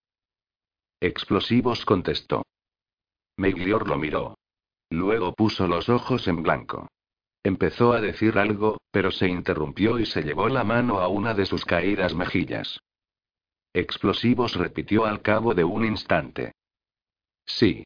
Speaker 1: Explosivos, contestó. Meglior lo miró. Luego puso los ojos en blanco. Empezó a decir algo, pero se interrumpió y se llevó la mano a una de sus caídas mejillas. Explosivos, repitió al cabo de un instante. Sí.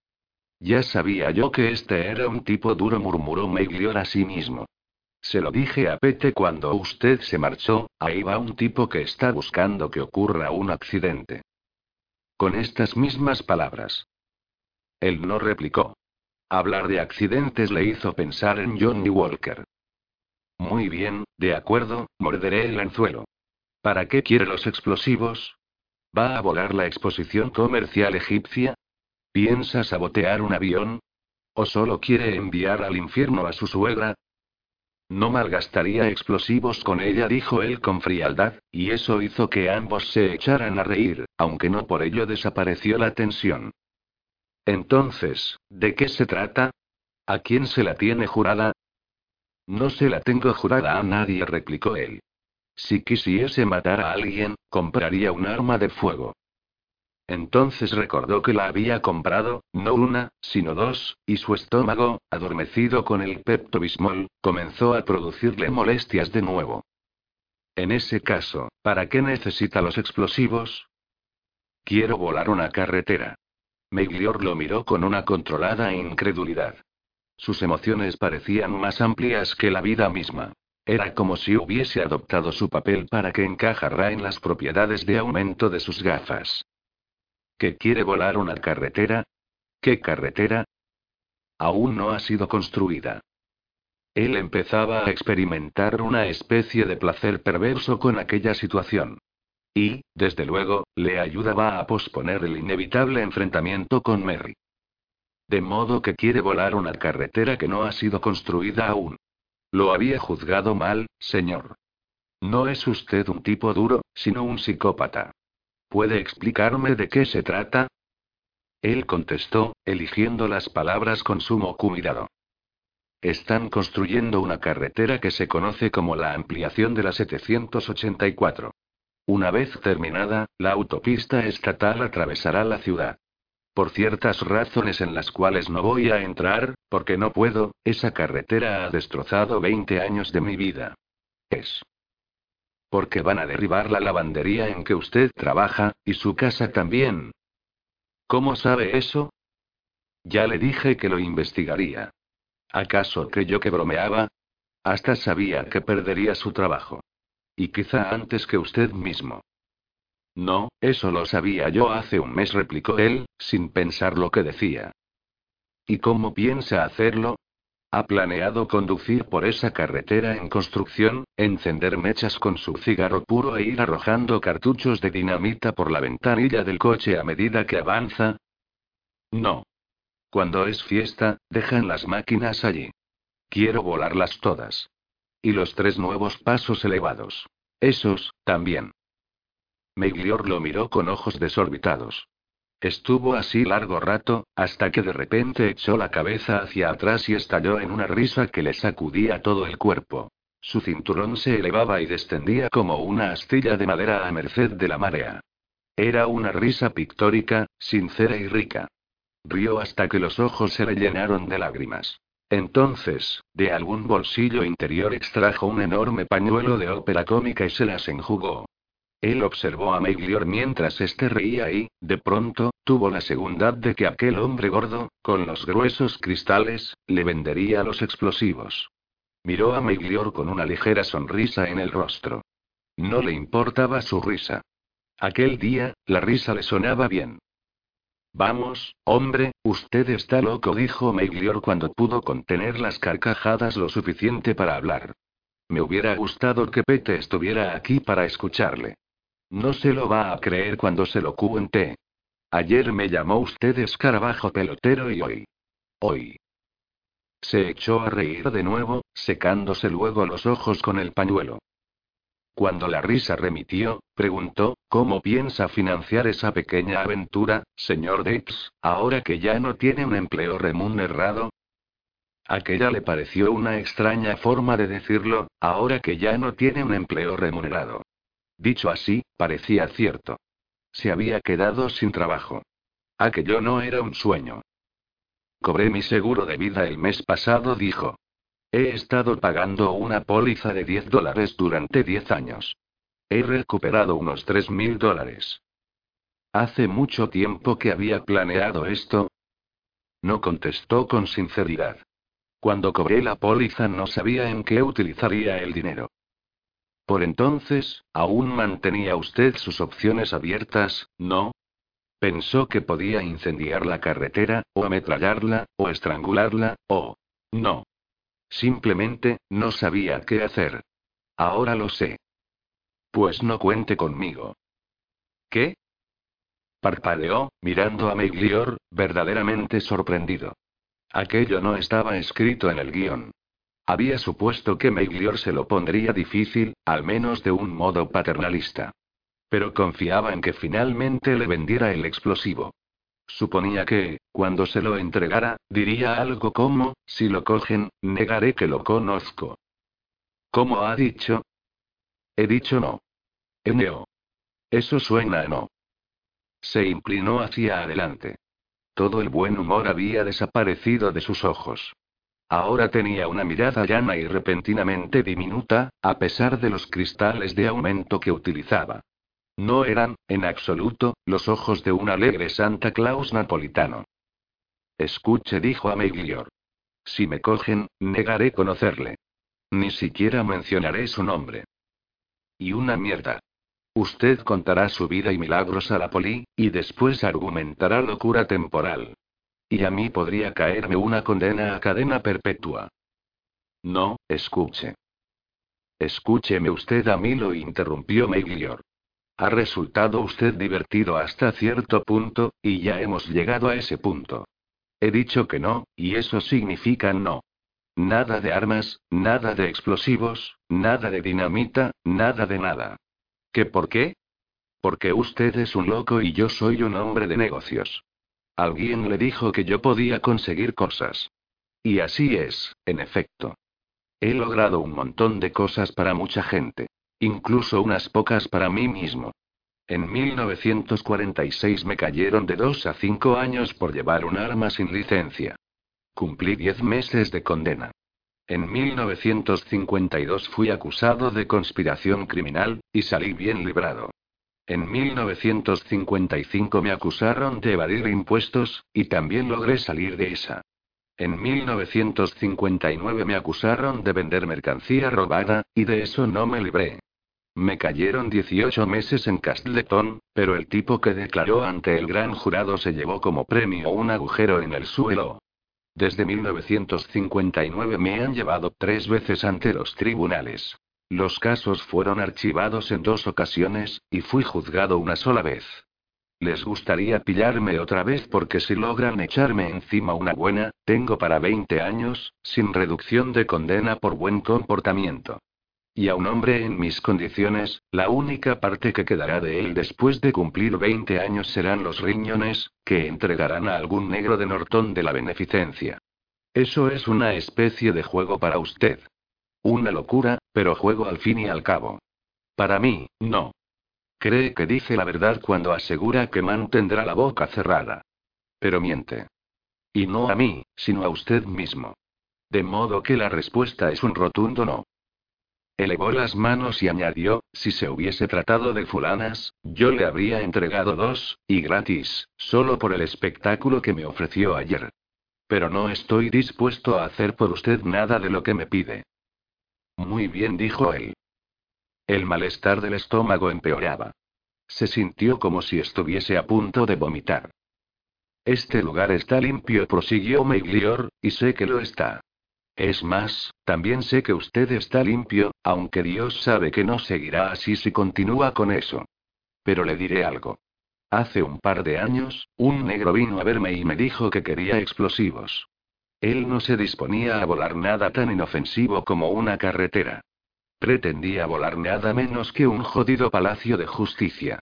Speaker 1: Ya sabía yo que este era un tipo duro, murmuró Meglior a sí mismo. Se lo dije a Pete cuando usted se marchó, ahí va un tipo que está buscando que ocurra un accidente. Con estas mismas palabras. Él no replicó. Hablar de accidentes le hizo pensar en Johnny Walker. Muy bien, de acuerdo, morderé el anzuelo. ¿Para qué quiere los explosivos? ¿Va a volar la exposición comercial egipcia? ¿Piensa sabotear un avión? ¿O solo quiere enviar al infierno a su suegra? No malgastaría explosivos con ella, dijo él con frialdad, y eso hizo que ambos se echaran a reír, aunque no por ello desapareció la tensión. Entonces, ¿de qué se trata? ¿A quién se la tiene jurada? No se la tengo jurada a nadie, replicó él. Si quisiese matar a alguien, compraría un arma de fuego. Entonces recordó que la había comprado, no una, sino dos, y su estómago, adormecido con el Pepto-Bismol, comenzó a producirle molestias de nuevo. En ese caso, ¿para qué necesita los explosivos? Quiero volar una carretera. Meglior lo miró con una controlada incredulidad. Sus emociones parecían más amplias que la vida misma. Era como si hubiese adoptado su papel para que encajara en las propiedades de aumento de sus gafas. ¿Que quiere volar una carretera? ¿Qué carretera? Aún no ha sido construida. Él empezaba a experimentar una especie de placer perverso con aquella situación. Y, desde luego, le ayudaba a posponer el inevitable enfrentamiento con Merry. De modo que quiere volar una carretera que no ha sido construida aún. Lo había juzgado mal, señor. No es usted un tipo duro, sino un psicópata. ¿Puede explicarme de qué se trata? Él contestó, eligiendo las palabras con sumo cuidado. Están construyendo una carretera que se conoce como la ampliación de la 784. Una vez terminada, la autopista estatal atravesará la ciudad. Por ciertas razones en las cuales no voy a entrar, porque no puedo, esa carretera ha destrozado 20 años de mi vida. Es. Porque van a derribar la lavandería en que usted trabaja, y su casa también. ¿Cómo sabe eso? Ya le dije que lo investigaría. ¿Acaso creyó que bromeaba? Hasta sabía que perdería su trabajo. Y quizá antes que usted mismo. No, eso lo sabía yo hace un mes, replicó él, sin pensar lo que decía. ¿Y cómo piensa hacerlo? ¿Ha planeado conducir por esa carretera en construcción, encender mechas con su cigarro puro e ir arrojando cartuchos de dinamita por la ventanilla del coche a medida que avanza? No. Cuando es fiesta, dejan las máquinas allí. Quiero volarlas todas. Y los 3 nuevos pasos elevados. Esos, también. Meglior lo miró con ojos desorbitados. Estuvo así largo rato, hasta que de repente echó la cabeza hacia atrás y estalló en una risa que le sacudía todo el cuerpo. Su cinturón se elevaba y descendía como una astilla de madera a merced de la marea. Era una risa pictórica, sincera y rica. Rió hasta que los ojos se le llenaron de lágrimas. Entonces, de algún bolsillo interior extrajo un enorme pañuelo de ópera cómica y se las enjugó. Él observó a Meglior mientras éste reía y, de pronto, tuvo la seguridad de que aquel hombre gordo, con los gruesos cristales, le vendería los explosivos. Miró a Meglior con una ligera sonrisa en el rostro. No le importaba su risa. Aquel día, la risa le sonaba bien. Vamos, hombre, usted está loco, dijo Meiglior cuando pudo contener las carcajadas lo suficiente para hablar. Me hubiera gustado que Pete estuviera aquí para escucharle. No se lo va a creer cuando se lo cuente. Ayer me llamó usted escarabajo pelotero y hoy. Se echó a reír de nuevo, secándose luego los ojos con el pañuelo. Cuando la risa remitió, preguntó, ¿cómo piensa financiar esa pequeña aventura, señor Dex, ahora que ya no tiene un empleo remunerado? Aquella le pareció una extraña forma de decirlo, ahora que ya no tiene un empleo remunerado. Dicho así, parecía cierto. Se había quedado sin trabajo. Aquello no era un sueño. Cobré mi seguro de vida el mes pasado, dijo. He estado pagando una póliza de $10 durante 10 años. He recuperado unos $3.000. ¿Hace mucho tiempo que había planeado esto? No contestó con sinceridad. Cuando cobré la póliza no sabía en qué utilizaría el dinero. Por entonces, aún mantenía usted sus opciones abiertas, ¿no? Pensó que podía incendiar la carretera, o ametrallarla, o estrangularla, o... No. Simplemente, no sabía qué hacer. Ahora lo sé. Pues no cuente conmigo. ¿Qué? Parpadeó, mirando a Meiglior, verdaderamente sorprendido. Aquello no estaba escrito en el guión. Había supuesto que Meiglior se lo pondría difícil, al menos de un modo paternalista. Pero confiaba en que finalmente le vendiera el explosivo. Suponía que, cuando se lo entregara, diría algo como, si lo cogen, negaré que lo conozco. ¿Cómo ha dicho? He dicho no. No. Eso suena a no. Se inclinó hacia adelante. Todo el buen humor había desaparecido de sus ojos. Ahora tenía una mirada llana y repentinamente diminuta, a pesar de los cristales de aumento que utilizaba. No eran, en absoluto, los ojos de un alegre Santa Claus napolitano. Escuche, dijo a Meiglior. Si me cogen, negaré conocerle. Ni siquiera mencionaré su nombre. Y una mierda. Usted contará su vida y milagros a la poli, y después argumentará locura temporal. Y a mí podría caerme una condena a cadena perpetua. No, escuche. Escúcheme usted a mí, lo interrumpió Meiglior. Ha resultado usted divertido hasta cierto punto, y ya hemos llegado a ese punto. He dicho que no, y eso significa no. Nada de armas, nada de explosivos, nada de dinamita, nada de nada. ¿Qué por qué? Porque usted es un loco y yo soy un hombre de negocios. Alguien le dijo que yo podía conseguir cosas. Y así es, en efecto. He logrado un montón de cosas para mucha gente. Incluso unas pocas para mí mismo. En 1946 me cayeron de 2 a 5 años por llevar un arma sin licencia. Cumplí 10 meses de condena. En 1952 fui acusado de conspiración criminal, y salí bien librado. En 1955 me acusaron de evadir impuestos, y también logré salir de esa. En 1959 me acusaron de vender mercancía robada, y de eso no me libré. Me cayeron 18 meses en Castleton, pero el tipo que declaró ante el gran jurado se llevó como premio un agujero en el suelo. Desde 1959 me han llevado 3 veces ante los tribunales. Los casos fueron archivados en 2 ocasiones, y fui juzgado una sola vez. Les gustaría pillarme otra vez porque si logran echarme encima una buena, tengo para 20 años, sin reducción de condena por buen comportamiento. Y a un hombre en mis condiciones, la única parte que quedará de él después de cumplir 20 años serán los riñones, que entregarán a algún negro de Norton de la beneficencia. Eso es una especie de juego para usted. Una locura, pero juego al fin y al cabo. Para mí, no. Cree que dice la verdad cuando asegura que mantendrá la boca cerrada. Pero miente. Y no a mí, sino a usted mismo. De modo que la respuesta es un rotundo no. Elevó las manos y añadió, si se hubiese tratado de fulanas, yo le habría entregado 2, y gratis, solo por el espectáculo que me ofreció ayer. Pero no estoy dispuesto a hacer por usted nada de lo que me pide. Muy bien, dijo él. El malestar del estómago empeoraba. Se sintió como si estuviese a punto de vomitar. Este lugar está limpio, prosiguió Meiglior, y sé que lo está. Es más, también sé que usted está limpio, aunque Dios sabe que no seguirá así si continúa con eso. Pero le diré algo. Hace un par de años, un negro vino a verme y me dijo que quería explosivos. Él no se disponía a volar nada tan inofensivo como una carretera. Pretendía volar nada menos que un jodido palacio de justicia.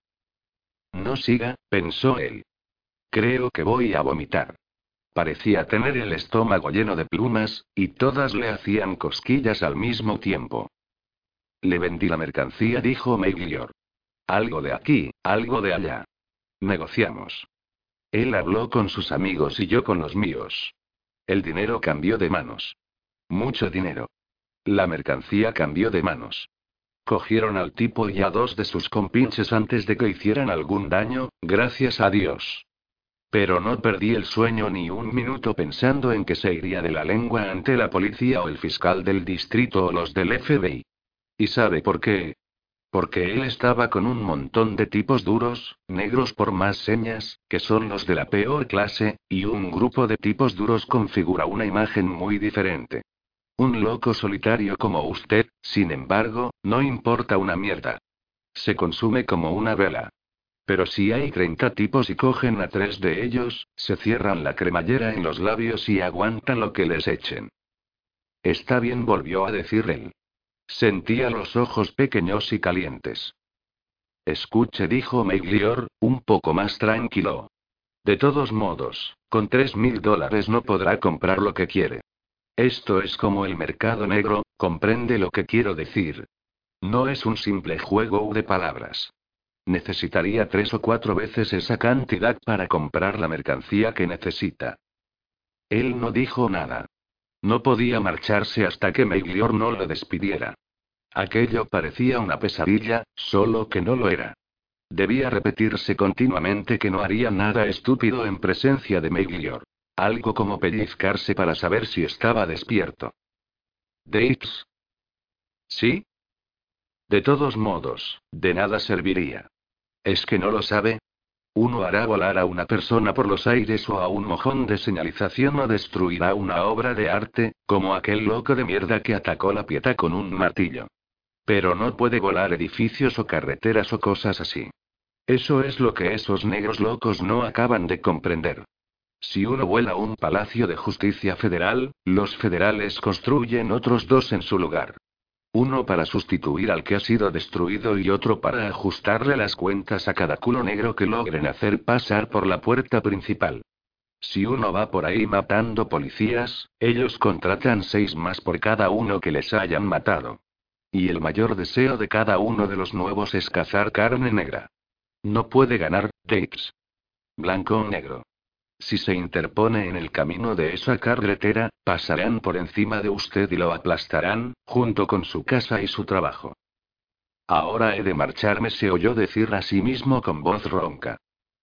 Speaker 1: No siga, pensó él. Creo que voy a vomitar. Parecía tener el estómago lleno de plumas, y todas le hacían cosquillas al mismo tiempo. Le vendí la mercancía, dijo Meiglior. Algo de aquí, algo de allá. Negociamos. Él habló con sus amigos y yo con los míos. El dinero cambió de manos. Mucho dinero. La mercancía cambió de manos. Cogieron al tipo y a dos de sus compinches antes de que hicieran algún daño, gracias a Dios. Pero no perdí el sueño ni un minuto pensando en que se iría de la lengua ante la policía o el fiscal del distrito o los del FBI. ¿Y sabe por qué? Porque él estaba con un montón de tipos duros, negros por más señas, que son los de la peor clase, y un grupo de tipos duros configura una imagen muy diferente. Un loco solitario como usted, sin embargo, no importa una mierda. Se consume como una vela. Pero si hay 30 tipos y cogen a 3 de ellos, se cierran la cremallera en los labios y aguantan lo que les echen. Está bien, volvió a decir él. Sentía los ojos pequeños y calientes. Escuche, dijo Meiglior, un poco más tranquilo. De todos modos, con $3.000 no podrá comprar lo que quiere. Esto es como el mercado negro, ¿comprende lo que quiero decir? No es un simple juego de palabras. Necesitaría 3 o 4 veces esa cantidad para comprar la mercancía que necesita. Él no dijo nada. No podía marcharse hasta que Meiglior no lo despidiera. Aquello parecía una pesadilla, solo que no lo era. Debía repetirse continuamente que no haría nada estúpido en presencia de Meiglior. Algo como pellizcarse para saber si estaba despierto. ¿Dates? ¿Sí? De todos modos, de nada serviría. ¿Es que no lo sabe? Uno hará volar a una persona por los aires o a un mojón de señalización o destruirá una obra de arte, como aquel loco de mierda que atacó la Pietà con un martillo. Pero no puede volar edificios o carreteras o cosas así. Eso es lo que esos negros locos no acaban de comprender. Si uno vuela un palacio de justicia federal, los federales construyen otros dos en su lugar. Uno para sustituir al que ha sido destruido y otro para ajustarle las cuentas a cada culo negro que logren hacer pasar por la puerta principal. Si uno va por ahí matando policías, ellos contratan 6 más por cada uno que les hayan matado. Y el mayor deseo de cada uno de los nuevos es cazar carne negra. No puede ganar, Dates. Blanco o negro. Si se interpone en el camino de esa carretera, pasarán por encima de usted y lo aplastarán, junto con su casa y su trabajo. Ahora he de marcharme, se oyó decir a sí mismo con voz ronca.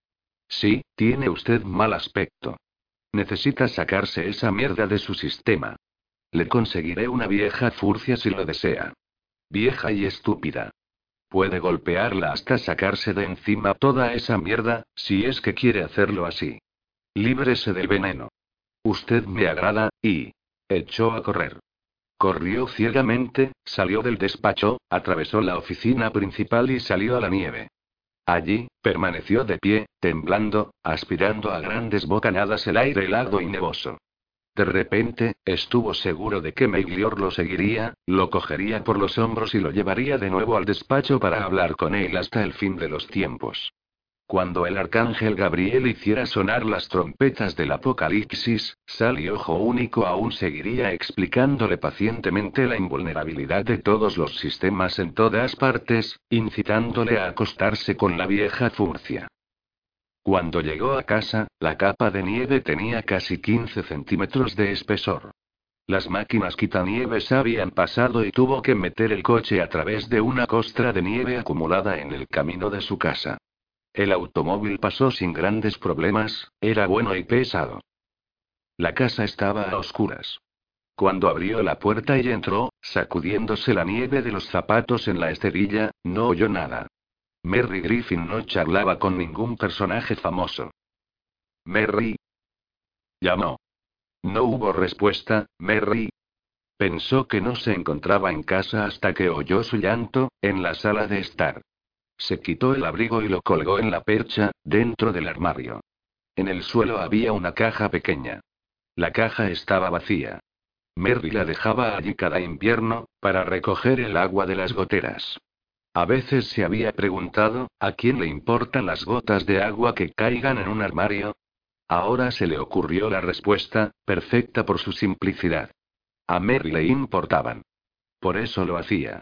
Speaker 1: Sí, tiene usted mal aspecto. Necesita sacarse esa mierda de su sistema. Le conseguiré una vieja furcia si lo desea. Vieja y estúpida. Puede golpearla hasta sacarse de encima toda esa mierda, si es que quiere hacerlo así. Líbrese del veneno. Usted me agrada, y... echó a correr. Corrió ciegamente, salió del despacho, atravesó la oficina principal y salió a la nieve. Allí, permaneció de pie, temblando, aspirando a grandes bocanadas el aire helado y nevoso. De repente, estuvo seguro de que Meiglior lo seguiría, lo cogería por los hombros y lo llevaría de nuevo al despacho para hablar con él hasta el fin de los tiempos. Cuando el arcángel Gabriel hiciera sonar las trompetas del apocalipsis, Sal y Ojo Único aún seguiría explicándole pacientemente la invulnerabilidad de todos los sistemas en todas partes, incitándole a acostarse con la vieja furcia. Cuando llegó a casa, la capa de nieve tenía casi 15 centímetros de espesor. Las máquinas quitanieves habían pasado y tuvo que meter el coche a través de una costra de nieve acumulada en el camino de su casa. El automóvil pasó sin grandes problemas, era bueno y pesado. La casa estaba a oscuras. Cuando abrió la puerta y entró, sacudiéndose la nieve de los zapatos en la esterilla, no oyó nada. Merry Griffin no charlaba con ningún personaje famoso. Merry. Llamó. No hubo respuesta. Merry pensó que no se encontraba en casa hasta que oyó su llanto, en la sala de estar. Se quitó el abrigo y lo colgó en la percha, dentro del armario. En el suelo había una caja pequeña. La caja estaba vacía. Merry la dejaba allí cada invierno, para recoger el agua de las goteras. A veces se había preguntado, ¿a quién le importan las gotas de agua que caigan en un armario? Ahora se le ocurrió la respuesta, perfecta por su simplicidad. A Merry le importaban. Por eso lo hacía.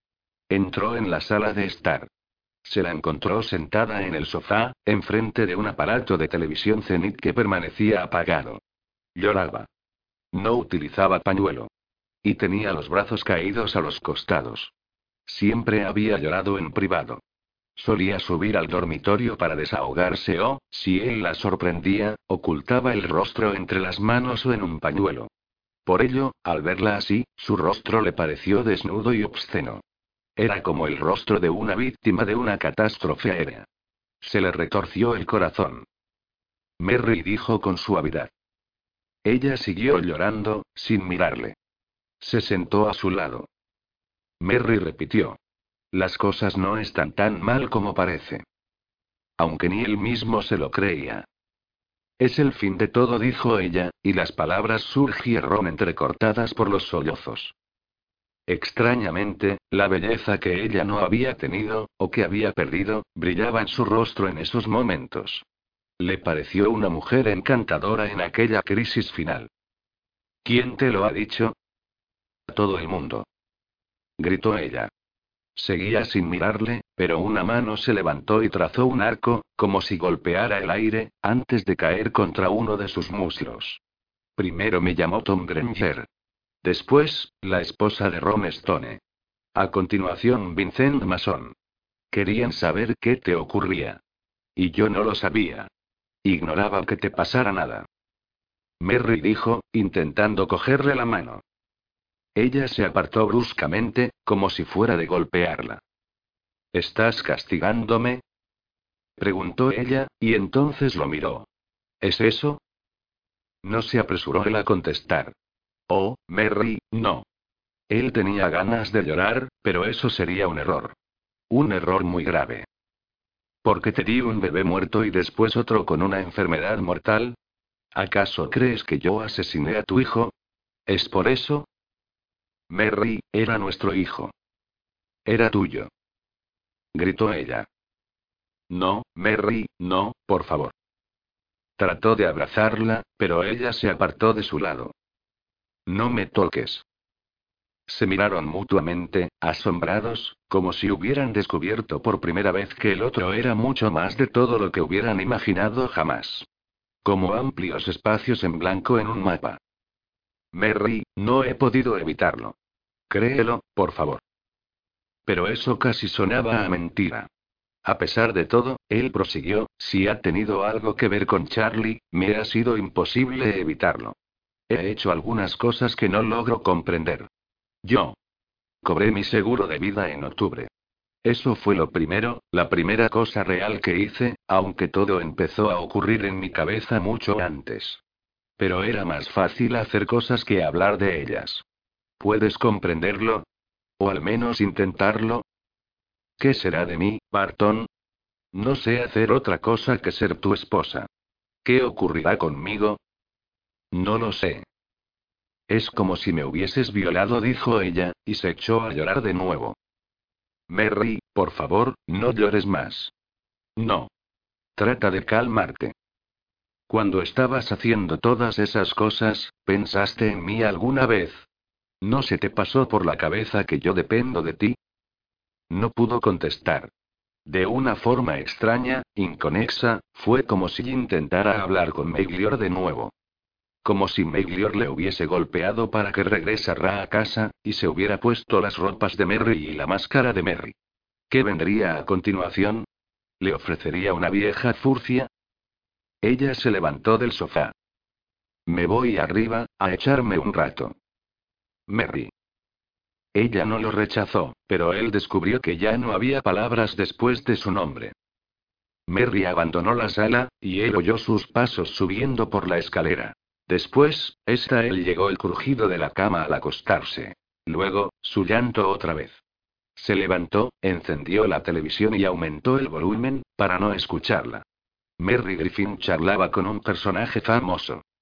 Speaker 1: Entró en la sala de estar. Se la encontró sentada en el sofá, enfrente de un aparato de televisión Zenith que permanecía apagado. Lloraba. No utilizaba pañuelo. Y tenía los brazos caídos a los costados. Siempre había llorado en privado. Solía subir al dormitorio para desahogarse o, si él la sorprendía, ocultaba el rostro entre las manos o en un pañuelo. Por ello, al verla así, su rostro le pareció desnudo y obsceno. Era como el rostro de una víctima de una catástrofe aérea. Se le retorció el corazón. Merry dijo con suavidad. Ella siguió llorando, sin mirarle. Se sentó a su lado. Merry repitió. Las cosas no están tan mal como parece. Aunque ni él mismo se lo creía. Es el fin de todo, dijo ella, y las palabras surgieron entrecortadas por los sollozos. Extrañamente, la belleza que ella no había tenido, o que había perdido, brillaba en su rostro en esos momentos. Le pareció una mujer encantadora en aquella crisis final. ¿Quién te lo ha dicho? Todo el mundo. Gritó ella. Seguía sin mirarle, pero una mano se levantó y trazó un arco, como si golpeara el aire, antes de caer contra uno de sus muslos. Primero me llamó Tom Granger. Después, la esposa de Ron Stone. A continuación, Vincent Mason. Querían saber qué te ocurría. Y yo no lo sabía. Ignoraba que te pasara nada. Merry dijo, intentando cogerle la mano. Ella se apartó bruscamente, como si fuera de golpearla. ¿Estás castigándome? Preguntó ella, y entonces lo miró. ¿Es eso? No se apresuró él a contestar. Oh, Merry, no. Él tenía ganas de llorar, pero eso sería un error. Un error muy grave. ¿Por qué te di un bebé muerto y después otro con una enfermedad mortal? ¿Acaso crees que yo asesiné a tu hijo? ¿Es por eso? Merry, era nuestro hijo. Era tuyo. Gritó ella. No, Merry, no, por favor. Trató de abrazarla, pero ella se apartó de su lado. No me toques. Se miraron mutuamente, asombrados, como si hubieran descubierto por primera vez que el otro era mucho más de todo lo que hubieran imaginado jamás. Como amplios espacios en blanco en un mapa. Merry, no he podido evitarlo. Créelo, por favor. Pero eso casi sonaba a mentira. A pesar de todo, él prosiguió, si ha tenido algo que ver con Charlie, me ha sido imposible evitarlo. He hecho algunas cosas que no logro comprender. Yo cobré mi seguro de vida en octubre. Eso fue lo primero, la primera cosa real que hice, aunque todo empezó a ocurrir en mi cabeza mucho antes. Pero era más fácil hacer cosas que hablar de ellas. ¿Puedes comprenderlo? ¿O al menos intentarlo? ¿Qué será de mí, Barton? No sé hacer otra cosa que ser tu esposa. ¿Qué ocurrirá conmigo? No lo sé. Es como si me hubieses violado, dijo ella, y se echó a llorar de nuevo. Merry, por favor, no llores más. No. Trata de calmarte. Cuando estabas haciendo todas esas cosas, ¿pensaste en mí alguna vez? ¿No se te pasó por la cabeza que yo dependo de ti? No pudo contestar. De una forma extraña, inconexa, fue como si intentara hablar con Meglior de nuevo. Como si Meglior le hubiese golpeado para que regresara a casa, y se hubiera puesto las ropas de Merry y la máscara de Merry. ¿Qué vendría a continuación? ¿Le ofrecería una vieja furcia? Ella se levantó del sofá. Me voy arriba, a echarme un rato. Merry. Ella no lo rechazó, pero él descubrió que ya no había palabras después de su nombre. Merry abandonó la sala, y él oyó sus pasos subiendo por la escalera. Después, él llegó el crujido de la cama al acostarse. Luego, su llanto otra vez. Se levantó, encendió la televisión y aumentó el volumen, para no escucharla. Merry Griffin charlaba con un personaje famoso.